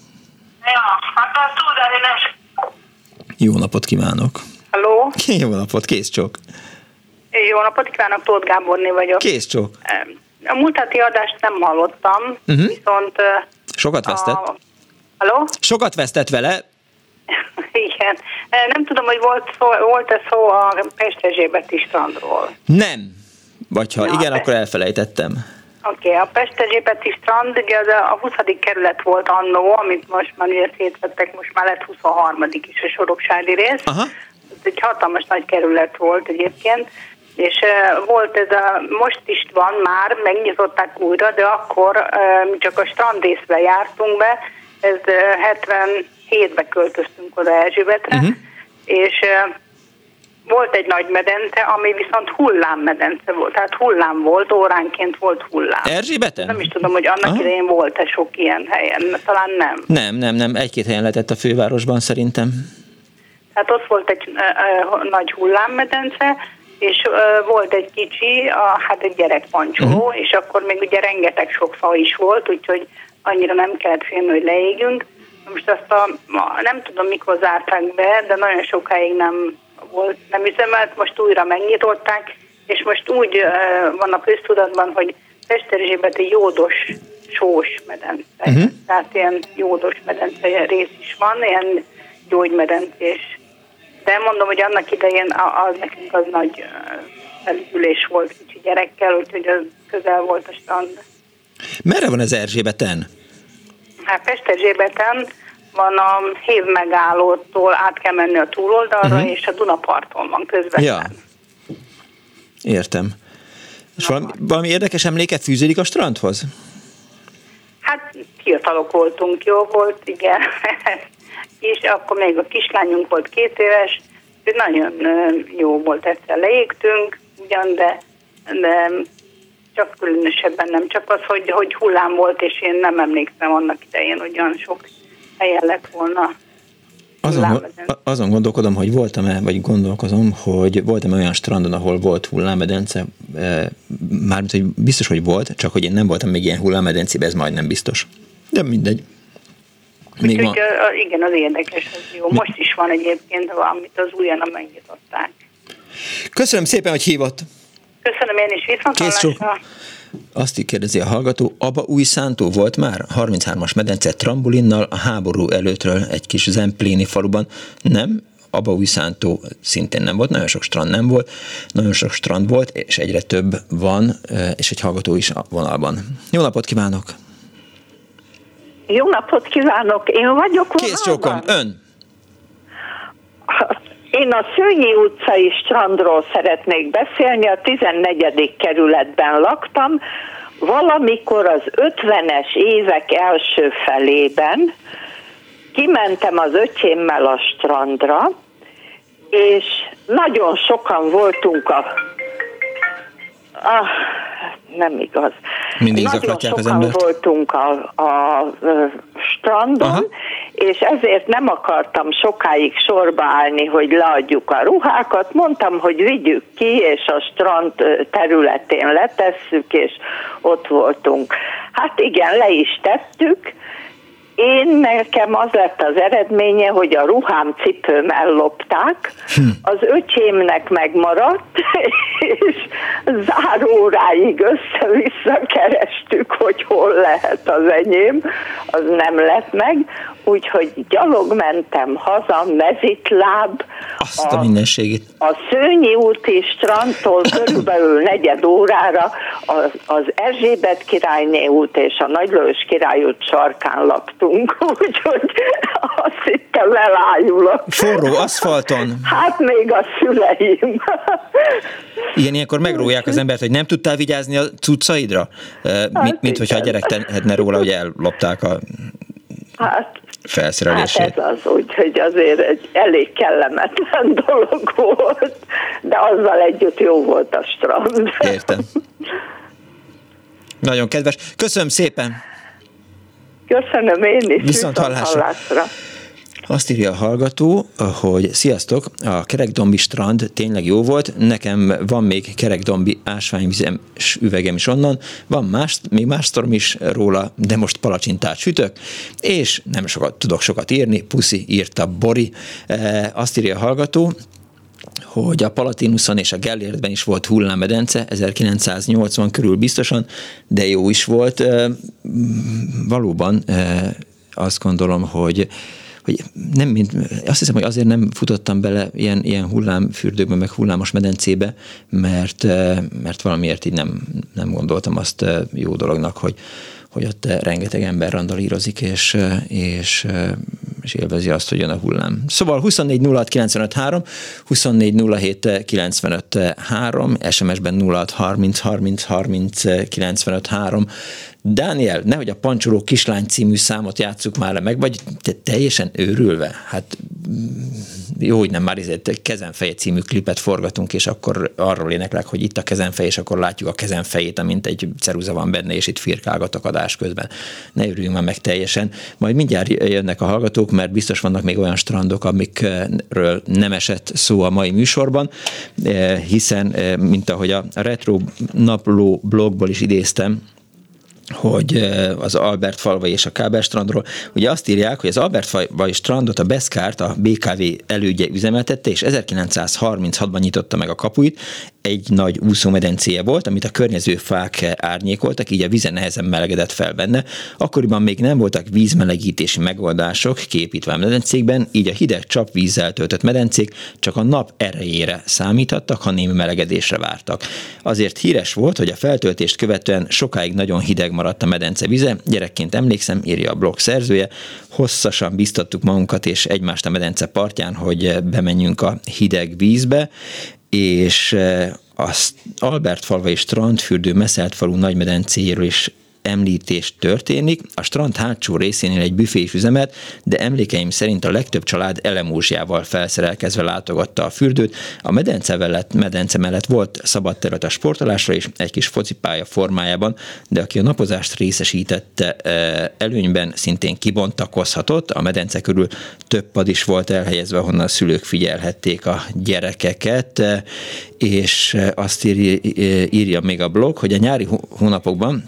Jó napot kívánok!
Halló!
Jó napot, kész csók!
Jó napot kívánok, Tóth Gáborné vagyok.
Kész csók!
A múlt heti adást nem hallottam, viszont...
Sokat vesztett?
Halló?
Sokat vesztett vele?
Igen. Nem tudom, hogy volt-e szó a Pest-Erzsébeti strandról.
Nem. Vagy ha igen, akkor elfelejtettem.
Oké, a Pest-Erzsébeti strand, ugye az a 20. kerület volt annó, amit most már ugye szétvettek, most már lett 23. is a Soroksári rész. Aha. Ez egy hatalmas nagy kerület volt egyébként, és volt ez most is van már, megnyitották újra, de akkor mi csak a strandrészre jártunk be, ez 77-ben költöztünk oda Erzsébetre, és volt egy nagy medence, ami viszont hullámmedence volt, tehát hullám volt, óránként volt hullám.
Erzsébeten?
Nem is tudom, hogy annak idején volt-e sok ilyen helyen, talán nem.
Nem, egy-két helyen lehetett a fővárosban szerintem.
Tehát ott volt egy nagy hullámmedence, és volt egy kicsi, hát egy gyerekpancsoló, és akkor még ugye rengeteg sok fa is volt, úgyhogy annyira nem kellett félni, hogy leégünk. Most azt nem tudom, mikor zárták be, de nagyon sokáig nem üzemelt, most újra megnyitották, és most úgy van a köztudatban, hogy Pest-Erzsébeti jódos sós medence. Tehát ilyen jódos medence rész is van, ilyen gyógymedencés. De mondom, hogy annak idején az nekünk az nagy felüdülés volt kicsi gyerekkel, úgyhogy az közel volt a strand.
Merre van ez Erzsébeten?
Hát Pest-Erzsébeten van a Hév megállótól át kell menni a túloldalra, és a Dunaparton van közvetlen.
Ja. Értem. És valami érdekes emléke fűződik a strandhoz?
Hát fiatalok voltunk, jó volt, igen. És akkor még a kislányunk volt 2 éves, nagyon jó volt, egyszer leégtünk, ugyan, de csak különösebben nem, csak az, hogy hullám volt, és én nem emlékszem annak idején, hogy olyan sok helyen lett volna.
Azon gondolkodom, hogy voltam olyan strandon, ahol volt hullámmedence, mármint, hogy biztos, hogy volt, csak hogy én nem voltam még ilyen hullámmedencében, ez majdnem biztos. De mindegy.
Úgyhogy igen, az érdekes, az jó. Most is van egyébként, amit az újonnan megnyitották.
Köszönöm szépen, hogy hívott.
Köszönöm én is, viszonthallásra.
Azt így kérdezi a hallgató, Abaújszántó volt már? 33-as medence trambulinnal a háború előttről egy kis zempléni faluban. Nem, Abaújszántó szintén nem volt, nagyon sok strand nem volt, nagyon sok strand volt, és egyre több van, és egy hallgató is a vonalban. Jó napot kívánok!
Jó napot kívánok! Én vagyok vonalban.
Kész csókom, ön!
Én a Szőnyi utcai strandról szeretnék beszélni, a 14. kerületben laktam, valamikor az 50-es évek első felében kimentem az öcsémmel a strandra, és nagyon sokan voltunk nem igaz.
Mindig
nagyon sokan voltunk a strandon, aha, és ezért nem akartam sokáig sorba állni, hogy leadjuk a ruhákat. Mondtam, hogy vigyük ki, és a strand területén letesszük, és ott voltunk. Hát igen, le is tettük. Nekem az lett az eredménye, hogy a ruhám, cipőm ellopták, az öcsémnek megmaradt, és záróráig össze-vissza kerestük, hogy hol lehet az enyém, az nem lett meg, úgyhogy gyalog mentem haza, mezitláb,
azt a mindenségét.
A Szőnyi úti strandtól körülbelül 4 órára az Erzsébet királyné út és a Nagy Lajos király út sarkán laktunk, úgyhogy azt hittem elájulok.
Forró aszfalton.
Hát még a szüleim.
Ilyenkor megróják az embert, hogy nem tudtál vigyázni a cuccaidra? Mint hogyha a gyerek tehetne róla, hogy ellopták a felszerelését.
Hát ez az, úgyhogy azért egy elég kellemetlen dolog volt, de azzal együtt jó volt a strand.
Értem. Nagyon kedves. Köszönöm szépen!
Köszönöm én is.
Viszont hallásra. Azt írja a hallgató, hogy sziasztok, a kerekdombi strand tényleg jó volt, nekem van még kerekdombi ásványvizes üvegem is onnan, van még más sztorom is róla, de most palacsintát sütök, és nem tudok sokat írni, puszi, írta Bori. Azt írja a hallgató, hogy a Palatinuson és a Gellértben is volt hullámmedence, 1980 körül biztosan, de jó is volt. Valóban azt gondolom, hogy azt hiszem, hogy azért nem futottam bele ilyen hullámfürdőkbe, meg hullámos medencébe, mert valamiért így nem gondoltam azt jó dolognak, hogy ott rengeteg ember randalírozik, és élvezi azt, hogy jön a hullám. Szóval 24 06 95 3, 24 07 95 3, SMS-ben 06 30 30 30 95 3. Dániel, nehogy a Pancsoló kislány című számot játsszuk már meg, vagy te teljesen őrülve? Hát jó, hogy nem már egy Kezenfeje című klipet forgatunk, és akkor arról éneklek, hogy itt a kezenfej, és akkor látjuk a kezenfejét, amint egy ceruza van benne, és itt firkálgatok adás közben. Ne örüljünk már meg teljesen. Majd mindjárt jönnek a hallgatók, mert biztos vannak még olyan strandok, amikről nem esett szó a mai műsorban, hiszen, mint ahogy a Retro Napló blogból is idéztem, hogy az Albertfalvai és a Kábelstrandról, ugye azt írják, hogy az Albertfalvai strandot a Beszkárt, a BKV elődje üzemeltette, és 1936-ban nyitotta meg a kapuit, egy nagy úszómedencéje volt, amit a környező fák árnyékoltak, így a vize nehezen melegedett fel benne. Akkoriban még nem voltak vízmelegítési megoldások kiépítve a medencékben, így a hideg csapvízzel töltött medencék csak a nap erejére számíthattak, ha némi melegedésre vártak. Azért híres volt, hogy a feltöltést követően sokáig nagyon hideg maradt a medence vize. Gyerekként emlékszem, írja a blog szerzője, hosszasan biztattuk magunkat és egymást a medence partján, hogy bemenjünk a hideg vízbe, és az Albertfalvai strandfürdő Meszelt-falu nagymedencéjéről is említés történik. A strand hátsó részénél egy büfé is üzemelt, de emlékeim szerint a legtöbb család elemózsiával felszerelkezve látogatta a fürdőt. A medence mellett volt szabad terület a sportolásra is, egy kis focipálya formájában, de aki a napozást részesítette előnyben, szintén kibontakozhatott. A medence körül több pad is volt elhelyezve, ahonnan a szülők figyelhették a gyerekeket, és azt írja még a blog, hogy a nyári hónapokban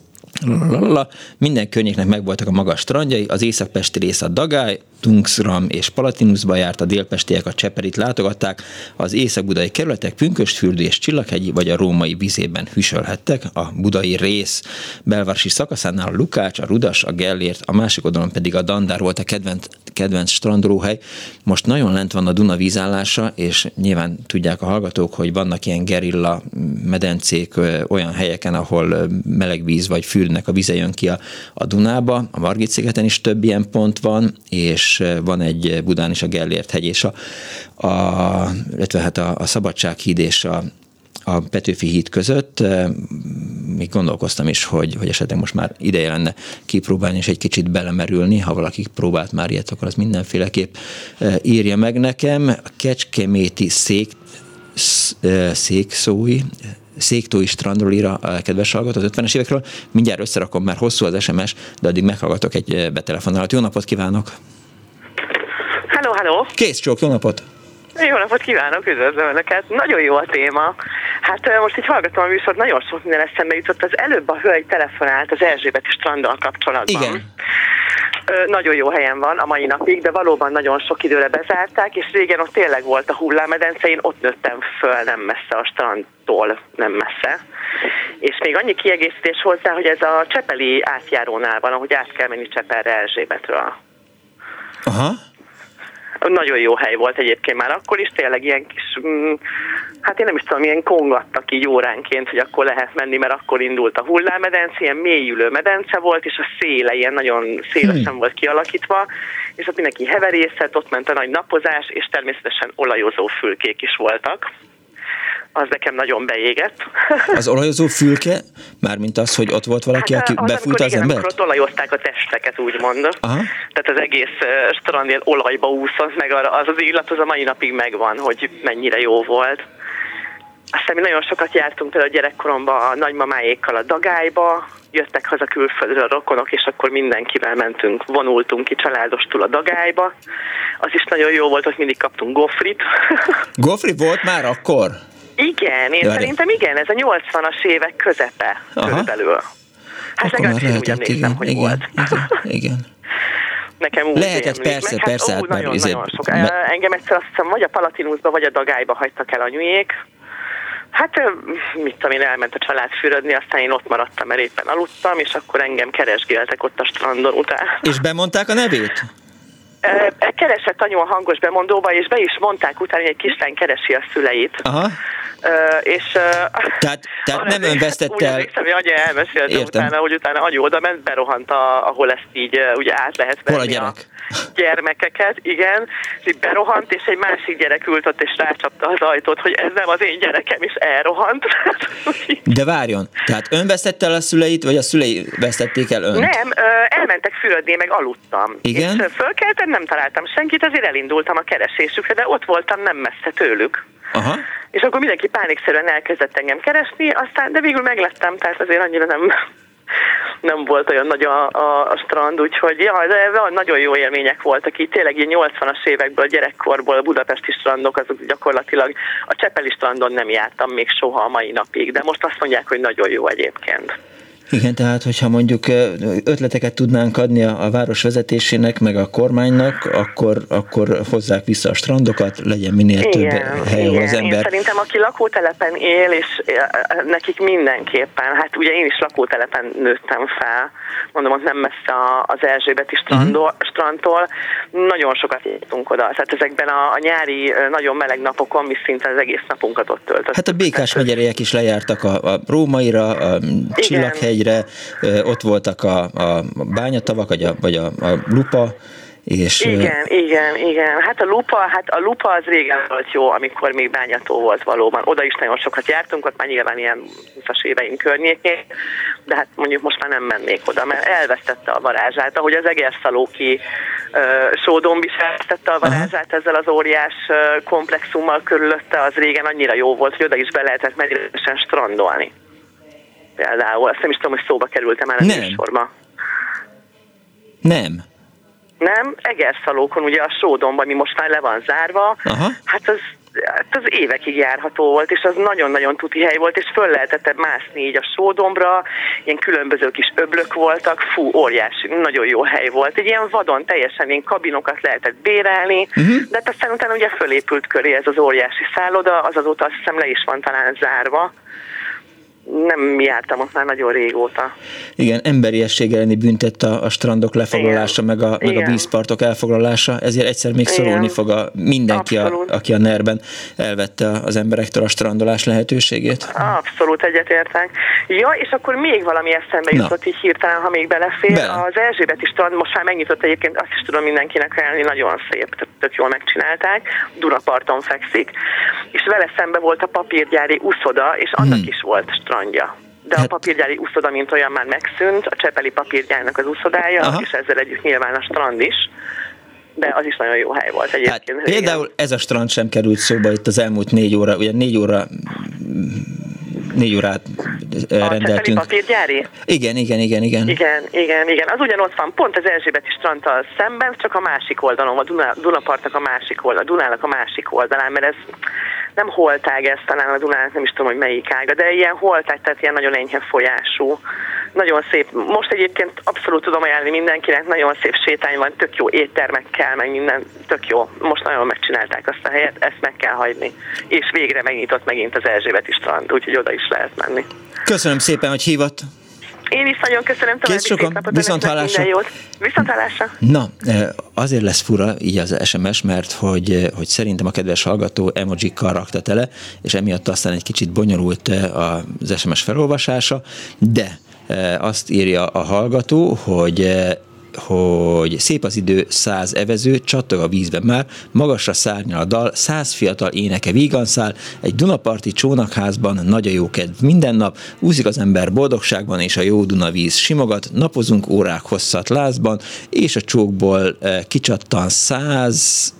minden környéknek megvoltak a magas strandjai, az északpesti rész a Dagály, Tungsram és Palatinuszba járt, a délpestiek a Cseperit látogatták, az észak-budai kerületek Pünkösdfürdő és Csillaghegyi vagy a római vizében hűsölhettek, a budai rész belvárosi szakaszánál a Lukács, a Rudas, a Gellért, a másik oldalon pedig a Dandár volt a kedvenc strandolóhely. Most nagyon lent van a Duna vízállása, és nyilván tudják a hallgatók, hogy vannak ilyen gerilla medencék olyan helyeken, ahol meleg víz vagy fürnek a vize jön ki a Dunába, a Margit-szigeten is több ilyen pont van, és van egy Budán is a Gellért hegy, és illetve hát a Szabadsághíd és a Petőfi híd között, még gondolkoztam is, hogy esetleg most már ideje lenne kipróbálni és egy kicsit belemerülni. Ha valaki próbált már ilyet, akkor az mindenféleképp írja meg nekem. A kecskeméti Széktói strandról ír a kedves hallgató az 50-es évekről. Mindjárt összerakom, mert hosszú az SMS, de addig meghallgatok egy betelefonálat. Jó napot kívánok!
Hello!
Kész csók, jó napot!
Jó napot kívánok, üdvözlöm Önöket! Nagyon jó a téma. Hát most így hallgatom a műsort, nagyon sok minden eszembe jutott. Az előbb a hölgy telefonált az Erzsébeti stranddal kapcsolatban.
Igen.
Nagyon jó helyen van a mai napig, de valóban nagyon sok időre bezárták, és régen ott tényleg volt a hullámmedence, én ott nőttem föl, nem messze a strandtól, nem messze. És még annyi kiegészítés hozzá, hogy ez a csepeli átjárónál van, ahogy át kell menni Csepelre Erzsébetről.
Aha.
Nagyon jó hely volt egyébként már akkor is, tényleg ilyen kis, hát én nem is tudom, ilyen kongattak így óránként, hogy akkor lehet menni, mert akkor indult a hullámmedence, ilyen mélyülő medence volt, és a széle ilyen nagyon szélesen volt kialakítva, és ott mindenki heverészett, ott ment a nagy napozás, és természetesen olajozó fülkék is voltak. Az nekem nagyon beégett.
Az olajozó fülke? Mármint az, hogy ott volt valaki, aki befújta az embert?
Amikor ott olajozták a testeket, úgymond.
Aha.
Tehát az egész strand ilyen olajba úszott, meg az illat az a mai napig megvan, hogy mennyire jó volt. Aztán mi nagyon sokat jártunk például a gyerekkoromban a nagymamáékkal a Dagályba, jöttek haza külföldről a rokonok, és akkor mindenkivel mentünk, vonultunk ki családostul a Dagályba. Az is nagyon jó volt, hogy mindig kaptunk gofrit.
Gofri volt már akkor?
Igen, én szerintem igen, ez a 80-as évek közepe körülbelül. Hát legalábbis én úgy emlékszem, hogy volt.
Igen.
Nekem úgy
lehetett, persze.
Hát nagyon sok. Engem egyszer azt hiszem, vagy a Palatinusba, vagy a Dagályba hagytak el anyujék. Hát, mit tudom én, elment a család fürödni, aztán én ott maradtam, mert éppen aludtam, és akkor engem keresgéltek ott a strandon után.
És bemondták a nevét?
Keresett anyu a hangos bemondóba, és be is mondták utána, hogy egy kislány keresi a szüleit.
Aha.
Tehát
nem ön vesztett el...
Úgy emlékszem, hogy anya elmesélte utána, hogy utána anyu oda ment, berohant, ahol ezt így ugye át lehet venni a gyermekeket, igen, és így berohant, és egy másik gyerek ült ott, és rácsapta az ajtót, hogy ez nem az én gyerekem, és elrohant.
De várjon, tehát ön vesztette el a szüleit, vagy a szülei vesztették el önt?
Nem, elmentek fürödni, meg aludtam.
Igen?
És fölkeltem, nem találtam senkit, azért elindultam a keresésükre, de ott voltam nem messze tőlük.
Aha.
És akkor mindenki pánikszerűen elkezdett engem keresni, aztán, de végül meglettem, tehát azért annyira nem volt olyan nagy a strand, úgyhogy de nagyon jó élmények voltak így, tényleg így 80-as évekből, a gyerekkorból a budapesti strandok, azok gyakorlatilag a csepeli strandon nem jártam még soha a mai napig, de most azt mondják, hogy nagyon jó egyébként.
Igen, tehát hogyha mondjuk ötleteket tudnánk adni a város vezetésének, meg a kormánynak, akkor hozzák vissza a strandokat, legyen minél több hely, ahol az ember...
Én szerintem, aki lakótelepen él, és nekik mindenképpen, hát ugye én is lakótelepen nőttem fel, mondom, ott nem messze az Erzsébeti strandtól, nagyon sokat jártunk oda, tehát ezekben a nyári, nagyon meleg napokon mi szinte az egész napunkat ott töltöttük.
Hát a Békás megyeriek is lejártak a Rómaira, a Csillaghegyre, ott voltak a bányatavak, vagy a lupa, és...
Igen. Hát a lupa az régen volt jó, amikor még bányató volt valóban. Oda is nagyon sokat jártunk, ott már nyilván ilyen 20-as éveink környékén, de hát mondjuk most már nem mennék oda, mert elvesztette a varázsát, ahogy az egerszalóki sódomb is elvesztette a varázsát ezzel az óriás komplexummal körülötte, az régen annyira jó volt, hogy oda is be lehetett megjelentősen strandolni. Például, azt nem is tudom, hogy szóba kerültem már a műsorba. Nem, Egerszalókon, ugye a sódomb, ami most már le van zárva, hát az évekig járható volt, és az nagyon-nagyon tuti hely volt, és föl lehetett mászni így a sódombra, ilyen különböző kis öblök voltak, óriási, nagyon jó hely volt. Egy ilyen vadon teljesen ilyen kabinokat lehetett bérelni, de aztán utána ugye fölépült köré ez az óriási szálloda, az azóta azt hiszem le is van talán zárva. Nem jártam ott már nagyon régóta.
Igen, emberiesség elleni büntet a strandok lefoglalása, meg a vízpartok elfoglalása, ezért egyszer még szorulni fog mindenki, aki a NER-ben elvette az emberektől a strandolás lehetőségét.
Abszolút egyetértek. Ja, és akkor még valami eszembe jutott így hirtelen, ha még belefér. Az Erzsébeti strand most már megnyitott egyébként, azt is tudom mindenkinek ajánlani, nagyon szép, tök jól megcsinálták, Dunaparton fekszik, és vele szembe volt a papírgyári uszoda, és annak is volt strandja. de a papírgyári úszoda, mint olyan már megszűnt, a Csepeli papírgyárnak az úszodája, és ezzel együtt nyilván a strand is, de az is nagyon jó hely volt egyébként.
Hát, például ez a strand sem került szóba itt az elmúlt 4 óra, ugye 4 órát rendeltünk.
A papírgyári?
Igen.
Igen. Az ugyanott van, pont az Erzsébeti strandtal szemben, csak a másik oldalon, a Dunapartnak a másik oldalon, Dunának a másik oldalán, mert ez nem holtág, ez talán a Dunának nem is tudom, hogy melyik ága, de ilyen holtág, tehát ilyen nagyon enyhe folyású. Nagyon szép. Most egyébként abszolút tudom ajánlani mindenkinek, nagyon szép sétány van, tök jó éttermekkel, meg minden, tök jó. Most nagyon megcsinálták azt a helyet, ezt meg kell hagyni. És végre megnyitott megint az Erzsébeti strand, úgyhogy oda is lehet menni.
Köszönöm szépen, hogy hívott.
Én is nagyon köszönöm, további szép napot,
viszonthallásra.
Viszonthallásra.
Na, azért lesz fura így az SMS, mert hogy szerintem a kedves hallgató emojikkal rakta tele, és emiatt aztán egy kicsit bonyolult az SMS felolvasása, de azt írja a hallgató, hogy szép az idő, 100 evező, csattog a vízben már, magasra szárnyal a dal, 100 fiatal éneke víganszál, egy dunaparti csónakházban, nagy a jó kedv minden nap, úszik az ember boldogságban, és a jó Dunavíz simogat, napozunk órák hosszat lázban, és a csókból kicsattan 100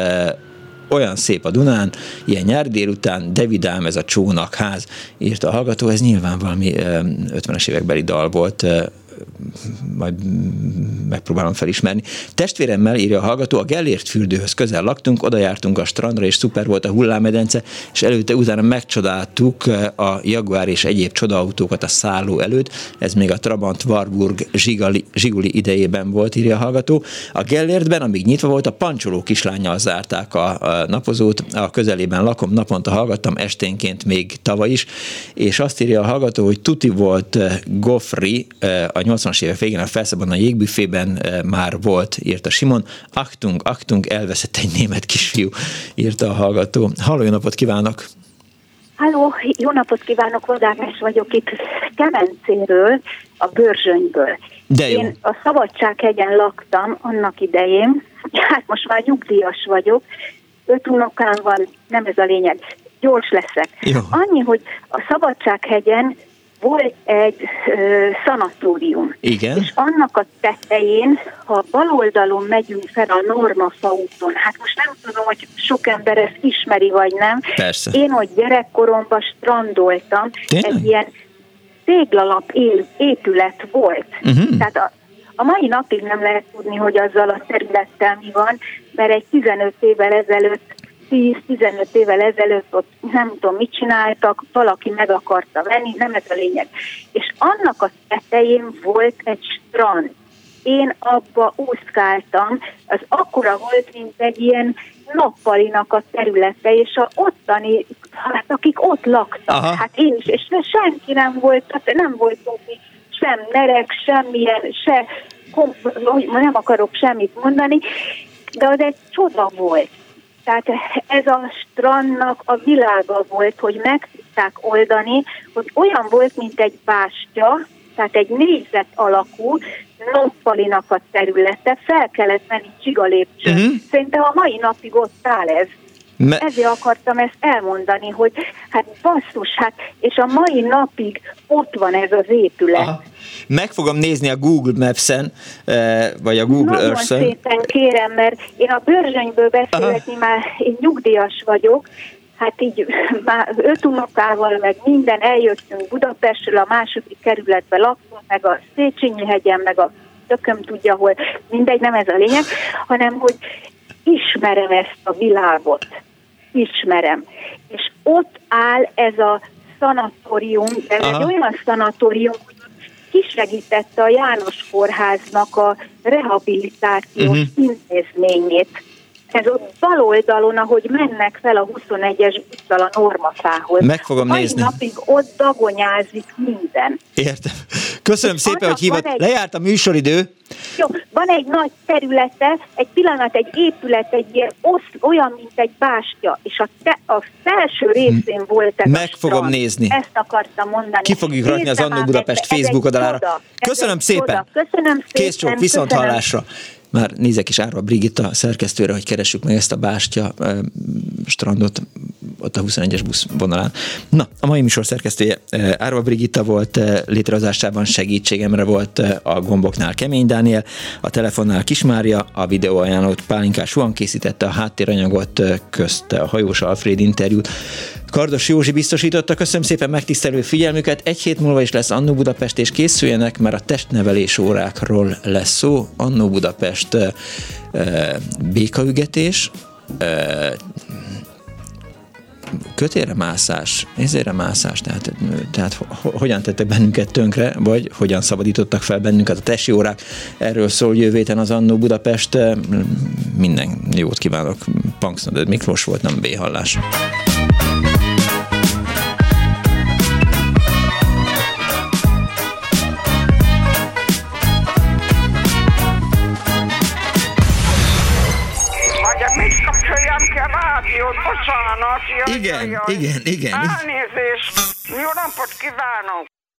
olyan szép a Dunán, ilyen nyári délután, de vidám ez a csónakház, írta a hallgató, ez nyilván valami 50-es évekbeli dal volt, majd megpróbálom felismerni. Testvéremmel, írja a hallgató, a Gellért fürdőhöz közel laktunk, oda jártunk a strandra, és szuper volt a hullámmedence, és előtte utána megcsodáltuk a Jaguar és egyéb csodaautókat a szálló előtt, ez még a Trabant Warburg Zsiguli idejében volt, írja a hallgató. A Gellértben, amíg nyitva volt, a pancsoló kislánnyal zárták a napozót, a közelében lakom, naponta hallgattam, esténként még tavaly is, és azt írja a hallgató, hogy tuti volt Goffri, a 80-as évek végén a felszabadon a jégbüfében már volt, írta Simon. Achtung, elveszett egy német kisfiú, írta a hallgató. Halló, jó napot kívánok!
Halló, jó napot kívánok, Vadámos vagyok itt Kemencéről, a Börzsönyből.
De jó.
Én a Szabadsághegyen laktam annak idején, hát most már nyugdíjas vagyok, 5 unokám van, nem ez a lényeg, gyors leszek.
Jó.
Annyi, hogy a Szabadsághegyen volt egy szanatórium.
Igen.
És annak a tetején, ha bal oldalon megyünk fel a Normafa úton, hát most nem tudom, hogy sok ember ezt ismeri, vagy nem.
Persze.
Én ott gyerekkoromban strandoltam.
Tényleg?
Egy ilyen téglalap épület volt. Tehát a mai napig nem lehet tudni, hogy azzal a területtel mi van, mert egy 15 évvel ezelőtt 10-15 évvel ezelőtt ott nem tudom mit csináltak, valaki meg akarta venni, nem ez a lényeg. És annak a tetején volt egy strand. Én abba úszkáltam, az akkora volt, mint egy ilyen nappalinak a területe, és a ottani, hát akik ott laktak, hát én is, és senki nem volt, tehát nem voltunk sem nerek, semmilyen, se, nem akarok semmit mondani, de az egy csoda volt. Tehát ez a strandnak a világa volt, hogy meg tudták oldani, hogy olyan volt, mint egy bástya, tehát egy négyzet alakú, nappalinak a területe, fel kellett menni csigalépcsőn. Szerintem a mai napig ott áll ez. Ezért akartam ezt elmondani, hogy hát basszus, hát, és a mai napig ott van ez az épület.
Aha. Meg fogom nézni a Google Maps-en, vagy a Google Earth-en.
Nagyon szépen kérem, mert én a Börzsönyből beszélhetni, már én nyugdíjas vagyok, hát így már 5 unokával, meg minden, eljöttünk Budapestről, a 2. kerületbe laktunk, meg a Széchenyi-hegyen, meg a tököm tudja hol, mindegy, nem ez a lényeg, hanem hogy ismerem ezt a világot. Ismerem. És ott áll ez a szanatórium, ez egy olyan szanatórium, hogy kisegítette a János Kórháznak a rehabilitációs intézményét. Ez ott bal oldalon, ahogy mennek fel a 21-es busszal a Normafához.
Meg fogom nézni.
Napig ott dagonyázik minden.
Értem. Köszönöm szépen, hogy hívott. Lejárt a műsoridő.
Jó, van egy nagy területe, egy pillanat, egy épület, egy ilyen olyan, mint egy bástya, és a felső részén volt ez
Meg fogom nézni.
Ezt akartam mondani.
Ki fogjuk rakni az Annó Budapest Facebook oldalára. Köszönöm szépen.
Köszönöm szépen.
Kész csók, viszont hallásra. Már nézek is Árva Brigitta szerkesztőre, hogy keressük meg ezt a Bástya strandot ott a 21-es busz vonalán. Na, a mai műsor szerkesztője Árva Brigitta volt, létrehozásában segítségemre volt a gomboknál Kemény Dániel, a telefonnál Kis Mária, a videóajánlót Pálinkás Juhan készítette, a háttéranyagot közte a Hajós Alfréd interjút Kardos Józsi biztosította. Köszönöm szépen megtisztelő figyelmüket. Egy hét múlva is lesz Annó Budapest, és készüljenek, mert a testnevelés órákról lesz szó. Annó Budapest békaügetés, kötélre mászás, nézére mászás, tehát hogyan tettek bennünket tönkre, vagy hogyan szabadítottak fel bennünket a testi órák. Erről szól jövő héten az Annó Budapest. Minden jót kívánok. Punksnoded Miklós volt, nem B-hallás.
Bocsánat,
igen.
Elnézést! Jó napot kívánok!